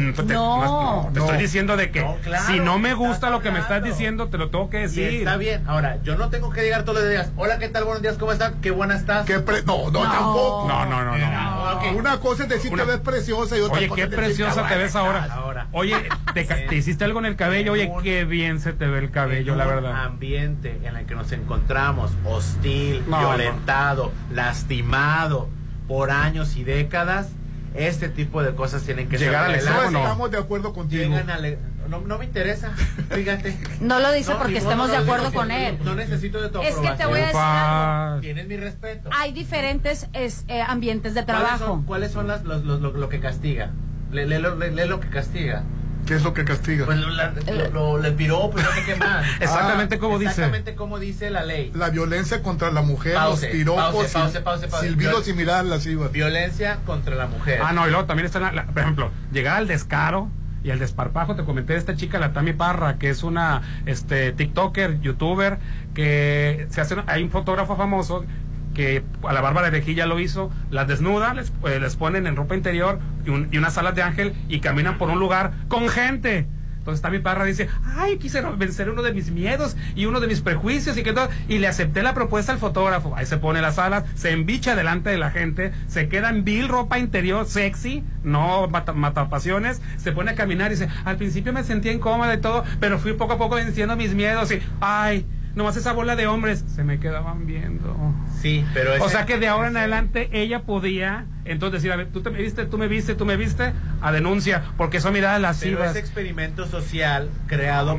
Te estoy diciendo de que No, claro, si no me gusta estás lo que me estás hablando. diciendo, te lo tengo que Y decir. está bien. Ahora, yo no tengo que llegar todos los días. Hola, ¿qué tal? Buenos días, ¿cómo están? Qué buena estás. No, tampoco. No. Ok. Una cosa es decir te ves preciosa y otra Oye, cosa qué es decir preciosa te ves ahora. Ahora. Oye, te hiciste algo en el cabello. Oye, qué bien se te ve el cabello, En la un verdad. ambiente en el que nos encontramos hostil, violentado, lastimado por años y décadas, este tipo de cosas tienen que Llegar al ser extremo, No no. estamos de acuerdo contigo. Llegan no me interesa, fíjate. No lo dice No, porque ni modo, estemos de no, acuerdo no, con no, él. No necesito de tu Es que te aprobación. voy a decir algo. Tienes mi respeto. Hay diferentes ambientes de trabajo. ¿Cuáles son lo que castiga? Lee lo que castiga. ¿Qué es lo que castiga? Pues le piró, pues no sé qué más. Exactamente como dice. Exactamente como dice la ley. La violencia contra la mujer, los piropos, silbidos y miradas lascivas. Violencia contra la mujer. Ah, no, y luego también está, por ejemplo, llegar al descaro y al desparpajo. Te comenté de esta chica, la Tami Parra, que es una TikToker, youtuber, que hay un fotógrafo famoso que a la Bárbara de Regil ya lo hizo, las desnuda, les ponen en ropa interior y unas alas de ángel y caminan por un lugar con gente. Entonces Tami Parra dice, ay, quise vencer uno de mis miedos y uno de mis prejuicios y le acepté la propuesta al fotógrafo. Ahí se pone las alas, se embicha delante de la gente, se queda en vil ropa interior sexy, no matapasiones, se pone a caminar y dice, al principio me sentía incómoda y todo, pero fui poco a poco venciendo mis miedos y, ay, nomás esa bola de hombres se me quedaban viendo. Sí, pero o sea que de ahora en adelante ella podía entonces decir, a ver, tú me viste, a denuncia, porque son miradas lascivas. Pero ese experimento social creado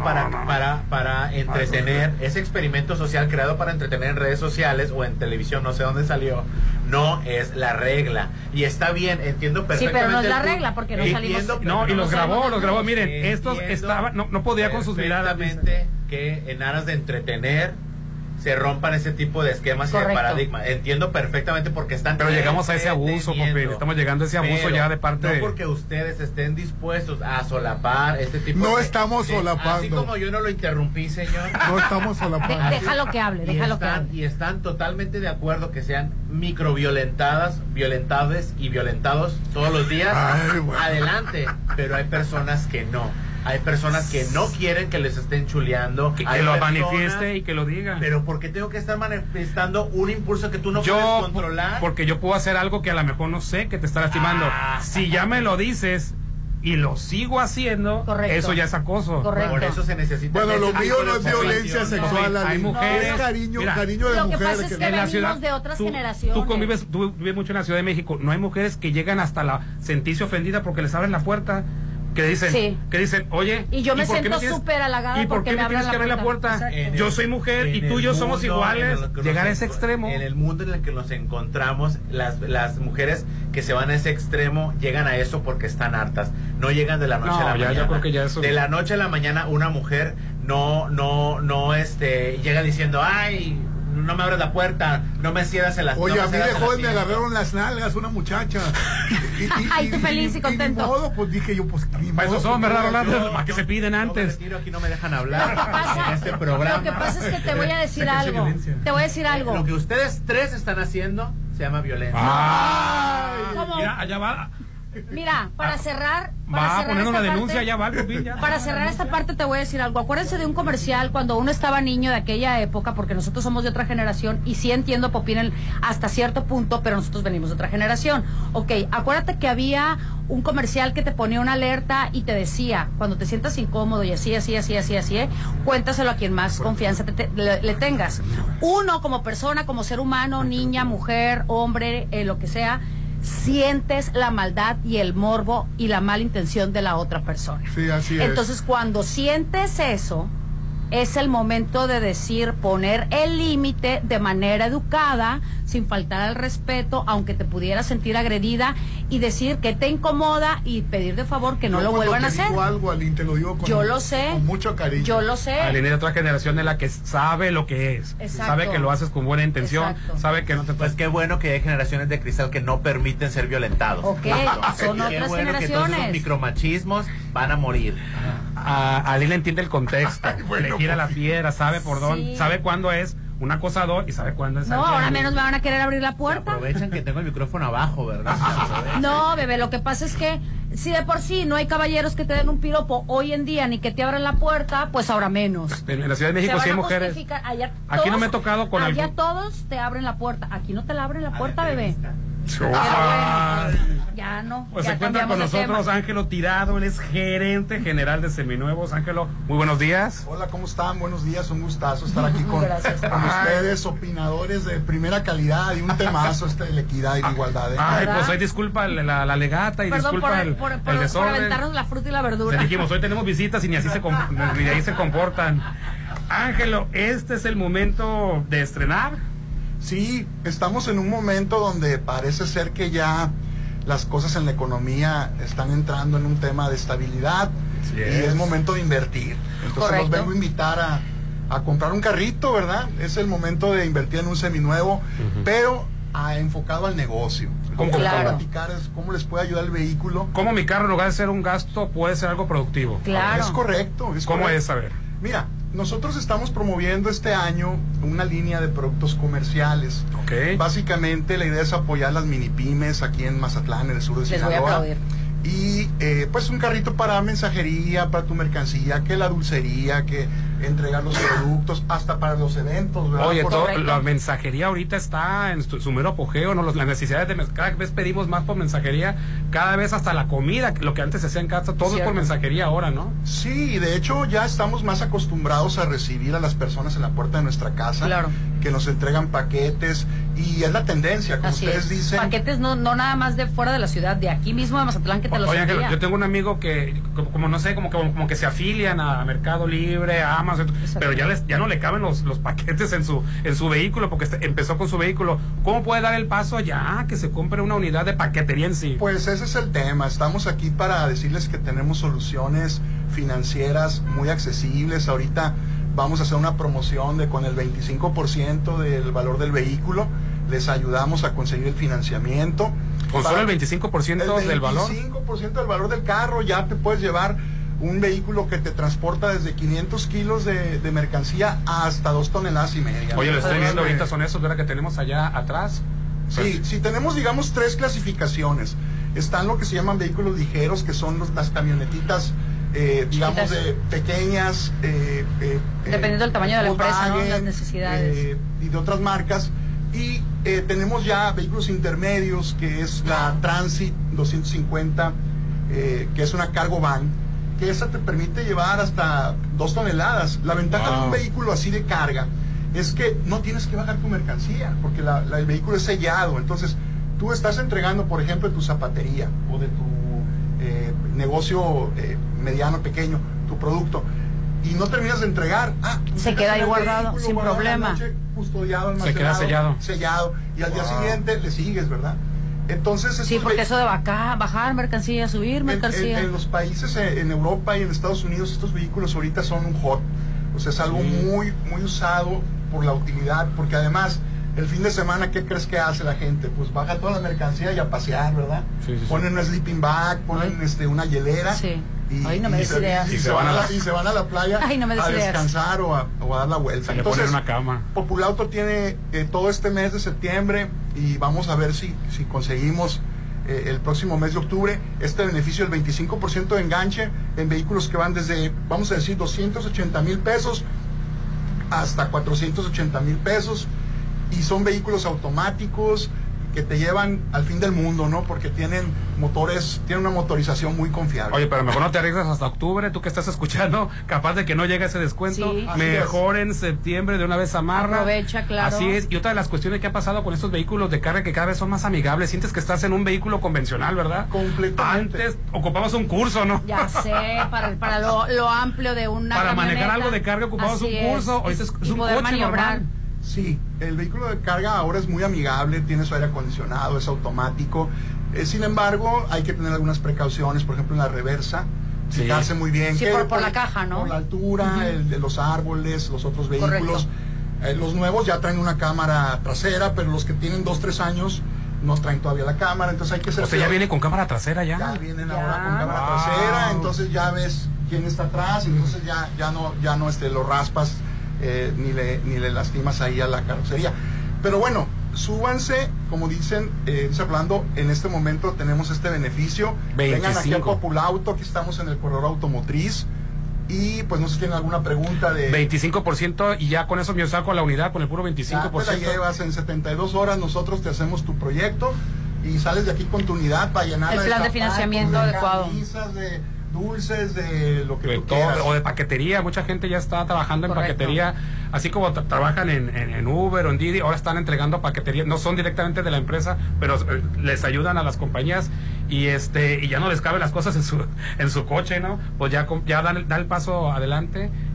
para entretener, ese experimento social creado para entretener en redes sociales o en televisión, no sé dónde salió, no es la regla. Y está bien, entiendo perfectamente. Sí, pero no es la regla, porque no salimos. No, y los grabó, miren, estos estaban, no podía con sus miradas. Que en aras de entretener se rompan ese tipo de esquemas. Correcto. Y de paradigmas. Entiendo perfectamente porque están. Pero llegamos a ese abuso, Popín. Estamos llegando a ese abuso ya de parte no porque ustedes estén dispuestos a solapar este tipo no de. No estamos solapando. Así como yo no lo interrumpí, señor. No estamos solapando. Déjalo que hable, Y están totalmente de acuerdo que sean microviolentadas, violentadas y violentados todos los días. Ay, bueno. Adelante. Pero hay personas que no. Hay personas que no quieren que les estén chuleando. Que lo manifieste y que lo diga. Pero ¿por qué tengo que estar manifestando un impulso que tú no puedes controlar? Porque yo puedo hacer algo que a lo mejor no sé que te está lastimando. Si ya me lo dices y lo sigo haciendo, correcto, eso ya es acoso. Correcto. Por eso se necesita. Bueno, lo mío no es violencia sexual. Hay mujeres. Es cariño de mujer. Lo que pasa es que en la ciudad, de otras generaciones. Tú vives mucho en la Ciudad de México. No hay mujeres que llegan hasta sentirse ofendida porque les abren la puerta. Que dicen, oye, y yo me siento súper halagada. ¿Y por qué me tienes que abrir la puerta? Yo soy mujer y tú y yo somos iguales. Llegar a ese extremo. En el mundo en el que nos encontramos, las mujeres que se van a ese extremo llegan a eso porque están hartas. No llegan de la noche a la mañana. Yo creo que ya eso... De la noche a la mañana una mujer no llega diciendo, ay, no me abres la puerta, no me cierras en las. Oye, a mí de joven me agarraron las nalgas una muchacha. Ay, tú feliz y contento. Ni modo, pues dije yo, pues ni para modo. Eso son, ¿verdad, Rolando? ¿Para qué se piden antes? Aquí no me dejan hablar en este programa. Lo que pasa es que te voy a decir algo. Te voy a decir algo. Lo que ustedes tres están haciendo se llama violencia. Ay, mira, allá va. Mira, para cerrar. Va a poner una denuncia, ya va, ya. Para cerrar esta parte te voy a decir algo. Acuérdense de un comercial cuando uno estaba niño de aquella época, porque nosotros somos de otra generación y sí entiendo, Popín, hasta cierto punto, pero nosotros venimos de otra generación. Ok, acuérdate que había un comercial que te ponía una alerta y te decía, cuando te sientas incómodo y así, cuéntaselo a quien más confianza le tengas. Uno, como persona, como ser humano, niña, mujer, hombre, lo que sea, sientes la maldad y el morbo y la mala intención de la otra persona. Sí, así es. Entonces, cuando sientes eso, es el momento de decir, poner el límite de manera educada, sin faltar al respeto, aunque te pudieras sentir agredida, y decir que te incomoda y pedir de favor que no lo vuelvan a hacer. Algo, Aline, te lo digo yo lo sé. Con mucho cariño. Yo lo sé. Aline es de otra generación de la que sabe lo que es. Exacto. Sabe que lo haces con buena intención. Exacto. Sabe que no te... Pues qué bueno que hay generaciones de cristal que no permiten ser violentados. Ok, son otras bueno generaciones. Que todos esos micromachismos van a morir. Aline entiende el contexto. Le gira la piedra, sabe por dónde, sí, sabe cuándo es un acosador y sabe cuándo es no, alguien. ahora menos me van a querer abrir la puerta. Aprovechan que tengo el micrófono abajo, ¿verdad? No, bebé, lo que pasa es que si de por sí no hay caballeros que te den un piropo hoy en día ni que te abran la puerta, pues ahora menos. En la Ciudad de México sí hay mujeres. Allá aquí todos, no me ha tocado con allá algo. Todos te abren la puerta. Aquí no te la abren la puerta, bebé. Bueno, ya no. Pues ya se encuentra con nosotros tema. Ángelo Tirado, él es gerente general de Seminuevos. Ángelo, muy buenos días. Hola, ¿cómo están? Buenos días, un gustazo estar aquí con ustedes, opinadores de primera calidad y un temazo de la equidad y la igualdad. Ay, pues hoy disculpa la legata y perdón, disculpa el desorden. Por aventarnos la fruta y la verdura. Le dijimos, hoy tenemos visitas y ni así ni ahí se comportan. Ángelo, este es el momento de estrenar. Sí, estamos en un momento donde parece ser que ya las cosas en la economía están entrando en un tema de estabilidad. y es momento de invertir. Entonces los vengo a invitar a comprar un carrito, ¿verdad? Es el momento de invertir en un seminuevo, pero enfocado al negocio. ¿Cómo platicar es cómo les puede ayudar el vehículo. ¿Cómo mi carro, en lugar de ser un gasto, puede ser algo productivo? Claro. Es correcto. ¿Cómo es? A ver. Mira, nosotros estamos promoviendo este año una línea de productos comerciales. Básicamente la idea es apoyar las mini pymes aquí en Mazatlán, en el sur de Sinaloa. Les voy a aplaudir. Y pues un carrito para mensajería, para tu mercancía, que la dulcería, que entregar los productos, hasta para los eventos, ¿verdad? Oye, la mensajería ahorita está en su mero apogeo, ¿no? Las necesidades de cada vez pedimos más por mensajería, cada vez hasta la comida, lo que antes se hacía en casa, todo es por mensajería ahora, ¿no? Sí, y de hecho ya estamos más acostumbrados a recibir a las personas en la puerta de nuestra casa, que nos entregan paquetes, y es la tendencia, como ustedes dicen. Paquetes no nada más de fuera de la ciudad, de aquí mismo de Mazatlán, que te los envía. Oye, Ángel, yo tengo un amigo que, como no sé, como que se afilian a Mercado Libre, a Amazon, pero ya no le caben los paquetes en su vehículo, porque empezó con su vehículo. ¿Cómo puede dar el paso ya que se compre una unidad de paquetería en sí? Pues ese es el tema. Estamos aquí para decirles que tenemos soluciones financieras muy accesibles. Ahorita vamos a hacer una promoción con el 25% del valor del vehículo. Les ayudamos a conseguir el financiamiento. ¿Con solo el 25% del valor? El 25% del valor del carro, ya te puedes llevar un vehículo que te transporta desde 500 kilos de mercancía hasta 2,5 toneladas. Oye, lo estoy viendo ahorita, son esos, ¿verdad? Que tenemos allá atrás. Sí, tenemos, digamos, 3 clasificaciones. Están lo que se llaman vehículos ligeros, que son las camionetitas, digamos, de pequeñas. Dependiendo del tamaño de la empresa, ¿no? Las necesidades. Y de otras marcas. Y tenemos ya vehículos intermedios, que es la Transit 250, que es una cargo van, que esa te permite llevar hasta 2 toneladas. La ventaja de un vehículo así de carga es que no tienes que bajar tu mercancía, porque el vehículo es sellado. Entonces, tú estás entregando, por ejemplo, de tu zapatería o de tu negocio mediano, pequeño, tu producto, y no terminas de entregar. Se queda ahí guardado, sin problema. Custodiado, se queda sellado, y al día siguiente le sigues, ¿verdad? Entonces, sí, porque eso de bajar mercancía, subir mercancía. En los países, en Europa y en Estados Unidos, estos vehículos ahorita son un hot. O sea, es algo muy, muy usado por la utilidad, porque además, el fin de semana, ¿qué crees que hace la gente? Pues baja toda la mercancía y a pasear, ¿verdad? Ponen un sleeping bag, ponen una hielera. Ay, no me des ideas. Y se van a la playa a descansar o a dar la vuelta. Entonces, poner una cama. Populauto tiene todo este mes de septiembre, y vamos a ver si conseguimos el próximo mes de octubre este beneficio del 25% de enganche en vehículos que van desde, vamos a decir, 280,000 pesos hasta 480,000 pesos, y son vehículos automáticos que te llevan al fin del mundo, ¿no? Porque tienen una motorización muy confiable. Oye, pero mejor no te arriesgas hasta octubre, tú que estás escuchando, capaz de que no llegue ese descuento. Mejor en septiembre de una vez amarra. Aprovecha, claro. Así es. Y otra de las cuestiones que ha pasado con estos vehículos de carga, que cada vez son más amigables. Sientes que estás en un vehículo convencional, ¿verdad? Completamente. Antes ocupamos un curso, ¿no? Ya sé, para lo amplio de una Para camioneta. manejar algo de carga ocupamos un curso. Ahorita es un poder coche maniobrar. normal. Sí, el vehículo de carga ahora es muy amigable, tiene su aire acondicionado, es automático. Sin embargo, hay que tener algunas precauciones, por ejemplo, en la reversa. Fijarse muy bien. Sí, por la caja, ¿no? Por la altura, el de los árboles, los otros vehículos. Los nuevos ya traen una cámara trasera, pero los que tienen 2-3 años no traen todavía la cámara, entonces hay que ser... O sea, ya viene con cámara trasera ya. Ya vienen ahora con cámara trasera, entonces ya ves quién está atrás, entonces ya no lo raspas. Ni le lastimas ahí a la carrocería. Pero bueno, súbanse, como dicen, hablando, en este momento tenemos este beneficio. 25. Vengan aquí a Populauto, aquí estamos en el corredor automotriz. Y pues no sé si tienen alguna pregunta de... 25%, y ya con eso me saco la unidad con el puro 25%. Ya te la llevas en 72 horas, nosotros te hacemos tu proyecto y sales de aquí con tu unidad para llenar el plan de financiamiento adecuado. Camisas, de dulces, de lo que tú todo, quieras. o de paquetería. Mucha gente ya está trabajando en paquetería, así como trabajan en Uber o en Didi, ahora están entregando paquetería, no son directamente de la empresa, pero les ayudan a las compañías, y ya no les caben las cosas en su coche, ¿no? Pues ya da el paso adelante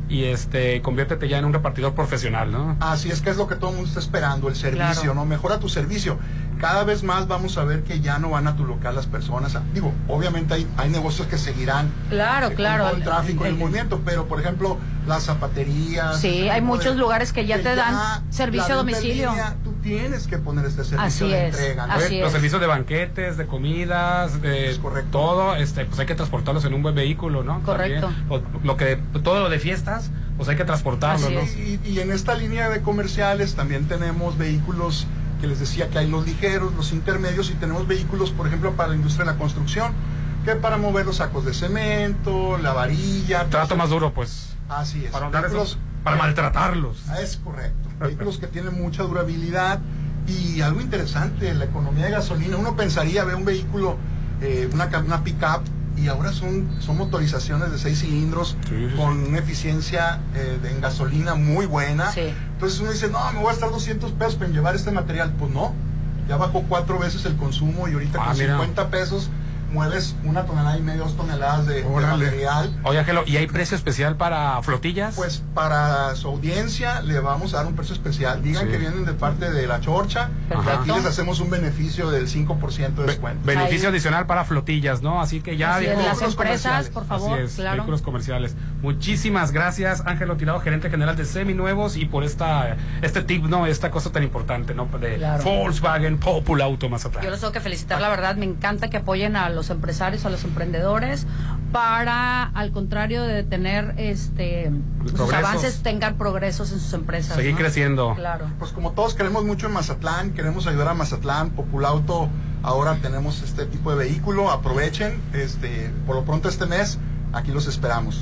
y conviértete ya en un repartidor profesional, ¿no? Así es, que es lo que todo el mundo está esperando, el servicio, claro. ¿No? Mejora tu servicio. Cada vez más vamos a ver que ya no van a tu local las personas. Digo, obviamente hay negocios que seguirán. Claro. Con el tráfico, el movimiento, pero por ejemplo, las zapaterías. Sí, hay muchos lugares que ya te dan servicio a domicilio. Línea, tú tienes que poner este servicio de entrega, ¿no? Los servicios de banquetes, de comidas, de todo, pues hay que transportarlos en un buen vehículo, ¿no? Correcto. Todo lo de fiestas, pues hay que transportarlo, ¿no? Y en esta línea de comerciales también tenemos vehículos que les decía que hay los ligeros, los intermedios, y tenemos vehículos, por ejemplo, para la industria de la construcción, que para mover los sacos de cemento, la varilla. Trato más duro, pues. Así es. Para maltratarlos. Es correcto. Vehículos que tienen mucha durabilidad y algo interesante, la economía de gasolina. Uno pensaría, ve un vehículo, una pick-up, y ahora son motorizaciones de 6 cilindros con una eficiencia en gasolina muy buena. Entonces uno dice, no, me voy a gastar 200 pesos para llevar este material. Pues no, ya bajó 4 veces el consumo, y ahorita con 50 pesos mueves 1,5 toneladas, 2 toneladas de material. Oye, Ángelo, ¿y hay precio especial para flotillas? Pues para su audiencia le vamos a dar un precio especial. Digan que vienen de parte de La Chorcha, y aquí les hacemos un beneficio del 5% de descuento. Beneficio adicional para flotillas, ¿no? Así que ya... las empresas, por favor. Así es, claro. Vehículos comerciales. Muchísimas gracias, Ángelo Tirado, gerente general de Seminuevos, y por este tip, ¿no? Esta cosa tan importante, ¿no? De Volkswagen Popular Auto Mazatlán. Yo les tengo que felicitar, la verdad, me encanta que apoyen a los empresarios, a los emprendedores, para, al contrario de tener sus avances, tengan progresos en sus empresas. Seguir creciendo. Claro. Pues como todos queremos mucho en Mazatlán, queremos ayudar a Mazatlán, Popular Auto, ahora tenemos este tipo de vehículo, aprovechen, por lo pronto este mes, aquí los esperamos.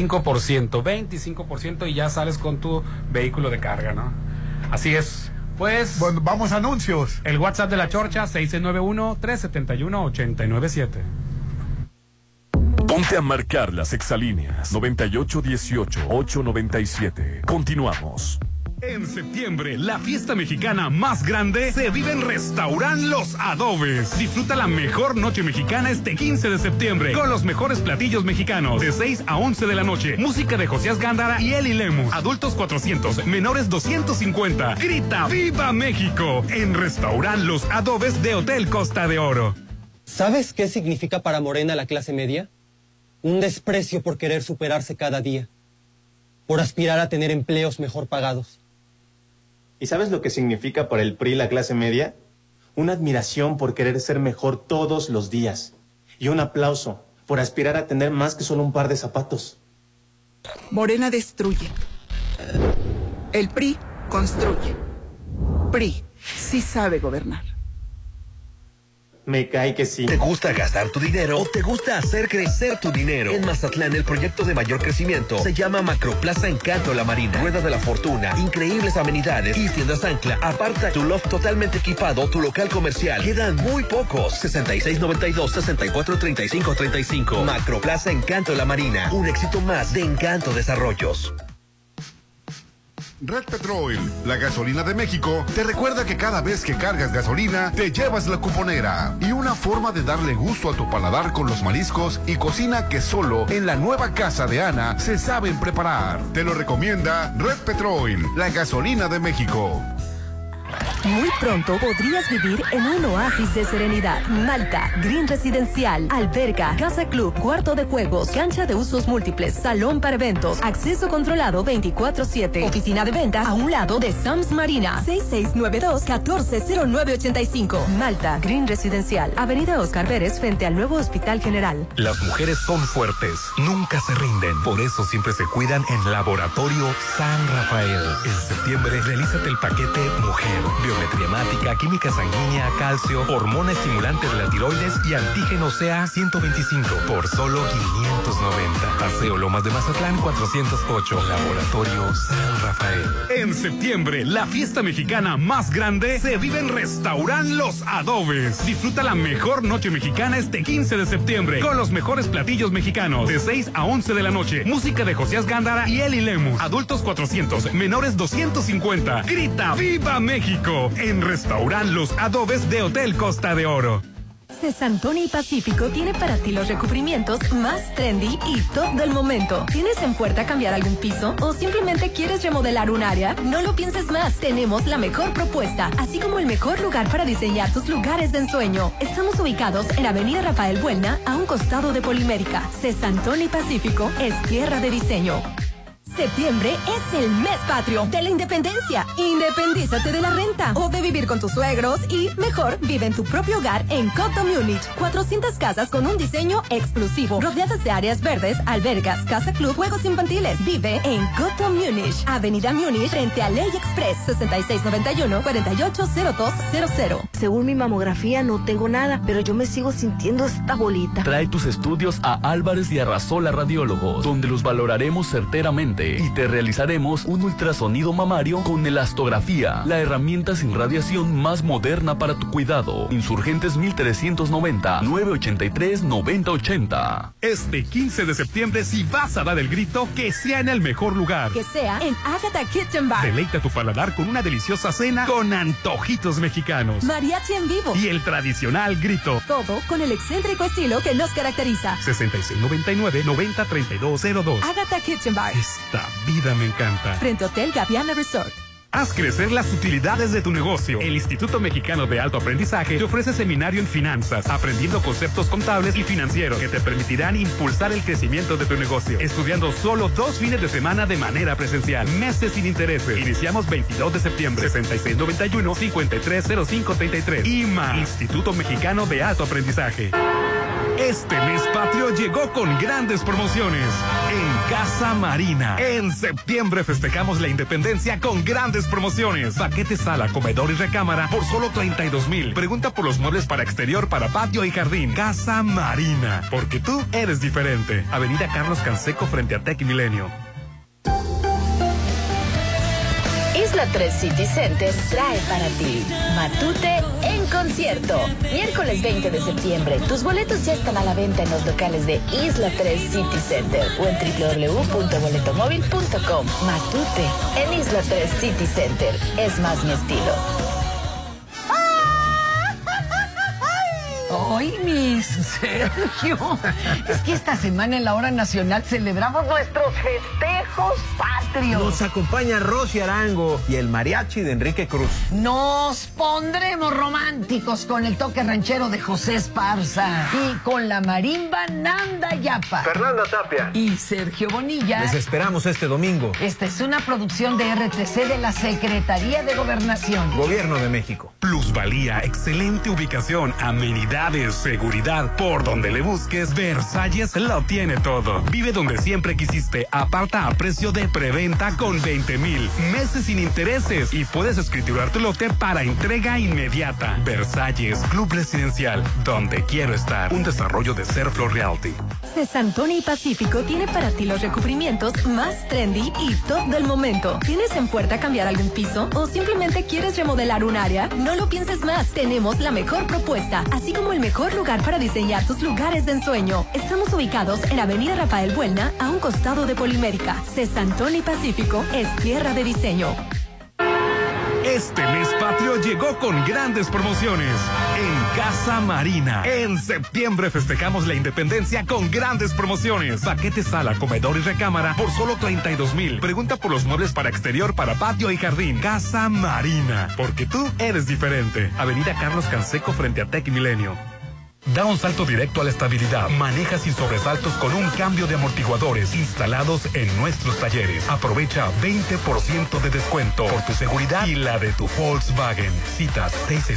25%, y ya sales con tu vehículo de carga, ¿no? Así es. Pues... Bueno, vamos a anuncios. El WhatsApp de La Chorcha, 691-371-897. Ponte a marcar las exalíneas 9818-897. Continuamos. En septiembre, la fiesta mexicana más grande se vive en Restaurant Los Adobes. Disfruta la mejor noche mexicana este 15 de septiembre con los mejores platillos mexicanos de 6 a 11 de la noche. Música de Josías Gándara y Eli Lemus. Adultos 400, menores 250. Grita ¡Viva México! En Restaurant Los Adobes de Hotel Costa de Oro. ¿Sabes qué significa para Morena la clase media? Un desprecio por querer superarse cada día, por aspirar a tener empleos mejor pagados. ¿Y sabes lo que significa para el PRI la clase media? Una admiración por querer ser mejor todos los días. Y un aplauso por aspirar a tener más que solo un par de zapatos. Morena destruye. El PRI construye. PRI sí sabe gobernar. Me cae que sí. ¿Te gusta gastar tu dinero o te gusta hacer crecer tu dinero? En Mazatlán, el proyecto de mayor crecimiento se llama Macroplaza Encanto La Marina. Rueda de la Fortuna, increíbles amenidades y tiendas ancla. Aparta tu loft totalmente equipado, tu local comercial. Quedan muy pocos. 6692-643535. Macroplaza Encanto La Marina. Un éxito más de Encanto Desarrollos. Red Petrol, la gasolina de México, te recuerda que cada vez que cargas gasolina, te llevas la cuponera. Y una forma de darle gusto a tu paladar con los mariscos y cocina que solo en la nueva casa de Ana se saben preparar. Te lo recomienda Red Petrol, la gasolina de México. Muy pronto podrías vivir en un oasis de serenidad. Malta, Green Residencial, alberca, casa club, cuarto de juegos, cancha de usos múltiples, salón para eventos, acceso controlado 24/7, oficina de venta a un lado de Sams Marina. 6692-140985. Malta, Green Residencial, Avenida Oscar Pérez frente al nuevo Hospital General. Las mujeres son fuertes, nunca se rinden. Por eso siempre se cuidan en Laboratorio San Rafael. En septiembre, realízate el paquete Mujer. Biometría hemática, química sanguínea, calcio, hormona estimulante de la tiroides y antígeno CA 125 por solo 590. Paseo Lomas de Mazatlán 408. Laboratorio San Rafael. En septiembre, la fiesta mexicana más grande se vive en Restaurant Los Adobes. Disfruta la mejor noche mexicana este 15 de septiembre con los mejores platillos mexicanos de 6 a 11 de la noche. Música de Josías Gándara y Eli Lemus. Adultos 400, menores 250. Grita ¡Viva México! En Restaurant Los Adobes de Hotel Costa de Oro. Cesantoni y Pacífico tiene para ti los recubrimientos más trendy y top del momento. ¿Tienes en puerta cambiar algún piso o simplemente quieres remodelar un área? No lo pienses más. Tenemos la mejor propuesta, así como el mejor lugar para diseñar tus lugares de ensueño. Estamos ubicados en Avenida Rafael Buelna, a un costado de Polimérica. Cesantoni y Pacífico es tierra de diseño. Septiembre es el mes patrio de la independencia. Independízate de la renta o de vivir con tus suegros y, mejor, vive en tu propio hogar en Coto Múnich. 400 casas con un diseño exclusivo, rodeadas de áreas verdes, albergas, casa club, juegos infantiles. Vive en Coto Múnich, Avenida Múnich, frente a Ley Express, 6691-480200. Según mi mamografía no tengo nada, pero yo me sigo sintiendo esta bolita. Trae tus estudios a Álvarez y Arrasola Radiólogos, donde los valoraremos certeramente y te realizaremos un ultrasonido mamario con elastografía, la herramienta sin radiación más moderna para tu cuidado. Insurgentes 1390-983-9080. Este 15 de septiembre, si vas a dar el grito, que sea en el mejor lugar. Que sea en Agatha Kitchen Bar. Deleita tu paladar con una deliciosa cena con antojitos mexicanos, mariachi en vivo y el tradicional grito. Todo con el excéntrico estilo que nos caracteriza. 6699-903202. Agatha Kitchen Bar. Esta vida me encanta. Frente Hotel Gaviana Resort. Haz crecer las utilidades de tu negocio. El Instituto Mexicano de Alto Aprendizaje te ofrece seminario en finanzas, aprendiendo conceptos contables y financieros que te permitirán impulsar el crecimiento de tu negocio. Estudiando solo 2 fines de semana de manera presencial. Meses sin intereses. Iniciamos 22 de septiembre. 6691-530533. IMA, Instituto Mexicano de Alto Aprendizaje. Este mes patrio llegó con grandes promociones en Casa Marina. En septiembre festejamos la independencia con grandes promociones. Paquete sala, comedor y recámara por solo 32,000. Pregunta por los muebles para exterior, para patio y jardín. Casa Marina, porque tú eres diferente. Avenida Carlos Canseco frente a Tec y Milenio. Isla 3 City Center trae para ti Matute en concierto. Miércoles 20 de septiembre. Tus boletos ya están a la venta en los locales de Isla 3 City Center o en www.boletomóvil.com. Matute en Isla 3 City Center. Es más mi estilo. Ay, mi Sergio, es que esta semana en la hora nacional celebramos nuestros festejos patrios. Nos acompaña Rosy Arango y el mariachi de Enrique Cruz. Nos pondremos románticos con el toque ranchero de José Esparza y con la marimba Nanda Yapa, Fernanda Tapia y Sergio Bonilla. Les esperamos este domingo. Esta es una producción de RTC de la Secretaría de Gobernación, Gobierno de México. Plusvalía, excelente ubicación, amenidades, seguridad. Por donde le busques, Versalles lo tiene todo. Vive donde siempre quisiste. Aparta a precio de preventa con 20,000 meses sin intereses y puedes escriturar tu lote para entrega inmediata. Versalles, Club Residencial, donde quiero estar. Un desarrollo de Serflo Realty. Cesantoni y Pacífico tiene para ti los recubrimientos más trendy y top del momento. ¿Tienes en puerta cambiar algún piso o simplemente quieres remodelar un área? No lo pienses más. Tenemos la mejor propuesta, así como el mejor lugar para diseñar tus lugares de ensueño. Estamos ubicados en Avenida Rafael Buelna, a un costado de Polimérica. Cesantoni y Pacífico es tierra de diseño. Este mes patrio llegó con grandes promociones en Casa Marina. En septiembre festejamos la independencia con grandes promociones. Paquete sala, comedor y recámara por solo 32,000. Pregunta por los muebles para exterior, para patio y jardín. Casa Marina, porque tú eres diferente. Avenida Carlos Canseco frente a Tec y Milenio. Da un salto directo a la estabilidad. Maneja sin sobresaltos con un cambio de amortiguadores instalados en nuestros talleres. Aprovecha 20% de descuento por tu seguridad y la de tu Volkswagen. Citas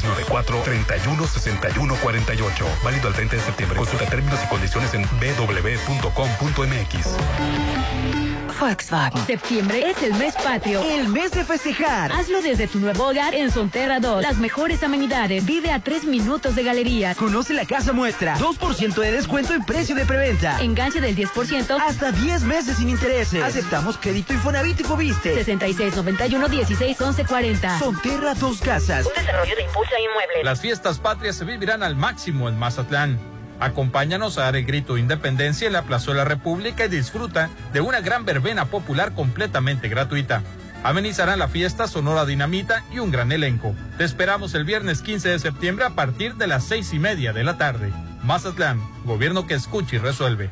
6694-316148. Válido al 30 de septiembre. Consulta términos y condiciones en www.com.mx. Volkswagen. Septiembre es el mes patrio. El mes de festejar. Hazlo desde tu nuevo hogar en Sonterra 2. Las mejores amenidades. Vive a 3 minutos de galerías. Conoce la casa muestra. 2% de descuento en precio de preventa. Enganche del 10%. Hasta 10 meses sin intereses. Aceptamos crédito Infonavit y Foviste. 6691-161140. Sonterra 2 Casas. Un desarrollo de Impulsa Inmuebles. Las fiestas patrias se vivirán al máximo en Mazatlán. Acompáñanos a dar el grito de independencia en la Plazuela República y disfruta de una gran verbena popular completamente gratuita. Amenizarán la fiesta Sonora Dinamita y un gran elenco. Te esperamos el viernes 15 de septiembre a partir de las 6:30 de la tarde. Mazatlán, gobierno que escucha y resuelve.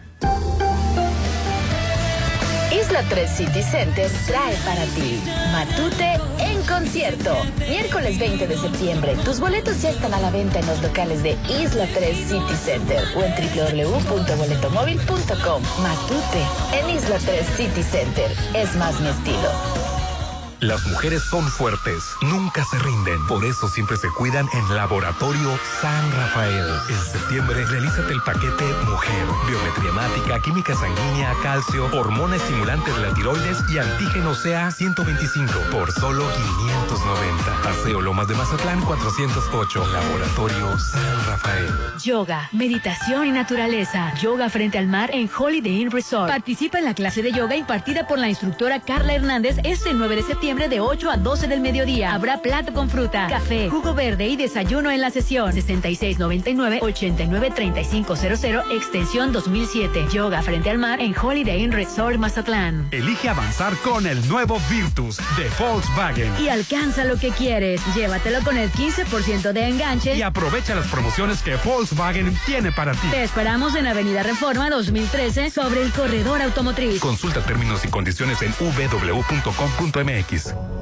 Isla 3 City Center trae para ti Matute en concierto. Miércoles 20 de septiembre. Tus boletos ya están a la venta en los locales de Isla 3 City Center o en www.boletomóvil.com. Matute en Isla 3 City Center. Es más mi estilo. Las mujeres son fuertes, nunca se rinden. Por eso siempre se cuidan en Laboratorio San Rafael. En septiembre, realízate el paquete Mujer. Biometría hemática, química sanguínea, calcio, hormona estimulante de la tiroides y antígeno CA 125 por solo 590. Paseo Lomas de Mazatlán 408. Laboratorio San Rafael. Yoga, meditación y naturaleza. Yoga frente al mar en Holiday Inn Resort. Participa en la clase de yoga impartida por la instructora Carla Hernández este 9 de septiembre de 8 a 12 del mediodía. Habrá plato con fruta, café, jugo verde y desayuno en la sesión. 6699-893500, extensión 2007. Yoga frente al mar en Holiday Inn Resort Mazatlán. Elige avanzar con el nuevo Virtus de Volkswagen. Y alcanza lo que quieres. Llévatelo con el 15% de enganche. Y aprovecha las promociones que Volkswagen tiene para ti. Te esperamos en Avenida Reforma 2013 sobre el corredor automotriz. Consulta términos y condiciones en www.com.mx.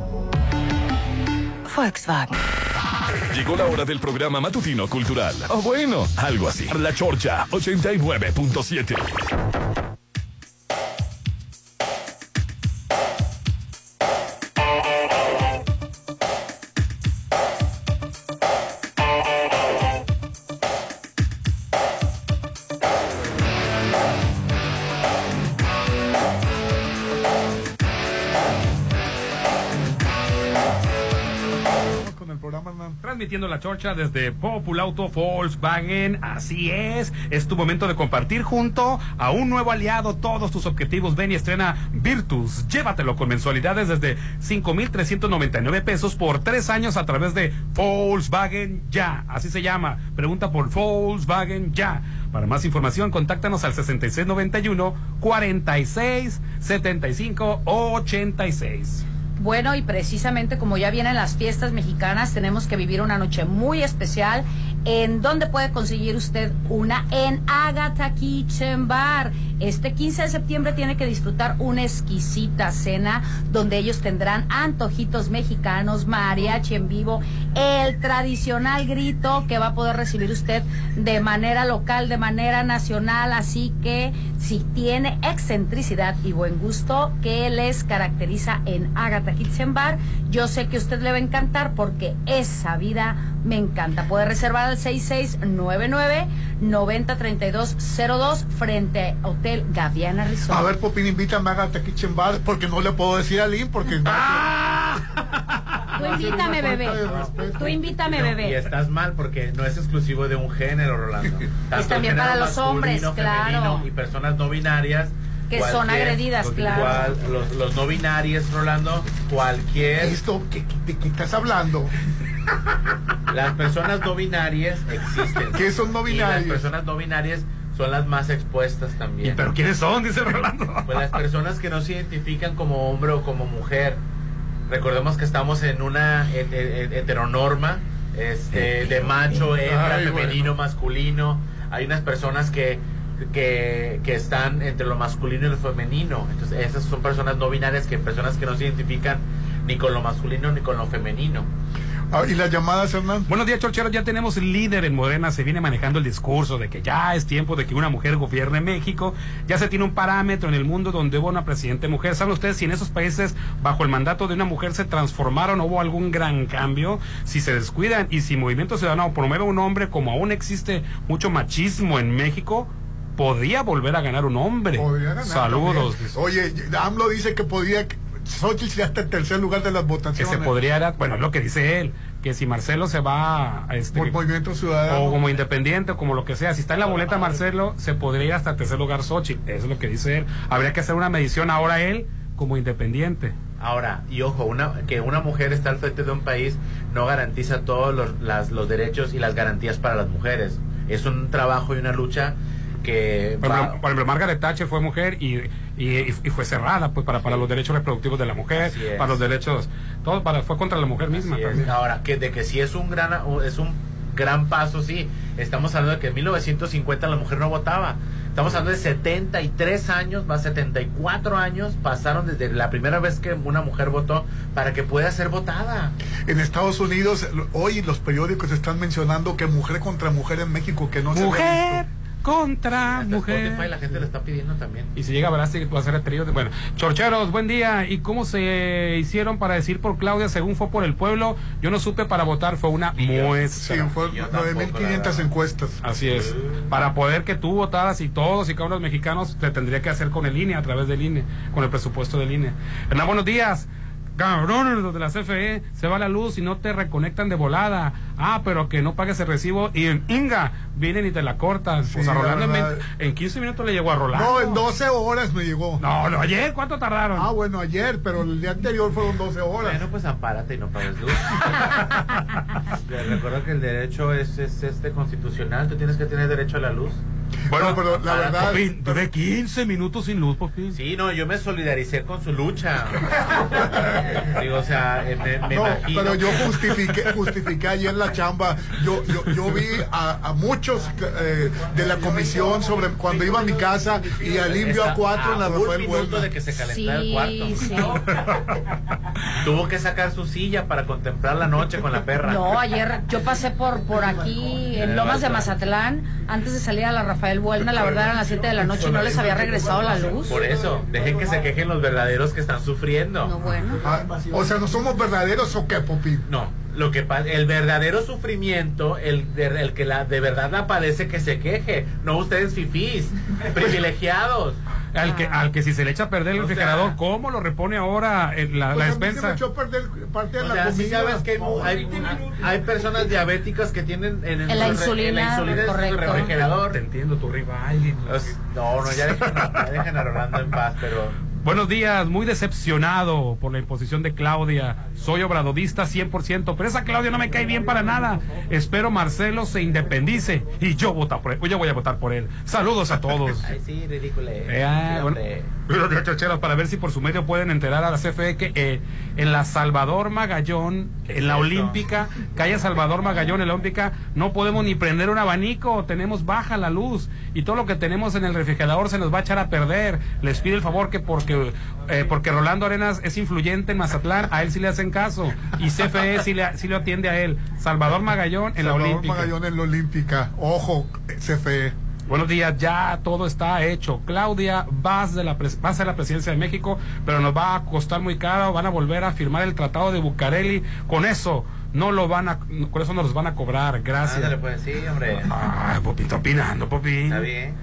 Volkswagen. Llegó la hora del programa matutino cultural. O bueno, algo así. La Chorcha 89.7. Transmitiendo la Chorcha desde Populauto Volkswagen. Así es tu momento de compartir junto a un nuevo aliado todos tus objetivos. Ven y estrena Virtus. Llévatelo con mensualidades desde 5,399 pesos por 3 años a través de Volkswagen Ya. Así se llama. Pregunta por Volkswagen Ya. Para más información, contáctanos al 6691-467586. Bueno, y precisamente como ya vienen las fiestas mexicanas, tenemos que vivir una noche muy especial. ¿En dónde puede conseguir usted una? En Agatha Kitchen Bar. Este 15 de septiembre tiene que disfrutar una exquisita cena donde ellos tendrán antojitos mexicanos, mariachi en vivo, el tradicional grito que va a poder recibir usted de manera local, de manera nacional. Así que si tiene excentricidad y buen gusto que les caracteriza en Agatha Kitchen Bar, yo sé que a usted le va a encantar porque esa vida me encanta. Puede reservar al 6699-903202 frente a Hotel Gaviana Resort. A ver, Popín, invítame a Agatha Kitchen Bar porque no le puedo decir a Lynn porque... Tú invítame, bebé. Tú invítame, bebé. Y estás mal porque no es exclusivo de un género, Rolando. Es también para los hombres, claro. Y personas no binarias. Que son agredidas, claro. Los no binarios, Rolando, cualquier... ¿De qué estás hablando? Las personas no binarias existen. ¿Qué son no binarias? Y las personas no binarias son las más expuestas también. ¿Pero quiénes son? Dice Rolando. Pues las personas que no se identifican como hombre o como mujer. Recordemos que estamos en una heteronorma de macho, hembra, femenino, masculino. Hay unas personas que están entre lo masculino y lo femenino. Entonces esas son personas no binarias, personas que no se identifican ni con lo masculino ni con lo femenino. ¿Y las llamadas, Hernán? Buenos días, Chorcheros. Ya tenemos líder en Morena. Se viene manejando el discurso de que ya es tiempo de que una mujer gobierne México. Ya se tiene un parámetro en el mundo donde hubo una presidente mujer. ¿Saben ustedes si en esos países bajo el mandato de una mujer se transformaron? ¿Hubo algún gran cambio? Si se descuidan y si Movimiento Ciudadano promueve a un hombre, como aún existe mucho machismo en México, podría volver a ganar un hombre. Saludos. Oye, AMLO dice que podía... Xochitl ya está en tercer lugar de las votaciones. Que se podría, bueno, es lo que dice él, que si Marcelo se va por Movimiento Ciudadano o como independiente o como lo que sea, si está en la boleta Marcelo, se podría ir hasta el tercer lugar Xochitl. Eso es lo que dice él. Habría que hacer una medición ahora él como independiente. Ahora, y ojo, que una mujer está al frente de un país no garantiza todos los derechos y las garantías para las mujeres. Es un trabajo y una lucha que... Por ejemplo, Margaret Thatcher fue mujer y y fue cerrada pues para los derechos reproductivos de la mujer, para los derechos, todo fue contra la mujer misma también. Ahora, que sí es un gran paso, sí. Estamos hablando de que en 1950 la mujer no votaba. Estamos hablando de 73 años, más 74 años pasaron desde la primera vez que una mujer votó para que pueda ser votada. En Estados Unidos, hoy los periódicos están mencionando que mujer contra mujer en México, que no se había visto. Contra mujer. Spotify, la gente lo está pidiendo también. Y si llega a Brasil, va a ser el periodo. Bueno, Chorcheros, buen día. ¿Y cómo se hicieron para decir por Claudia? Según fue por el pueblo, yo no supe para votar, fue una muestra. Sí, fue 9.500 encuestas. Así es. Para poder que tú votaras y todos y cada uno de los mexicanos, se tendría que hacer con el INE, a través del INE, con el presupuesto del INE. Hernán, buenos días. Cabrones, los de la CFE, se va la luz y no te reconectan de volada. Pero que no pagues el recibo y en Inga vienen y te la cortan. Sí, pues a Rolando en 15 minutos le llegó a Rolando. No, en 12 horas me llegó. No, ayer, ¿cuánto tardaron? Bueno, ayer, pero el día anterior fueron 12 horas. Bueno, pues ampárate y no pagues luz. Recuerda que el derecho es constitucional, tú tienes que tener derecho a la luz. Bueno, pero la verdad... Popín, duré 15 minutos sin luz, Popín. Sí, no, yo me solidaricé con su lucha. Digo, o sea, me imagino. Pero yo justifiqué ayer la chamba. Yo vi a muchos de la comisión sobre cuando iba a mi casa y al limpio a 4 en la Rafael Buelna. De que se calentara el cuarto. Sí. Tuvo que sacar su silla para contemplar la noche con la perra. No, ayer yo pasé por aquí en Lomas de Mazatlán antes de salir a la Rafael Buelna, la verdad eran las 7 de la noche y no les había regresado la luz. Por eso, dejen que se quejen los verdaderos que están sufriendo. No, bueno. O sea, ¿no somos verdaderos o qué, Popín? No, lo que pasa, el verdadero sufrimiento, el que de verdad la padece, que se queje, no ustedes fifís, privilegiados. Al que si se le echa a perder el refrigerador, ¿cómo lo repone ahora en la despensa? Se me echó a perder parte de la comida. Sí, sabes que hay personas diabéticas que tienen en la insulina en el refrigerador. Te entiendo, tu rival. No, ya dejen a Rolando en paz, pero... Buenos días, muy decepcionado por la imposición de Claudia. Soy obradodista 100%, pero esa Claudia no me cae bien para nada. Espero Marcelo se independice y yo voy a votar por él. Saludos a todos. Ay, sí, ridículo. Bueno, chocheros, para ver si por su medio pueden enterar a la CFE que en la Salvador Magallón, en la Olímpica, calle Salvador Magallón, en la Olímpica, no podemos ni prender un abanico, tenemos baja la luz y todo lo que tenemos en el refrigerador se nos va a echar a perder. Les pido el favor que porque Rolando Arenas es influyente en Mazatlán, a él sí le hacen caso y CFE sí lo atiende a él. Salvador Magallón en la Olímpica. Salvador Magallón en la Olímpica. Ojo, CFE. Buenos días, ya todo está hecho. Claudia va a ser la presidencia de México, pero nos va a costar muy caro. Van a volver a firmar el tratado de Bucareli. Con eso no los van a cobrar. Gracias. Ándale, pues sí, hombre. Popín, está opinando, Popín. Está bien.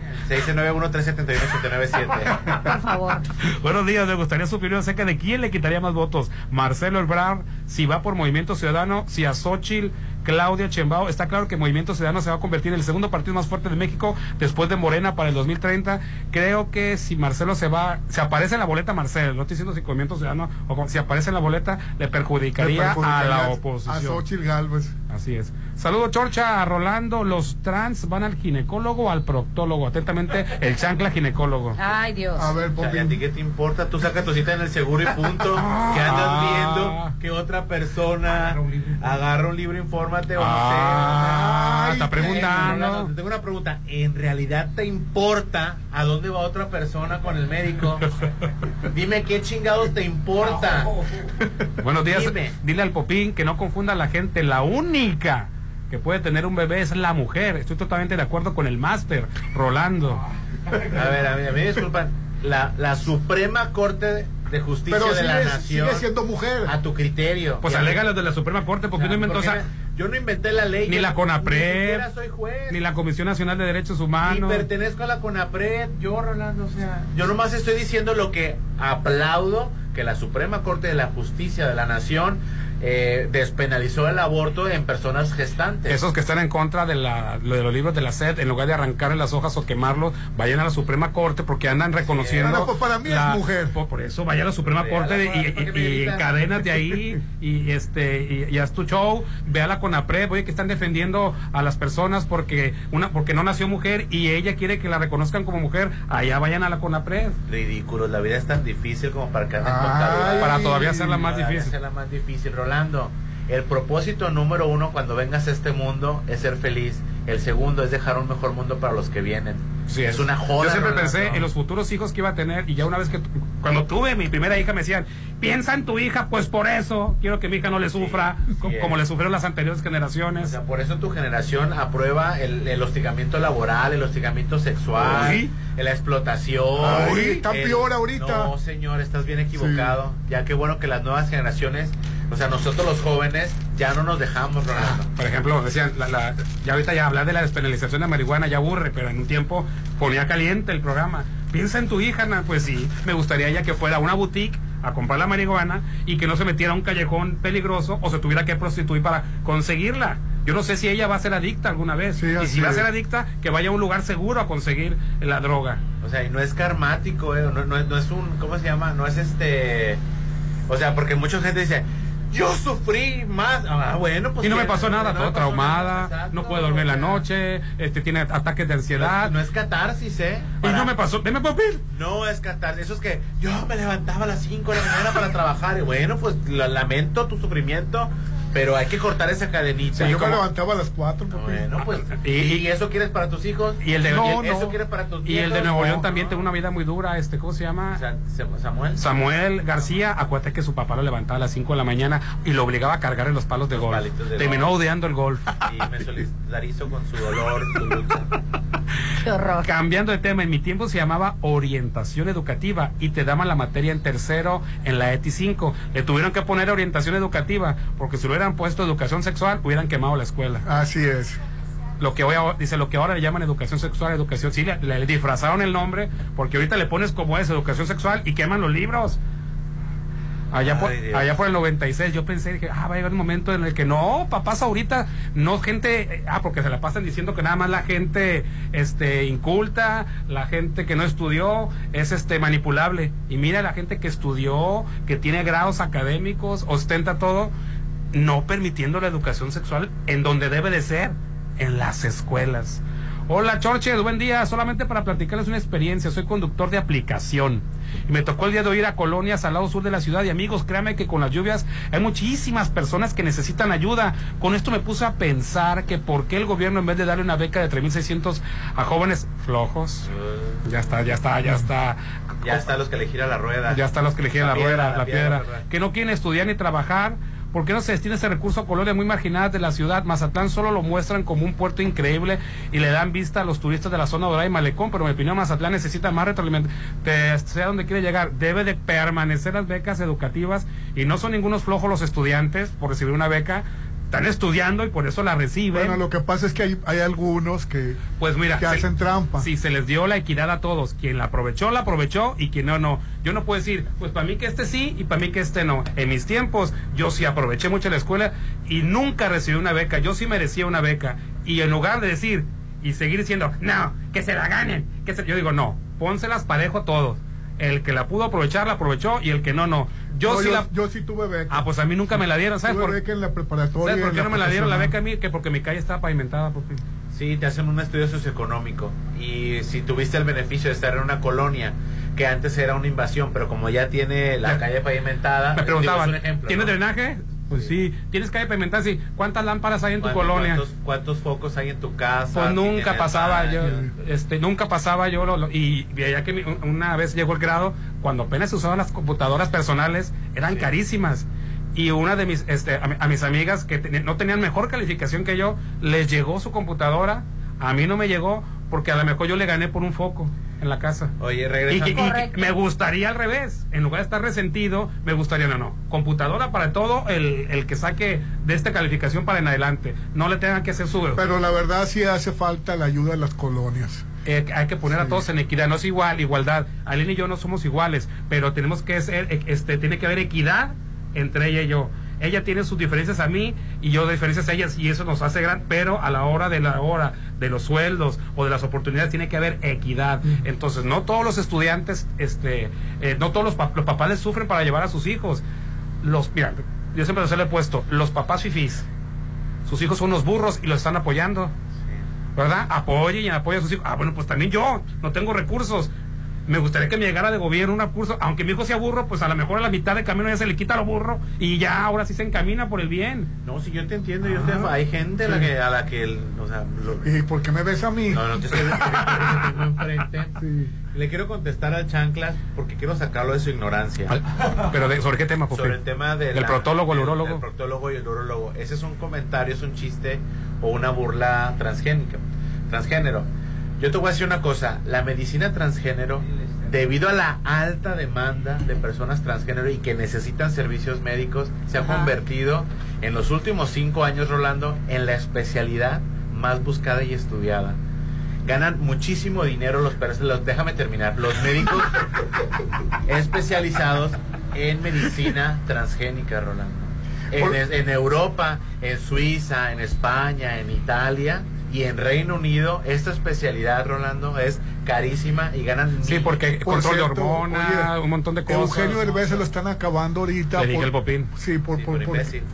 691-371-897. Por favor. Buenos días, me gustaría su opinión acerca de quién le quitaría más votos. Marcelo Ebrard, si va por Movimiento Ciudadano, si a Xóchitl, Claudia Sheinbaum. Está claro que Movimiento Ciudadano se va a convertir en el segundo partido más fuerte de México después de Morena para el 2030. Creo que si Marcelo se aparece en la boleta Marcelo, no estoy diciendo si Movimiento Ciudadano, si aparece en la boleta, le perjudicaría a la oposición. A Xóchitl Gálvez. Así es. Saludos, Chorcha, a Rolando. ¿Los trans van al ginecólogo o al proctólogo? Atentamente, el chancla ginecólogo. Ay, Dios. A ver, Popín. ¿A ti qué te importa? Tú saca tu cita en el seguro y punto. Que andas viendo que otra persona agarra un libro, infórmate o no sé. Está preguntando. Te tengo una pregunta. ¿En realidad te importa a dónde va otra persona con el médico? Dime qué chingados te importa. Buenos días. Dile al Popín que no confunda a la gente. La única que puede tener un bebé es la mujer. Estoy totalmente de acuerdo con el máster, Rolando. A ver, a mí disculpan. La Suprema Corte de Justicia de la Nación sigue siendo mujer. A tu criterio. Pues alégalo de la Suprema Corte, porque no inventó. Yo no inventé la ley. Ni la CONAPRED. Ni soy juez. Ni la Comisión Nacional de Derechos Humanos. Ni pertenezco a la CONAPRED. Yo, Rolando, o sea, yo nomás estoy diciendo lo que aplaudo, que la Suprema Corte de la Justicia de la Nación despenalizó el aborto en personas gestantes. Esos que están en contra de los libros de la SED, en lugar de arrancarle las hojas o quemarlos, vayan a la Suprema Corte porque andan reconociendo. Pues para mí es mujer. Por eso vaya a la Suprema Corte y encadénate ahí y haz tu show, ve a la CONAPRED, oye, que están defendiendo a las personas porque no nació mujer y ella quiere que la reconozcan como mujer, allá vayan a la CONAPRED. Ridículos, la vida es tan difícil como para que anden con tarugas. Para todavía hacerla más difícil. Rolando, el propósito número 1 cuando vengas a este mundo es ser feliz. El segundo es dejar un mejor mundo para los que vienen. Sí, es una joda. Yo siempre Rolando. pensé en los futuros hijos que iba a tener, y ya una vez cuando tuve mi primera hija me decían, piensa en tu hija, pues por eso quiero que mi hija no le sufra como le sufrieron las anteriores generaciones. O sea, por eso tu generación aprueba el hostigamiento laboral, el hostigamiento sexual, la explotación. Está peor ahorita. No, señor, estás bien equivocado. Ya qué bueno que las nuevas generaciones, o sea, nosotros los jóvenes ya no nos dejamos, Rolando. Por ejemplo, decían, ya ahorita ya hablar de la despenalización de la marihuana ya aburre, pero en un tiempo ponía caliente el programa. Piensa en tu hija, pues sí, me gustaría ya que fuera a una boutique a comprar la marihuana y que no se metiera a un callejón peligroso o se tuviera que prostituir para conseguirla. Yo no sé si ella va a ser adicta alguna vez. Y si va a ser adicta, que vaya a un lugar seguro a conseguir la droga. O sea, y no es karmático, no es un, ¿cómo se llama? No es o sea, porque mucha gente dice, yo sufrí más. Bueno, pues. Y no me pasó nada, todo traumada, no puede dormir en la noche, tiene ataques de ansiedad. No es catarsis, Y no me pasó, ¿me puedo ir? No es catarsis, eso es que yo me levantaba a las 5 de la mañana para trabajar. Y bueno, pues lamento tu sufrimiento, pero hay que cortar esa cadenita. Sí, yo me levantaba a las 4. Bueno, pues. ¿Y eso quieres para tus hijos? Y el de eso quieres para tus nietos. Y el de Nuevo León también tiene una vida muy dura, ¿cómo se llama? Samuel García. Acuérdate que su papá lo levantaba a las 5 de la mañana y lo obligaba a cargar en los palos de golf. Terminó odiando el golf. Y me solidarizo con su dolor y su lucha. Qué horror. Cambiando de tema, en mi tiempo se llamaba orientación educativa y te daban la materia en tercero en la ETI 5. Le tuvieron que poner orientación educativa porque si lo hubieran puesto educación sexual hubieran quemado la escuela. Así es. Lo que ahora le llaman educación sexual, educación, sí, le disfrazaron el nombre porque ahorita le pones como es educación sexual y queman los libros. Allá por el 96 yo pensé, dije, va a llegar un momento en el que no, papás ahorita, no gente, porque se la pasan diciendo que nada más la gente inculta, la gente que no estudió es manipulable. Y mira, la gente que estudió, que tiene grados académicos, ostenta todo, no permitiendo la educación sexual en donde debe de ser, en las escuelas. Hola, Chorches, buen día. Solamente para platicarles una experiencia. Soy conductor de aplicación y me tocó el día de ir a colonias al lado sur de la ciudad. Y amigos, créanme que con las lluvias hay muchísimas personas que necesitan ayuda. Con esto me puse a pensar que por qué el gobierno, en vez de darle una beca de 3,600 a jóvenes flojos, ya está. Ya están los que le gira la rueda. Ya están los que le gira la piedra. Que no quieren estudiar ni trabajar. ¿Por qué no se destina ese recurso a colonias muy marginadas de la ciudad? Mazatlán solo lo muestran como un puerto increíble y le dan vista a los turistas de la zona dorada y Malecón, pero en mi opinión Mazatlán necesita más retroalimentación, sea donde quiere llegar. Debe de permanecer las becas educativas y no son ningunos flojos los estudiantes por recibir una beca. Están estudiando y por eso la reciben. Bueno, lo que pasa es que hay algunos que, pues mira, que hacen trampa. Sí, se les dio la equidad a todos. Quien la aprovechó y quien no. Yo no puedo decir, pues para mí que sí y para mí que no. En mis tiempos, yo sí aproveché mucho la escuela y nunca recibí una beca. Yo sí merecía una beca. Y en lugar de decir y seguir diciendo, no, que se la ganen. Yo digo, no, pónselas parejo a todos. El que la pudo aprovechar, la aprovechó y el que no. Yo sí tuve beca. Pues a mí nunca me la dieron, ¿sabes? Tuve beca en la preparatoria. ¿Sabes por qué no me la dieron la beca a mí? Que porque mi calle estaba pavimentada. Sí, te hacen un estudio socioeconómico. Y si tuviste el beneficio de estar en una colonia que antes era una invasión, pero como ya tiene la calle pavimentada. Me preguntaban, ¿tienes drenaje? Pues sí. ¿Tienes calle pavimentada? Sí. ¿Cuántas lámparas hay en tu colonia? ¿Cuántos focos hay en tu casa? Pues nunca pasaba yo. Nunca pasaba yo. Y ya que una vez llegó el grado, cuando apenas se usaban las computadoras personales, eran carísimas. Y una de mis, a mis amigas que no tenían mejor calificación que yo, les llegó su computadora. A mí no me llegó porque a lo mejor yo le gané por un foco en la casa. Oye, regresa. Y me gustaría al revés. En lugar de estar resentido, me gustaría, no. Computadora para todo el que saque de esta calificación para en adelante. No le tengan que hacer su... Pero la verdad sí hace falta la ayuda de las colonias. Hay que poner a todos en equidad. No es igualdad. Aline y yo no somos iguales, pero tenemos que ser, tiene que haber equidad entre ella y yo. ella tiene sus diferencias a mí y yo diferencias a ellas, y eso nos hace gran, pero a la hora de los sueldos o de las oportunidades tiene que haber equidad. Entonces no todos los estudiantes, no todos los papás les sufren para llevar a sus hijos. Mira, yo siempre se le he puesto, los papás fifís, sus hijos son unos burros y los están apoyando, ¿verdad? Apoyen y apoyen a sus hijos. Bueno, pues también yo no tengo recursos. Me gustaría que me llegara de gobierno un curso, aunque mi hijo sea burro, pues a lo mejor a la mitad de camino ya se le quita lo burro y ya ahora sí se encamina por el bien. No, si yo te entiendo, hay gente a la que o sea, ¿y por qué me ves a mí? No te estoy tengo enfrente. Sí. Le quiero contestar al Chanclas porque quiero sacarlo de su ignorancia. ¿Pero sobre qué tema, Sobre el tema del proctólogo, el urólogo. El proctólogo y el urólogo. Ese es un comentario, es un chiste o una burla transgénero. Yo te voy a decir una cosa, la medicina transgénero, debido a la alta demanda de personas transgénero y que necesitan servicios médicos, se ha convertido en los últimos 5 años, Rolando, en la especialidad más buscada y estudiada. Ganan muchísimo dinero déjame terminar, los médicos especializados en medicina transgénica, Rolando. En Europa, en Suiza, en España, en Italia y en Reino Unido, esta especialidad, Rolando, es carísima y ganan... Sí, porque control de hormonas, un montón de cosas. Eugenio Derbez se lo están acabando ahorita. Le dije el popín. Sí, por imbécil.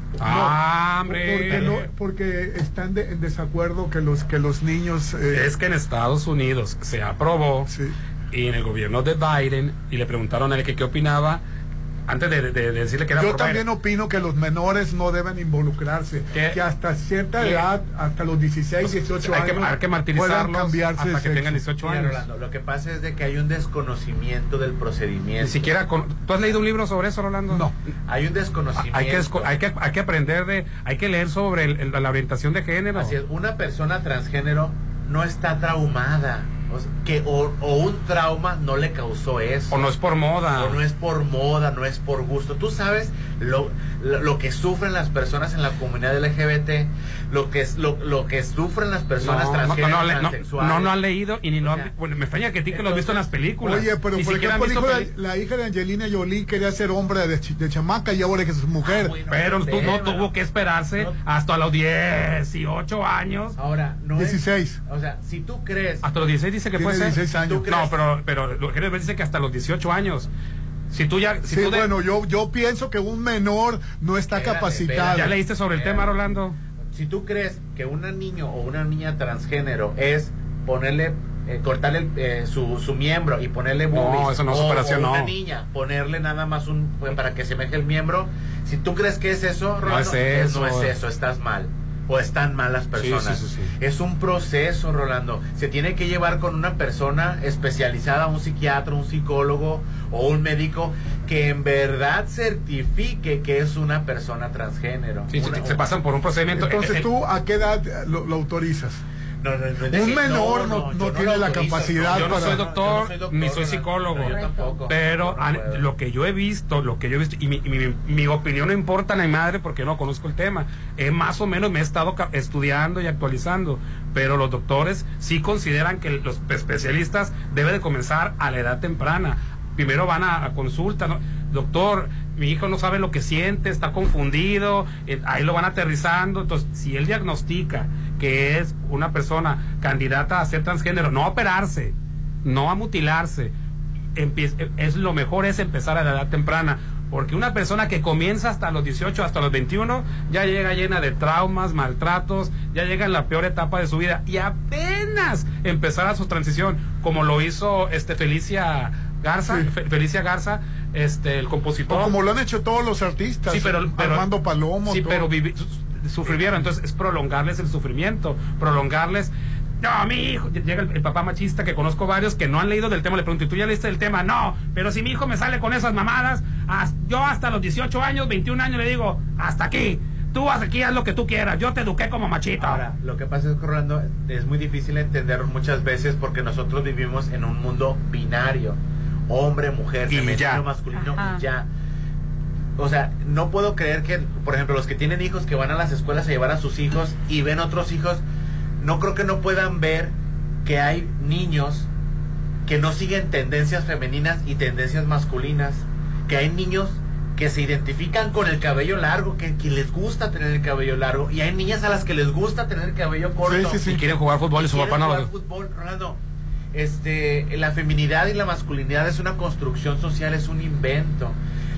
Hombre. Porque están en desacuerdo que los niños... Es que en Estados Unidos se aprobó, y en el gobierno de Biden, y le preguntaron a él qué opinaba, antes de decirle que era... Yo también opino que los menores no deben involucrarse, que hasta cierta edad, hasta los 16, 18 años, hay que martirizarlos hasta que tengan 18 años. Rolando, lo que pasa es de que hay un desconocimiento del procedimiento. Ni siquiera... ¿Tú has leído un libro sobre eso, Rolando? No. Hay un desconocimiento. Hay que aprender hay que leer sobre la orientación de género. Así es, una persona transgénero no está traumada. O un trauma no le causó eso. O no es por moda. O no es por moda, no es por gusto. Tú sabes lo que sufren las personas en la comunidad LGBT, lo que sufren las personas transgénero, transexuales. No han leído y ni no bueno, me extraña que lo has visto en las películas. Oye, pero por ejemplo, la hija de Angelina Jolie quería ser hombre de chamaca y ahora que es mujer. Pero no tuvo que esperarse hasta los 18 años. Ahora, no 16. O sea, si tú crees... Hasta los 16 dice que puede ser. 16 años. No, pero lo que dice que hasta los 18 años. Bueno, yo pienso que un menor no está capacitado. ¿Ya leíste sobre el tema, Rolando? Si tú crees que un niño o una niña transgénero es cortarle su miembro y ponerle boobies, no, eso no es operación, o una niña ponerle nada más para que semeje el miembro, si tú crees que es eso, Rolando, no es eso, estás mal. O están mal las personas. Sí. Es un proceso, Rolando. Se tiene que llevar con una persona especializada, un psiquiatra, un psicólogo o un médico que en verdad certifique que es una persona transgénero. Se pasan por un procedimiento. Entonces, ¿tú a qué edad lo autorizas? No, un menor no tiene la capacidad. Yo no soy doctor, ni soy psicólogo, yo tampoco, pero lo que yo he visto y mi opinión no importa a mi madre porque no conozco el tema, más o menos me he estado estudiando y actualizando, pero los doctores sí consideran que los especialistas deben de comenzar a la edad temprana. Primero van a consulta, ¿no? Doctor, mi hijo no sabe lo que siente, está confundido, ahí lo van aterrizando. Entonces, si él diagnostica que es una persona candidata a ser transgénero, no a operarse, no a mutilarse, lo mejor es empezar a la edad temprana, porque una persona que comienza hasta los 18, hasta los 21, ya llega llena de traumas, maltratos, ya llega en la peor etapa de su vida, y apenas empezar a su transición, como lo hizo Felicia Garza, el compositor. O como lo han hecho todos los artistas. Sí, pero Armando Palomo. Sí, pero sufrieron. Entonces es prolongarles el sufrimiento, prolongarles. No, mi hijo, llega el papá machista, que conozco varios que no han leído del tema, le pregunto, ¿y tú ya leíste el tema? No, pero si mi hijo me sale con esas mamadas, yo hasta los 18 años, 21 años le digo, hasta aquí. Tú aquí haz lo que tú quieras, yo te eduqué como machita. Ahora, lo que pasa es que, Rolando, es muy difícil entender muchas veces porque nosotros vivimos en un mundo binario. Hombre, mujer, femenino, masculino, y ya. O sea, no puedo creer que, por ejemplo, los que tienen hijos que van a las escuelas a llevar a sus hijos y ven otros hijos, no creo que no puedan ver que hay niños que no siguen tendencias femeninas y tendencias masculinas, que hay niños que se identifican con el cabello largo, que les gusta tener el cabello largo, y hay niñas a las que les gusta tener el cabello corto. Y quieren jugar fútbol y su papá no lo deja. Rolando, la feminidad y la masculinidad es una construcción social, es un invento.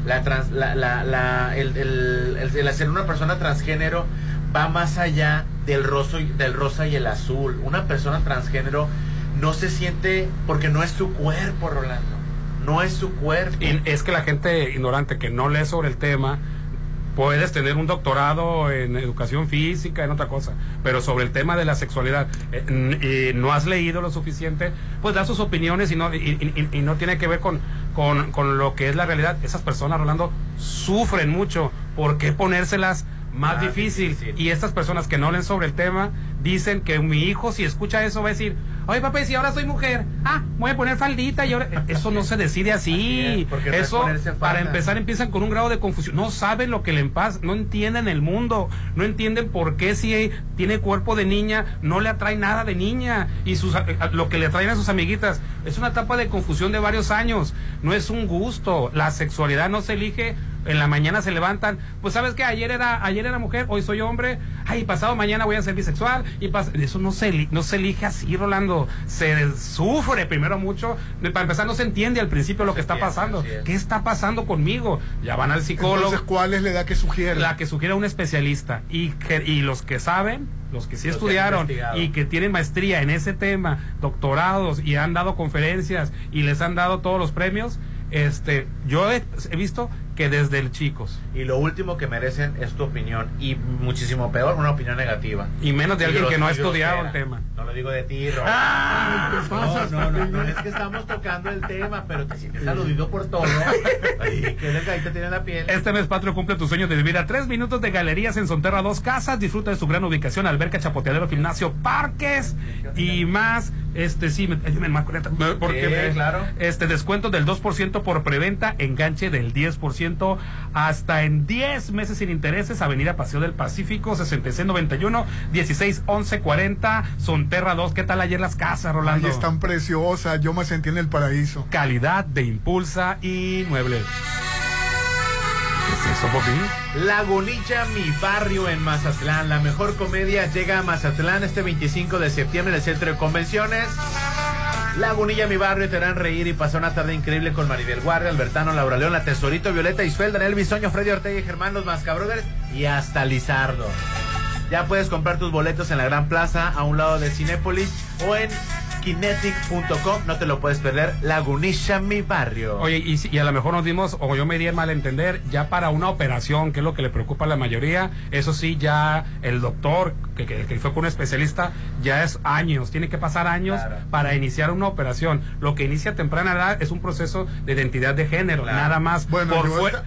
El hacer una persona transgénero va más allá del rosa y el azul. Una persona transgénero no se siente, porque no es su cuerpo, Rolando. No es su cuerpo. Y es que la gente ignorante que no lee sobre el tema, puedes tener un doctorado en educación física, en otra cosa, pero sobre el tema de la sexualidad no has leído lo suficiente, pues da sus opiniones y no tiene que ver con lo que es la realidad. Esas personas, Rolando, sufren mucho. ¿Por qué ponérselas más difícil? Y estas personas que no leen sobre el tema dicen que mi hijo, si escucha eso, va a decir: oye, papá, si ahora soy mujer, voy a poner faldita y ahora... Eso no se decide así. Eso, para empezar, empiezan con un grado de confusión. No saben lo que le pasa, no entienden el mundo, no entienden por qué si tiene cuerpo de niña, no le atrae nada de niña, y lo que le atraen a sus amiguitas. Es una etapa de confusión de varios años, no es un gusto. La sexualidad no se elige. En la mañana se levantan, pues sabes que ayer era mujer, hoy soy hombre, pasado mañana voy a ser bisexual, eso no se elige así, Rolando. Se sufre primero mucho, para empezar no se entiende al principio lo que está pasando. ¿Qué está pasando conmigo? Ya van al psicólogo. Entonces, ¿cuál es la edad que sugiere? La que sugiere un especialista, y los que saben, los que sí estudiaron y que tienen maestría en ese tema, doctorados, y han dado conferencias y les han dado todos los premios. Yo he visto que desde el chicos. Y lo último que merecen es tu opinión, y muchísimo peor, una opinión negativa. Y menos de alguien que no ha estudiado el tema. No lo digo de ti, No, es que estamos tocando el tema, pero te sientes aludido por todo. Ay, qué delgadita tiene la piel. Este mes patrio cumple tu sueño de vivir a 3 minutos de Galerías en Sonterra 2 Casas. Disfruta de su gran ubicación, alberca, chapoteadero, gimnasio, parques y más. Ayúdenme más con esta, porque claro. Descuento del 2% por preventa, enganche del 10% hasta en 10 meses sin intereses. Avenida Paseo del Pacífico, 6691 161140, Sonterra 2. ¿Qué tal ayer las casas, Rolando? Ay, están preciosas, yo me sentí en el paraíso. Calidad de Impulsa Inmuebles. ¿Qué es eso, Popi? Lagunilla, mi barrio en Mazatlán. La mejor comedia llega a Mazatlán este 25 de septiembre en el Centro de Convenciones. Lagunilla, mi barrio, te harán reír y pasar una tarde increíble con Maribel Guardia, Albertano, Laura León, La Tesorito, Violeta Isfel, Daniel Bisoño, Freddy Ortega y Germán, los Mascabrothers, y hasta Lizardo. Ya puedes comprar tus boletos en la Gran Plaza, a un lado de Cinépolis, o en kinetic.com. No te lo puedes perder. Lagunilla, mi barrio. Oye, y a lo mejor nos dimos, o yo me di a malentender, ya para una operación, que es lo que le preocupa a la mayoría, eso sí, ya el doctor que fue con un especialista, ya es años, tiene que pasar años para iniciar una operación. Lo que inicia a temprana edad es un proceso de identidad de género, nada más por fuera,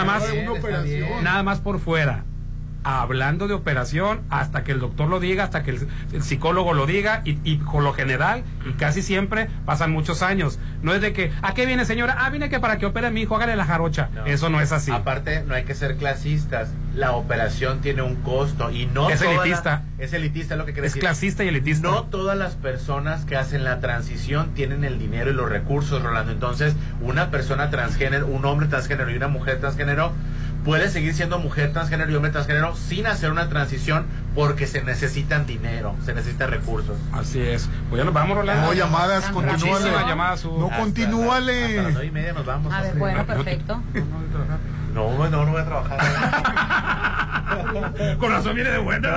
nada más por fuera. Hablando de operación, hasta que el doctor lo diga, hasta que el psicólogo lo diga, y con lo general, y casi siempre, pasan muchos años. No es de que, ¿a qué viene, señora? Vine que para que opere a mi hijo, hágale la jarocha. No. Eso no es así. Aparte, no hay que ser clasistas. La operación tiene un costo, y no es elitista. Es elitista, lo que quiere decir. Es clasista y elitista. No todas las personas que hacen la transición tienen el dinero y los recursos, Rolando. Entonces, una persona transgénero, un hombre transgénero y una mujer transgénero puede seguir siendo mujer transgénero y hombre transgénero sin hacer una transición, porque se necesitan dinero, se necesitan recursos. Así es. Pues ya nos vamos, Rolando. No, llamadas, continúale. No, continúale. Hasta las 9:30 nos vamos. A ver, bueno, perfecto. No voy a trabajar. Con razón viene de buena.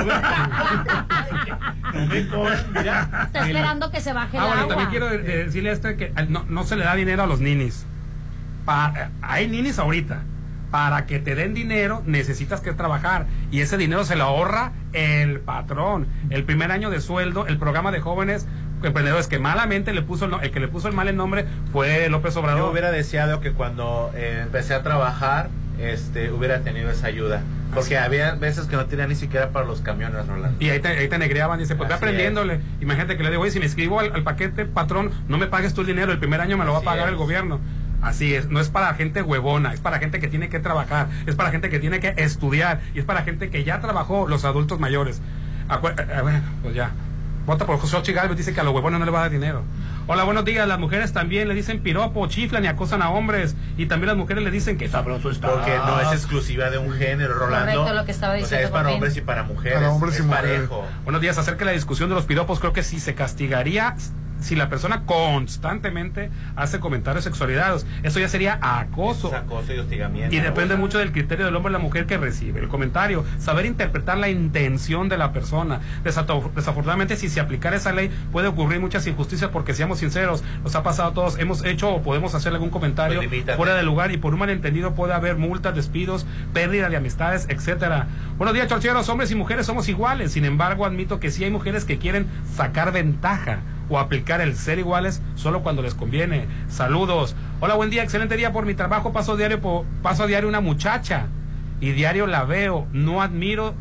Mira. Está esperando que se baje el agua. También quiero decirle que no se le da dinero a los ninis. Hay ninis ahorita. Para que te den dinero necesitas que trabajar, y ese dinero se lo ahorra el patrón. El primer año de sueldo, el programa de jóvenes emprendedores, que malamente el que le puso el mal el nombre fue López Obrador. Yo hubiera deseado que cuando empecé a trabajar hubiera tenido esa ayuda, porque había veces que no tenía ni siquiera para los camiones, Rolando. Y ahí te negreaban, dice, pues ve aprendiéndole. Imagínate que le digo, oye, si me inscribo al paquete, patrón, no me pagues tú el dinero, el primer año me lo va a pagar el gobierno. Así es, no es para gente huevona, es para gente que tiene que trabajar, es para gente que tiene que estudiar, y es para gente que ya trabajó, los adultos mayores. Bueno, pues ya. vota por Xochitl Gálvez, dice que a los huevones no le va a dar dinero. Hola, buenos días. Las mujeres también le dicen piropo, chiflan y acosan a hombres. Y también las mujeres le dicen que sabroso está. Porque no es exclusiva de un género, Rolando. Correcto, lo que estaba diciendo. O sea, es para hombres y para mujeres. Para hombres y mujeres. Parejo. Buenos días. Acerca de la discusión de los piropos, creo que sí se castigaría si la persona constantemente hace comentarios sexualizados. Eso ya sería acoso. Es acoso y hostigamiento. Y depende mucho del criterio del hombre o la mujer que recibe el comentario. Saber interpretar la intención de la persona. Desafortunadamente, si se aplicara esa ley, puede ocurrir muchas injusticias porque, seamos sinceros, nos ha pasado a todos. Hemos hecho o podemos hacer algún comentario fuera de lugar y por un malentendido puede haber multas, despidos, pérdida de amistades, etcétera. Buenos días, chorcheros. Hombres y mujeres somos iguales. Sin embargo, admito que sí hay mujeres que quieren sacar ventaja o aplicar el ser iguales solo cuando les conviene. Saludos. Hola, buen día, excelente día. Por mi trabajo paso a diario una muchacha y diario la veo. No admiro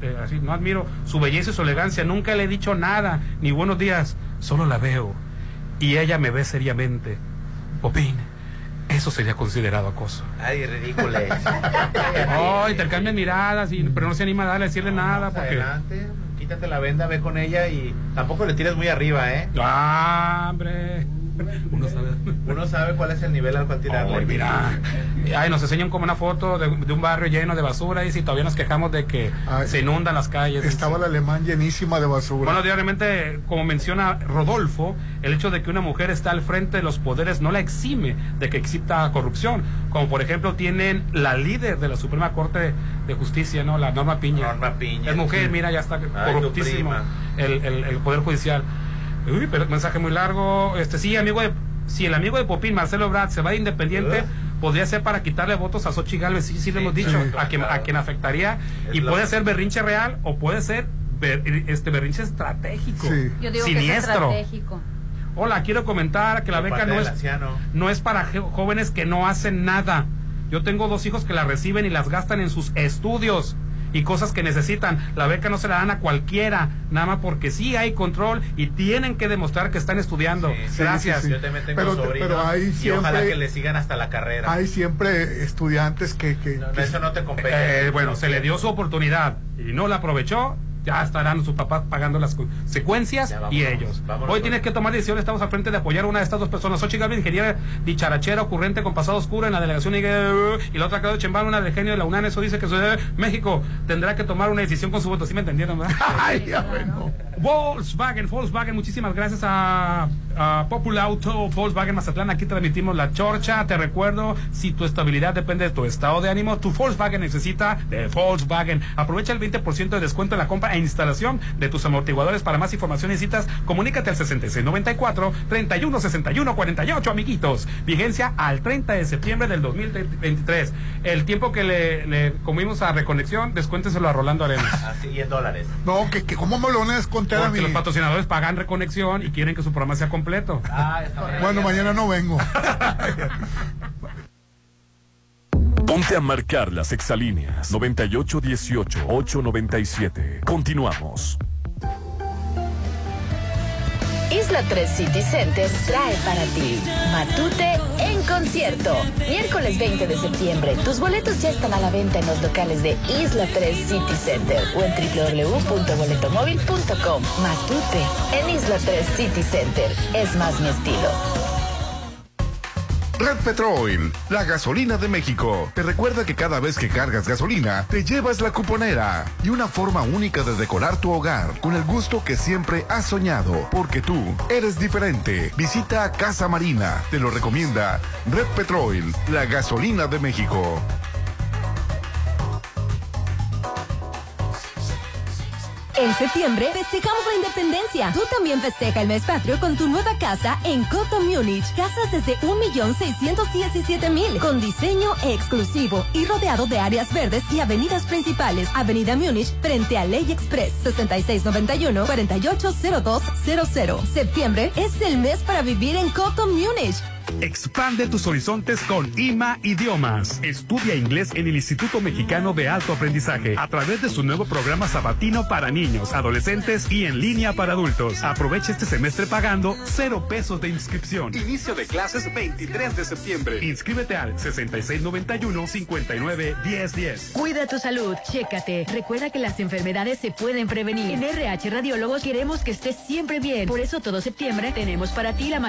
su belleza y su elegancia. Nunca le he dicho nada ni buenos días. Solo la veo y ella me ve seriamente. Opine, eso sería considerado acoso. Ay, ridículo. Oh, intercambian miradas, pero no se anima a darle, decirle nada porque... Adelante, quítate la venda, ve con ella y tampoco le tires muy arriba, Ah, hombre. Uno sabe cuál es el nivel al cual tirarle. Ay, mira. Ay, nos enseñan como una foto de un barrio lleno de basura y si todavía nos quejamos de que se inundan las calles. Estaba la Alemán llenísima de basura. Bueno, diariamente, como menciona Rodolfo, el hecho de que una mujer está al frente de los poderes no la exime de que exista corrupción. Como por ejemplo tienen la líder de la Suprema Corte de Justicia, ¿no? La Norma Piña. Es mujer, mira, ya está corruptísimo el Poder Judicial. Uy, pero mensaje muy largo. Sí, si el amigo de Popín, Marcelo Ebrard, se va de independiente, podría ser para quitarle votos a Xochitl Gálvez. Sí, le hemos dicho, a quien afectaría. Y puede ser berrinche real o puede ser berrinche estratégico. Yo digo siniestro. Que es estratégico. Hola, quiero comentar que la beca no es para jóvenes que no hacen nada. Yo tengo 2 hijos que la reciben y las gastan en sus estudios y cosas que necesitan. La beca no se la dan a cualquiera, nada más porque sí hay control y tienen que demostrar que están estudiando. Gracias. Yo también tengo sobrinos y ojalá que le sigan hasta la carrera. Hay siempre estudiantes que eso no te compete. Bueno, se le dio su oportunidad y no la aprovechó. Ya estarán sus papás pagando las consecuencias y ellos. Hoy tienes que tomar decisiones. Estamos al frente de apoyar a una de estas 2 personas. Xochitl Gálvez, ingeniera dicharachera, ocurrente con pasado oscuro en la delegación y la otra Claudia Chembán, una del genio de la UNAM. Eso dice que México tendrá que tomar una decisión con su voto. ¿Sí me entendieron, verdad? Ay, ya bueno. Volkswagen, muchísimas gracias a Popular Auto, Volkswagen Mazatlán. Aquí transmitimos la chorcha. Te recuerdo, si tu estabilidad depende de tu estado de ánimo, tu Volkswagen necesita de Volkswagen. Aprovecha el 20% de descuento en la compra e instalación de tus amortiguadores. Para más información y citas, comunícate al 6694-316148, amiguitos. Vigencia al 30 de septiembre del 2023. El tiempo que le comimos a Reconexión, descuénteselo a Rolando Arenas. Así, y en dólares. No, que ¿cómo me lo van a descontar a mí? Porque los patrocinadores pagan Reconexión y quieren que su programa sea completo. Bueno, mañana no vengo. Ponte a marcar las exalíneas 9818-897. Continuamos. Isla 3 City Center trae para ti Matute en concierto. Miércoles 20 de septiembre. Tus boletos ya están a la venta en los locales de Isla 3 City Center o en www.boletomóvil.com. Matute en Isla 3 City Center. Es más mi estilo. Red Petrol, la gasolina de México. Te recuerda que cada vez que cargas gasolina, te llevas la cuponera y una forma única de decorar tu hogar con el gusto que siempre has soñado, porque tú eres diferente. Visita Casa Marina, te lo recomienda Red Petrol, la gasolina de México. En septiembre festejamos la independencia. Tú también festeja el mes patrio con tu nueva casa en Coto Múnich. Casas desde 1.617.000 con diseño exclusivo y rodeado de áreas verdes y avenidas principales. Avenida Múnich frente a Ley Express 6691-480200. Septiembre es el mes para vivir en Coto Múnich. Expande tus horizontes con IMA Idiomas. Estudia inglés en el Instituto Mexicano de Alto Aprendizaje a través de su nuevo programa sabatino para niños, adolescentes y en línea para adultos. Aprovecha este semestre pagando 0 pesos de inscripción. Inicio de clases 23 de septiembre. Inscríbete al 6691-591010. Cuida tu salud, chécate. Recuerda que las enfermedades se pueden prevenir. En RH Radiólogos queremos que estés siempre bien. Por eso todo septiembre tenemos para ti la